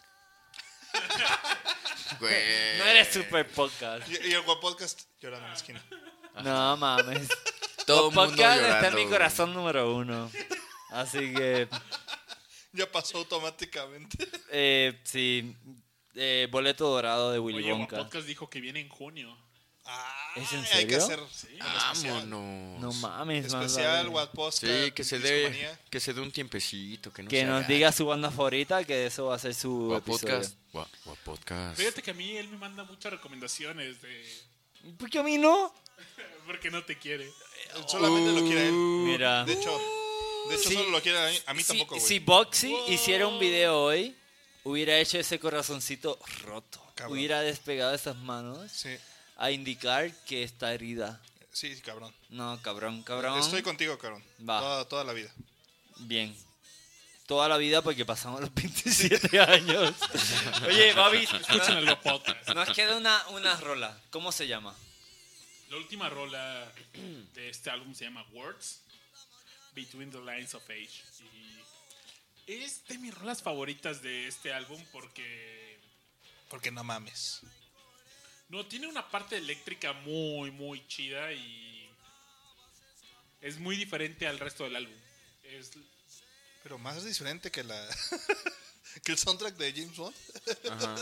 Güey. No eres super podcast. Y el Guapodcast llorando en la esquina. No mames. Todo el mundo Podcast está en llorando, mi güey. corazón número 1. Así que, Ya pasó automáticamente. sí. Boleto dorado de Willy Oye, Wonka. Podcast dijo que viene en junio. ¿Es en Hay que serio? hacer Vámonos. No mames, más especial vale. Guapodcast. Sí, que se dé Discomanía. un tiempecito, que no Que se nos haga. diga su banda favorita, que eso va a ser su episodio. Guapodcast. Guapodcast. Fíjate que a mí él me manda muchas recomendaciones de... ¿Por qué a mí no? Porque no te quiere. Solamente lo quiere él. Mira. De hecho Sí. solo lo quiere a mí tampoco, güey. Si Boxy hiciera un video hoy, hubiera hecho ese corazoncito roto. Cabrón. Hubiera despegado esas manos Sí, a indicar que está herida. sí, cabrón. No, cabrón. Estoy contigo, cabrón. Va. Toda la vida. Bien. Toda la vida porque pasamos los 27 años. Oye, Babi, Escuchen el Podcast. nos queda una rola. ¿Cómo se llama? La última rola de este álbum se llama Words, Between the Lines of Age. Y es de mis rolas favoritas de este álbum Porque no mames. no, tiene una parte eléctrica muy, muy chida y es muy diferente al resto del álbum. Es, Pero más diferente que la... que el soundtrack de James Bond. Ajá.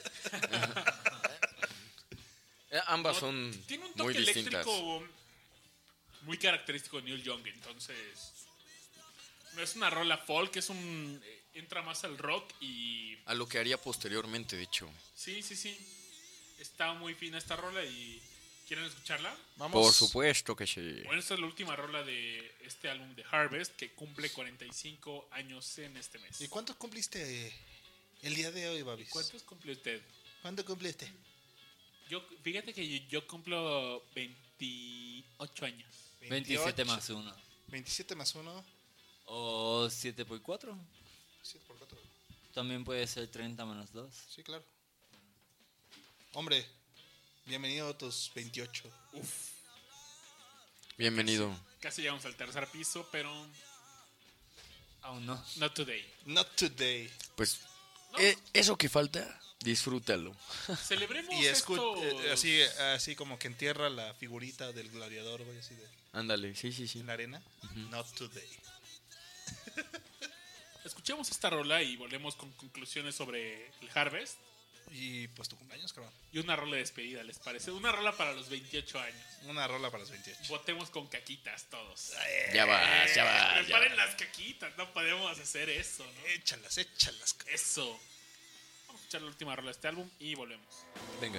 Ambas no, son tiene un muy toque distintas. eléctrico muy característico de Neil Young, entonces no es una rola folk, entra más al rock y A lo que haría posteriormente, de hecho. sí, está muy fina esta rola y ¿quieren escucharla? Por supuesto que sí. Bueno, esta es la última rola de este álbum de Harvest que cumple 45 años en este mes. ¿Y cuánto cumpliste el día de hoy, Babis? ¿Cuántos cumple usted? ¿Cuánto cumpliste? Fíjate que yo cumplo 28 años. 27 más 1. 27 más 1. O 7 por 4. 7 por 4. También puede ser 30 menos 2. Sí, claro. Hombre, bienvenido a tus 28. Bienvenido. Casi llegamos al tercer piso, pero Aún no. not today. Not today. Pues eso que falta, disfrútalo. Celebremos Y esto. así como que entierra la figurita del gladiador, güey, así de Ándale, sí. en la arena. Not today. Escuchemos esta rola y volvemos con conclusiones sobre el Harvest. Y pues tu cumpleaños, cabrón. Y una rola de despedida, ¿les parece? Una rola para los 28 años. Una rola para los 28. Votemos con caquitas todos. Ya vas. Preparen las caquitas, no podemos hacer eso, ¿no? Échalas. Eso. Vamos a escuchar la última rola de este álbum y volvemos. Venga.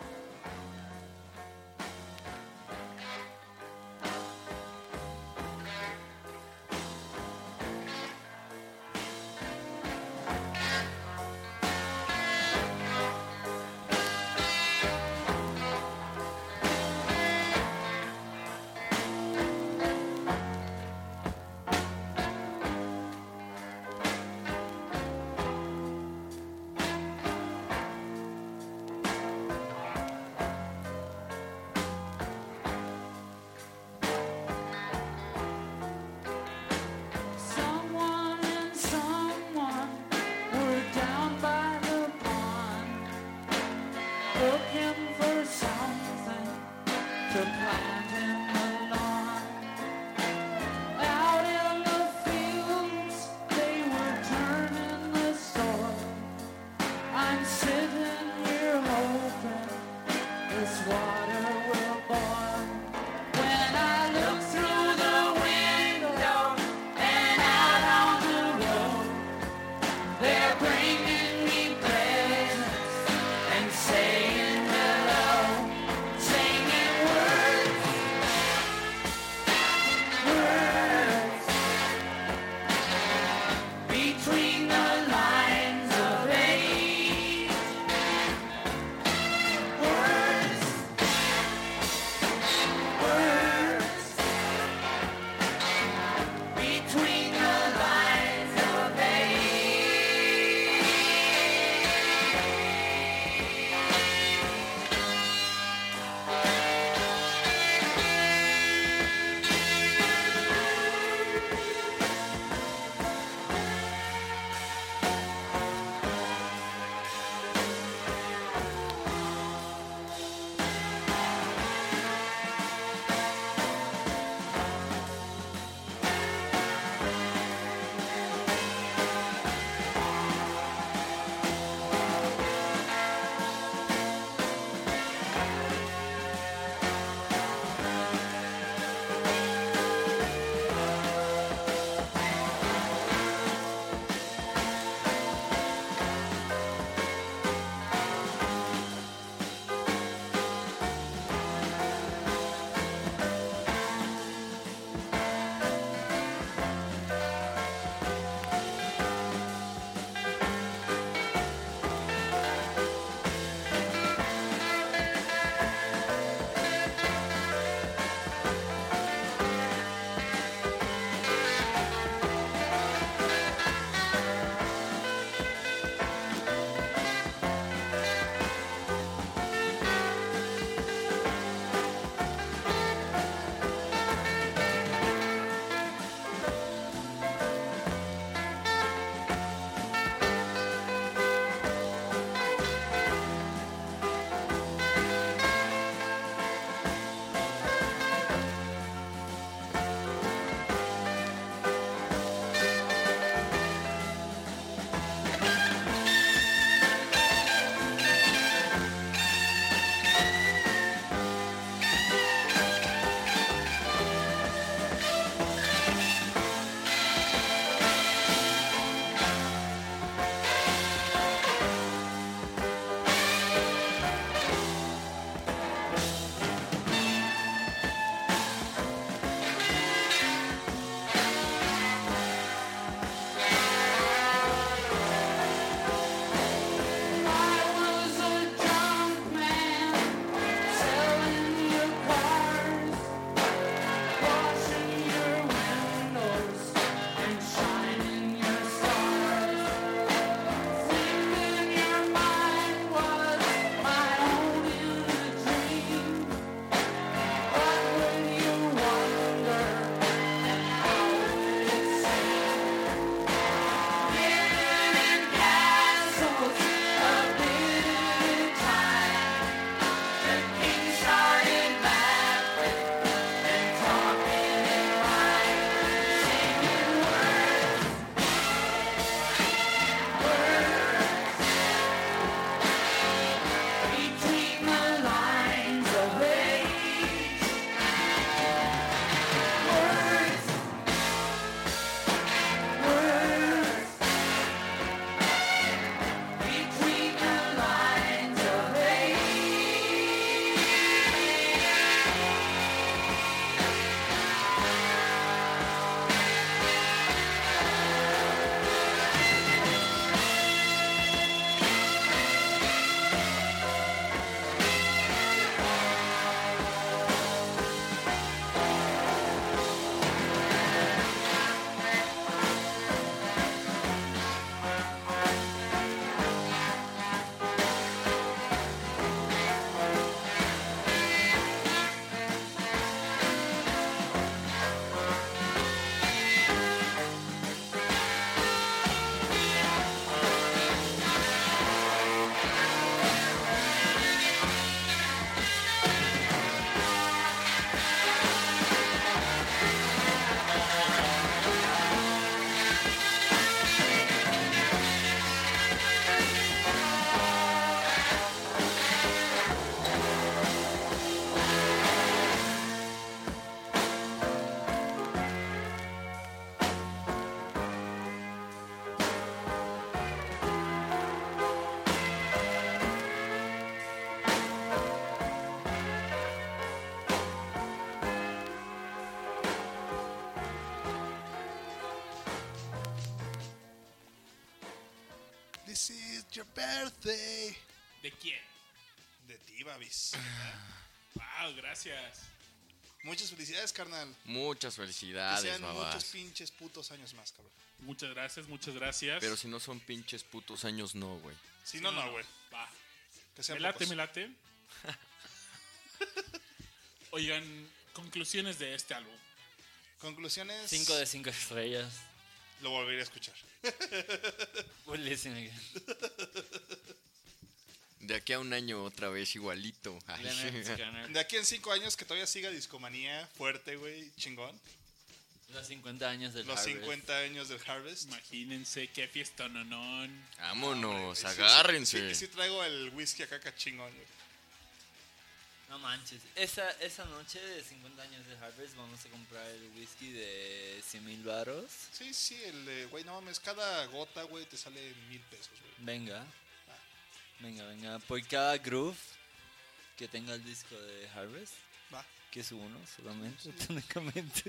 Someone and someone were down by the pond, looking for something to plant in the lawn. Out in the fields, they were turning the soil. I'm sitting here hoping this water will boil. When I look through the window and out on the road, birthday. ¿De quién? De ti, Babis. Wow, gracias. Muchas felicidades, carnal. Muchas Que felicidades, sean muchos babas. pinches putos años más, cabrón. Muchas gracias, muchas gracias. Pero si no son pinches putos años, no, güey. Si no, no, güey. Va. Que sean Me late, pocos. me late. Oigan, conclusiones de este álbum. Conclusiones. 5 de 5 estrellas. Lo volveré a escuchar. We'll listen again. De aquí a un año otra vez igualito. Ay, Leonard Skinner. De aquí en 5 años que todavía siga Discomanía fuerte, güey, chingón. Los 50 años del Los Harvest. 50 años del Harvest. Imagínense qué fiesta nonón. Vámonos, Sí, agárrense. Sí, traigo el whisky acá cachingón, güey. No manches. Esa noche de 50 años de Harvest vamos a comprar el whisky de 100,000 varos. Sí, güey, no mames, cada gota, güey, te sale 1,000 pesos, güey. Venga. Venga. Por cada groove que tenga el disco de Harvest, Va. que es uno solamente, técnicamente.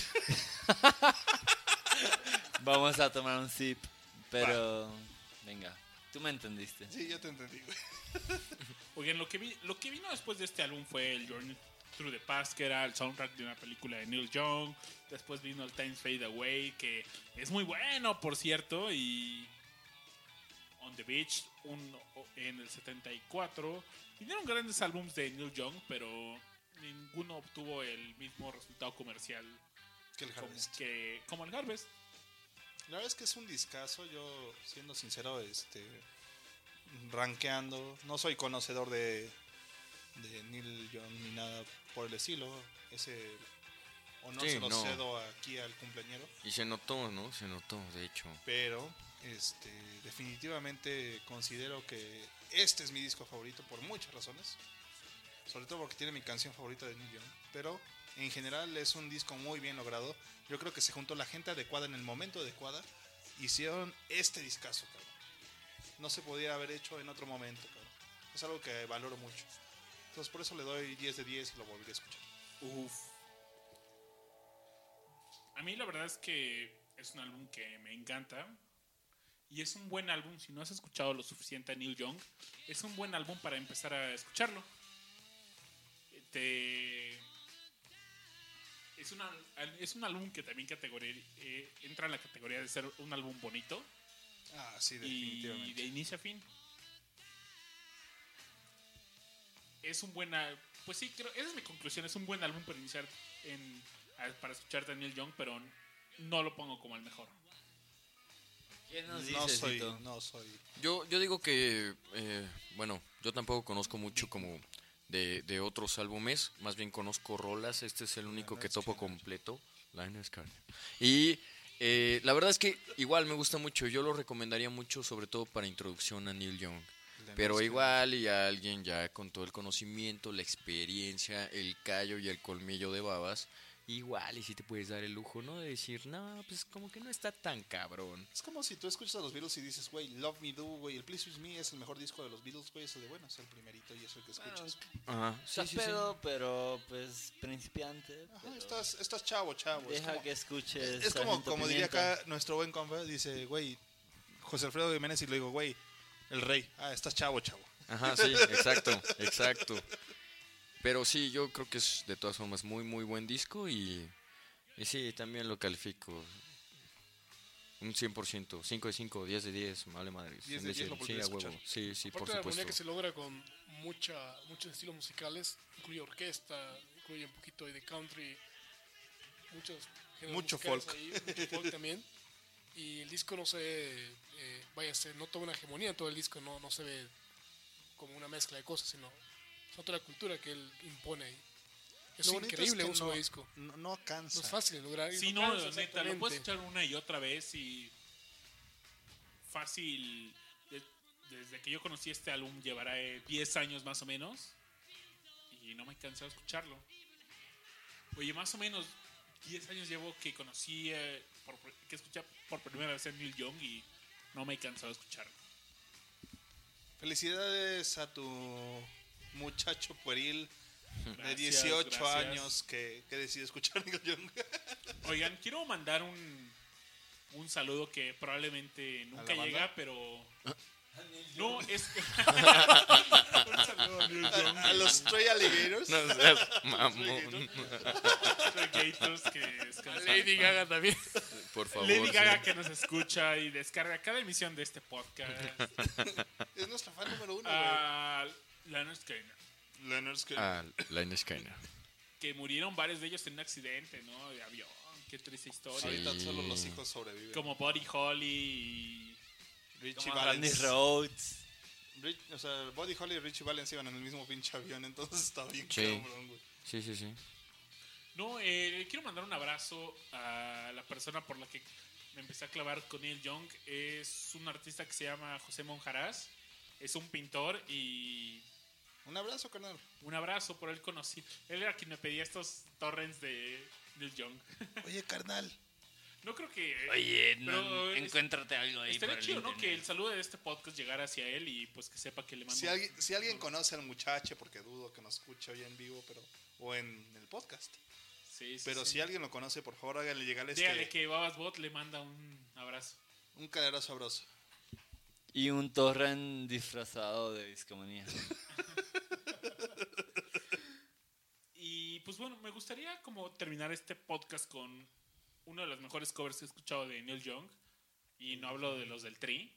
Vamos a tomar un sip. Pero, venga, tú me entendiste. Sí, ya te entendí, güey. Oigan, lo que vino después de este álbum fue el Journey Through the Past, que era el soundtrack de una película de Neil Young. Después vino el Times Fade Away, que es muy bueno, por cierto. Y On the Beach, en el 74. Vinieron grandes álbumes de Neil Young, pero ninguno obtuvo el mismo resultado comercial Que el Harvest. como el Harvest. La verdad es que es un discazo, yo siendo sincero, rankeando, no soy conocedor de Neil Young ni nada por el estilo, o no Sí, se lo no. cedo aquí al cumpleañero, Y se notó, ¿no? Se notó, de hecho. pero definitivamente considero que este es mi disco favorito por muchas razones, sobre todo porque tiene mi canción favorita de Neil Young, pero en general es un disco muy bien logrado. Yo creo que se juntó la gente adecuada en el momento adecuado. Hicieron este discazo, cabrón. No se podía haber hecho en otro momento, cabrón. Es algo que valoro mucho. Entonces por eso le doy 10 de 10 y lo volveré a escuchar. Uf. A mí la verdad es que es un álbum que me encanta. Y es un buen álbum, si no has escuchado lo suficiente a Neil Young, es un buen álbum para empezar a escucharlo. Es un álbum que también entra en la categoría de ser un álbum bonito Ah, sí, y definitivamente. de inicio a fin. Es un pues sí, esa es mi conclusión, es un buen álbum para iniciar para escuchar a Neil Young, pero no lo pongo como el mejor. ¿Qué nos No dices, soy, Tito? no soy. Yo digo que, bueno, yo tampoco conozco mucho como de otros álbumes, más bien conozco rolas, este es el único que topo completo, Leonard Skinner. Y la verdad es que igual me gusta mucho, yo lo recomendaría mucho, sobre todo para introducción a Neil Young. Pero igual y a alguien ya con todo el conocimiento, la experiencia, el callo y el colmillo de babas, igual y si te puedes dar el lujo, ¿no? De decir, no, pues como que no está tan cabrón. Es como si tú escuchas a los Beatles y dices, güey, Love Me Do, güey, el Please With Me es el mejor disco de los Beatles, güey, eso de bueno, es el primerito y es el que escuchas. Ajá, Estás pedo, pero pues principiante. Ajá, pero estás chavo. Es deja como, que escuches. es como Sargento diría Pimienta. acá nuestro buen compa, dice, güey, José Alfredo Jiménez, y le digo, güey, el rey. Ah, estás chavo. Ajá, sí, exacto. Pero sí, yo creo que es de todas formas muy, muy buen disco y sí, también lo califico. Un 100%, 5 de 5, 10 de 10, vale madre. 10 de 10 lo volveré a escuchar. Sí, por Aparte de la armonía supuesto. que se logra con muchos estilos musicales, incluye orquesta, incluye un poquito de country, muchos géneros Mucho musicales folk. ahí, mucho folk también. Y el disco no se nota una hegemonía en todo el disco, no se ve como una mezcla de cosas, sino es otra cultura que él impone ahí. Es Lo bonito increíble que un solo disco. No cansa. No es fácil de lograr. y Sí, no no, cansa, neta, lo exactamente. puedes escuchar una y otra vez y fácil. Desde que yo conocí este álbum llevará 10 años más o menos y no me he cansado de escucharlo. Oye, más o menos 10 años llevo que conocí, que escuché por primera vez a Neil Young y no me he cansado de escucharlo. Felicidades a tu muchacho pueril de Gracias, 18 gracias. años que decide escuchar Neil Young. Oigan, quiero mandar un saludo que probablemente nunca ¿A la llega, banda? pero No, es que... Un saludo a Neil Young. A los Stray Alligators. No seas mamón. Stray Gators que descansan. Lady Gaga también. Por favor. Lady sí. Gaga que nos escucha y descarga cada emisión de este podcast. Es nuestra fan número 1, A Leonard Skinner. Leonard Skinner. Ah, Line Skinner. Que murieron varios de ellos en un accidente, ¿no? De avión. Qué triste historia. Ahorita solo los hijos sobreviven. Como Buddy Holly y... Richie Como Randy Valens. Rhodes. O sea, Buddy Holly y Richie Valens iban en el mismo pinche avión, entonces está bien Sí. cabrón, güey. Sí. No, quiero mandar un abrazo a la persona por la que me empecé a clavar con Neil Young. Es un artista que se llama José Monjaraz. Es un pintor y Un abrazo, carnal. un abrazo por él conocí. Él era quien me pedía estos torrents de Neil Young. Oye, carnal. No creo que... Oye, pero encuéntrate algo ahí. estaría por el chido, ¿no? internet. Que el saludo de este podcast llegara hacia él y pues que sepa que le mando... Si alguien conoce al muchacho, porque dudo que nos escuche hoy en vivo, o en el podcast. Sí, sí, Pero sí. si alguien lo conoce, por favor, háganle llegar Dígale que Babas Bot le manda un abrazo. un calerazo abrazo. Y un torrent disfrazado de discomanía. Y pues bueno, me gustaría como terminar este podcast con uno de los mejores covers que he escuchado de Neil Young. Y no hablo de los del Tri.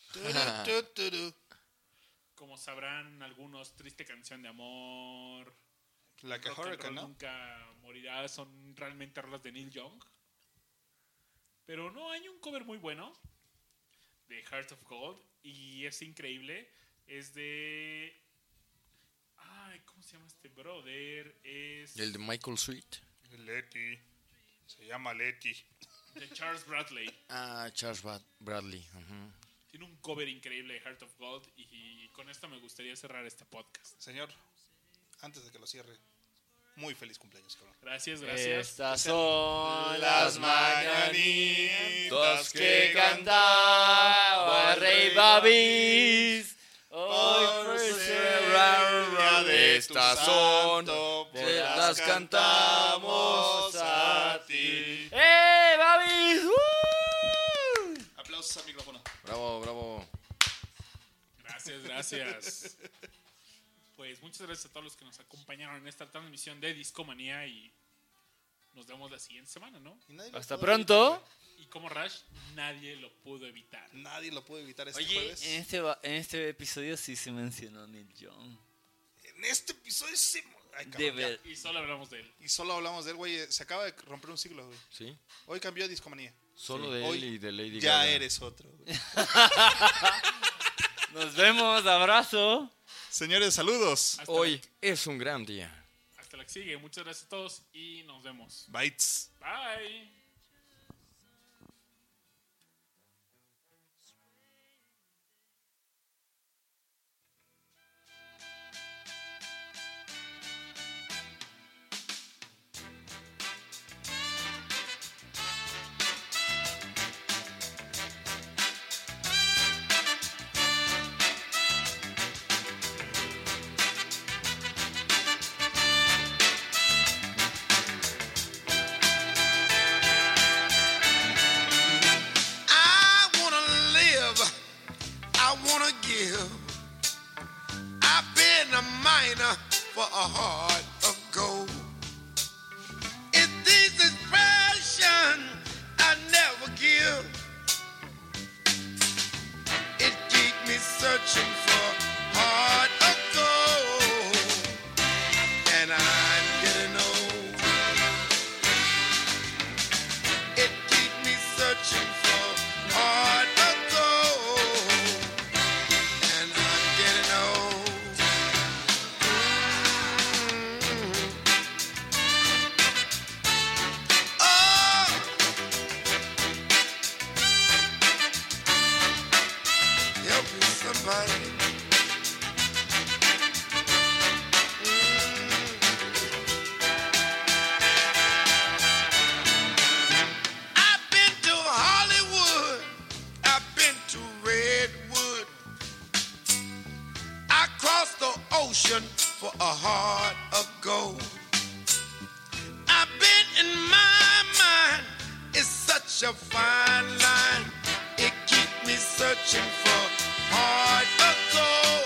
Como sabrán algunos, Triste Canción de Amor, La que Rock and Hurricane, Roll ¿no? Nunca Morirá, son realmente rolas de Neil Young. Pero no, hay un cover muy bueno de Heart of Gold y es increíble. Es de... Ay, ¿cómo se llama este brother? Es El de Michael Sweet. Letty. Se llama Letty. de Charles Bradley. Ah, Charles Bradley. Ujú. Tiene un cover increíble de Heart of Gold y con esto me gustaría cerrar este podcast. Señor, antes de que lo cierre, muy feliz cumpleaños, cabrón. Gracias, gracias. Estas son las mañanitas mañanitas que cantaba el rey Babis. Hoy por ser la día de tu Estas son, santo, te pues las cantamos a ti. ¡Eh, Babis! Aplausos al micrófono. Bravo, bravo. Gracias, gracias. Pues muchas gracias a todos los que nos acompañaron en esta transmisión de Discomanía y nos vemos la siguiente semana, ¿no? Y nadie lo Hasta pudo pronto. evitar, Y como Rash, nadie lo pudo evitar. güey. Nadie lo pudo evitar este Oye, jueves. en este episodio sí se mencionó Neil Young. En este episodio sí. Ay, cabrón, De ya. ver. Y solo hablamos de él. Y solo hablamos de él, güey. Se acaba de romper un siglo, güey. Sí. Hoy cambió a Discomanía. Solo Sí. de Hoy él y de Lady Ya Gaga. eres otro, güey. Nos vemos, abrazo. Señores, saludos. Hasta Hoy es un gran día. hasta la que sigue. Muchas gracias a todos y nos vemos. Bites. Bye. I wanna live, I wanna give. I've been a miner for a heart of gold. It's this expression I never give. It keeps me searching for heart of gold. And I'm getting old. It keeps me searching for heart of gold, and I'm getting old. Oh, help me, somebody. I've been to Hollywood, I've been to Redwood. I crossed the ocean for a heart of gold. I've been in my mind, it's such a fine line. It keeps me searching for heart of gold.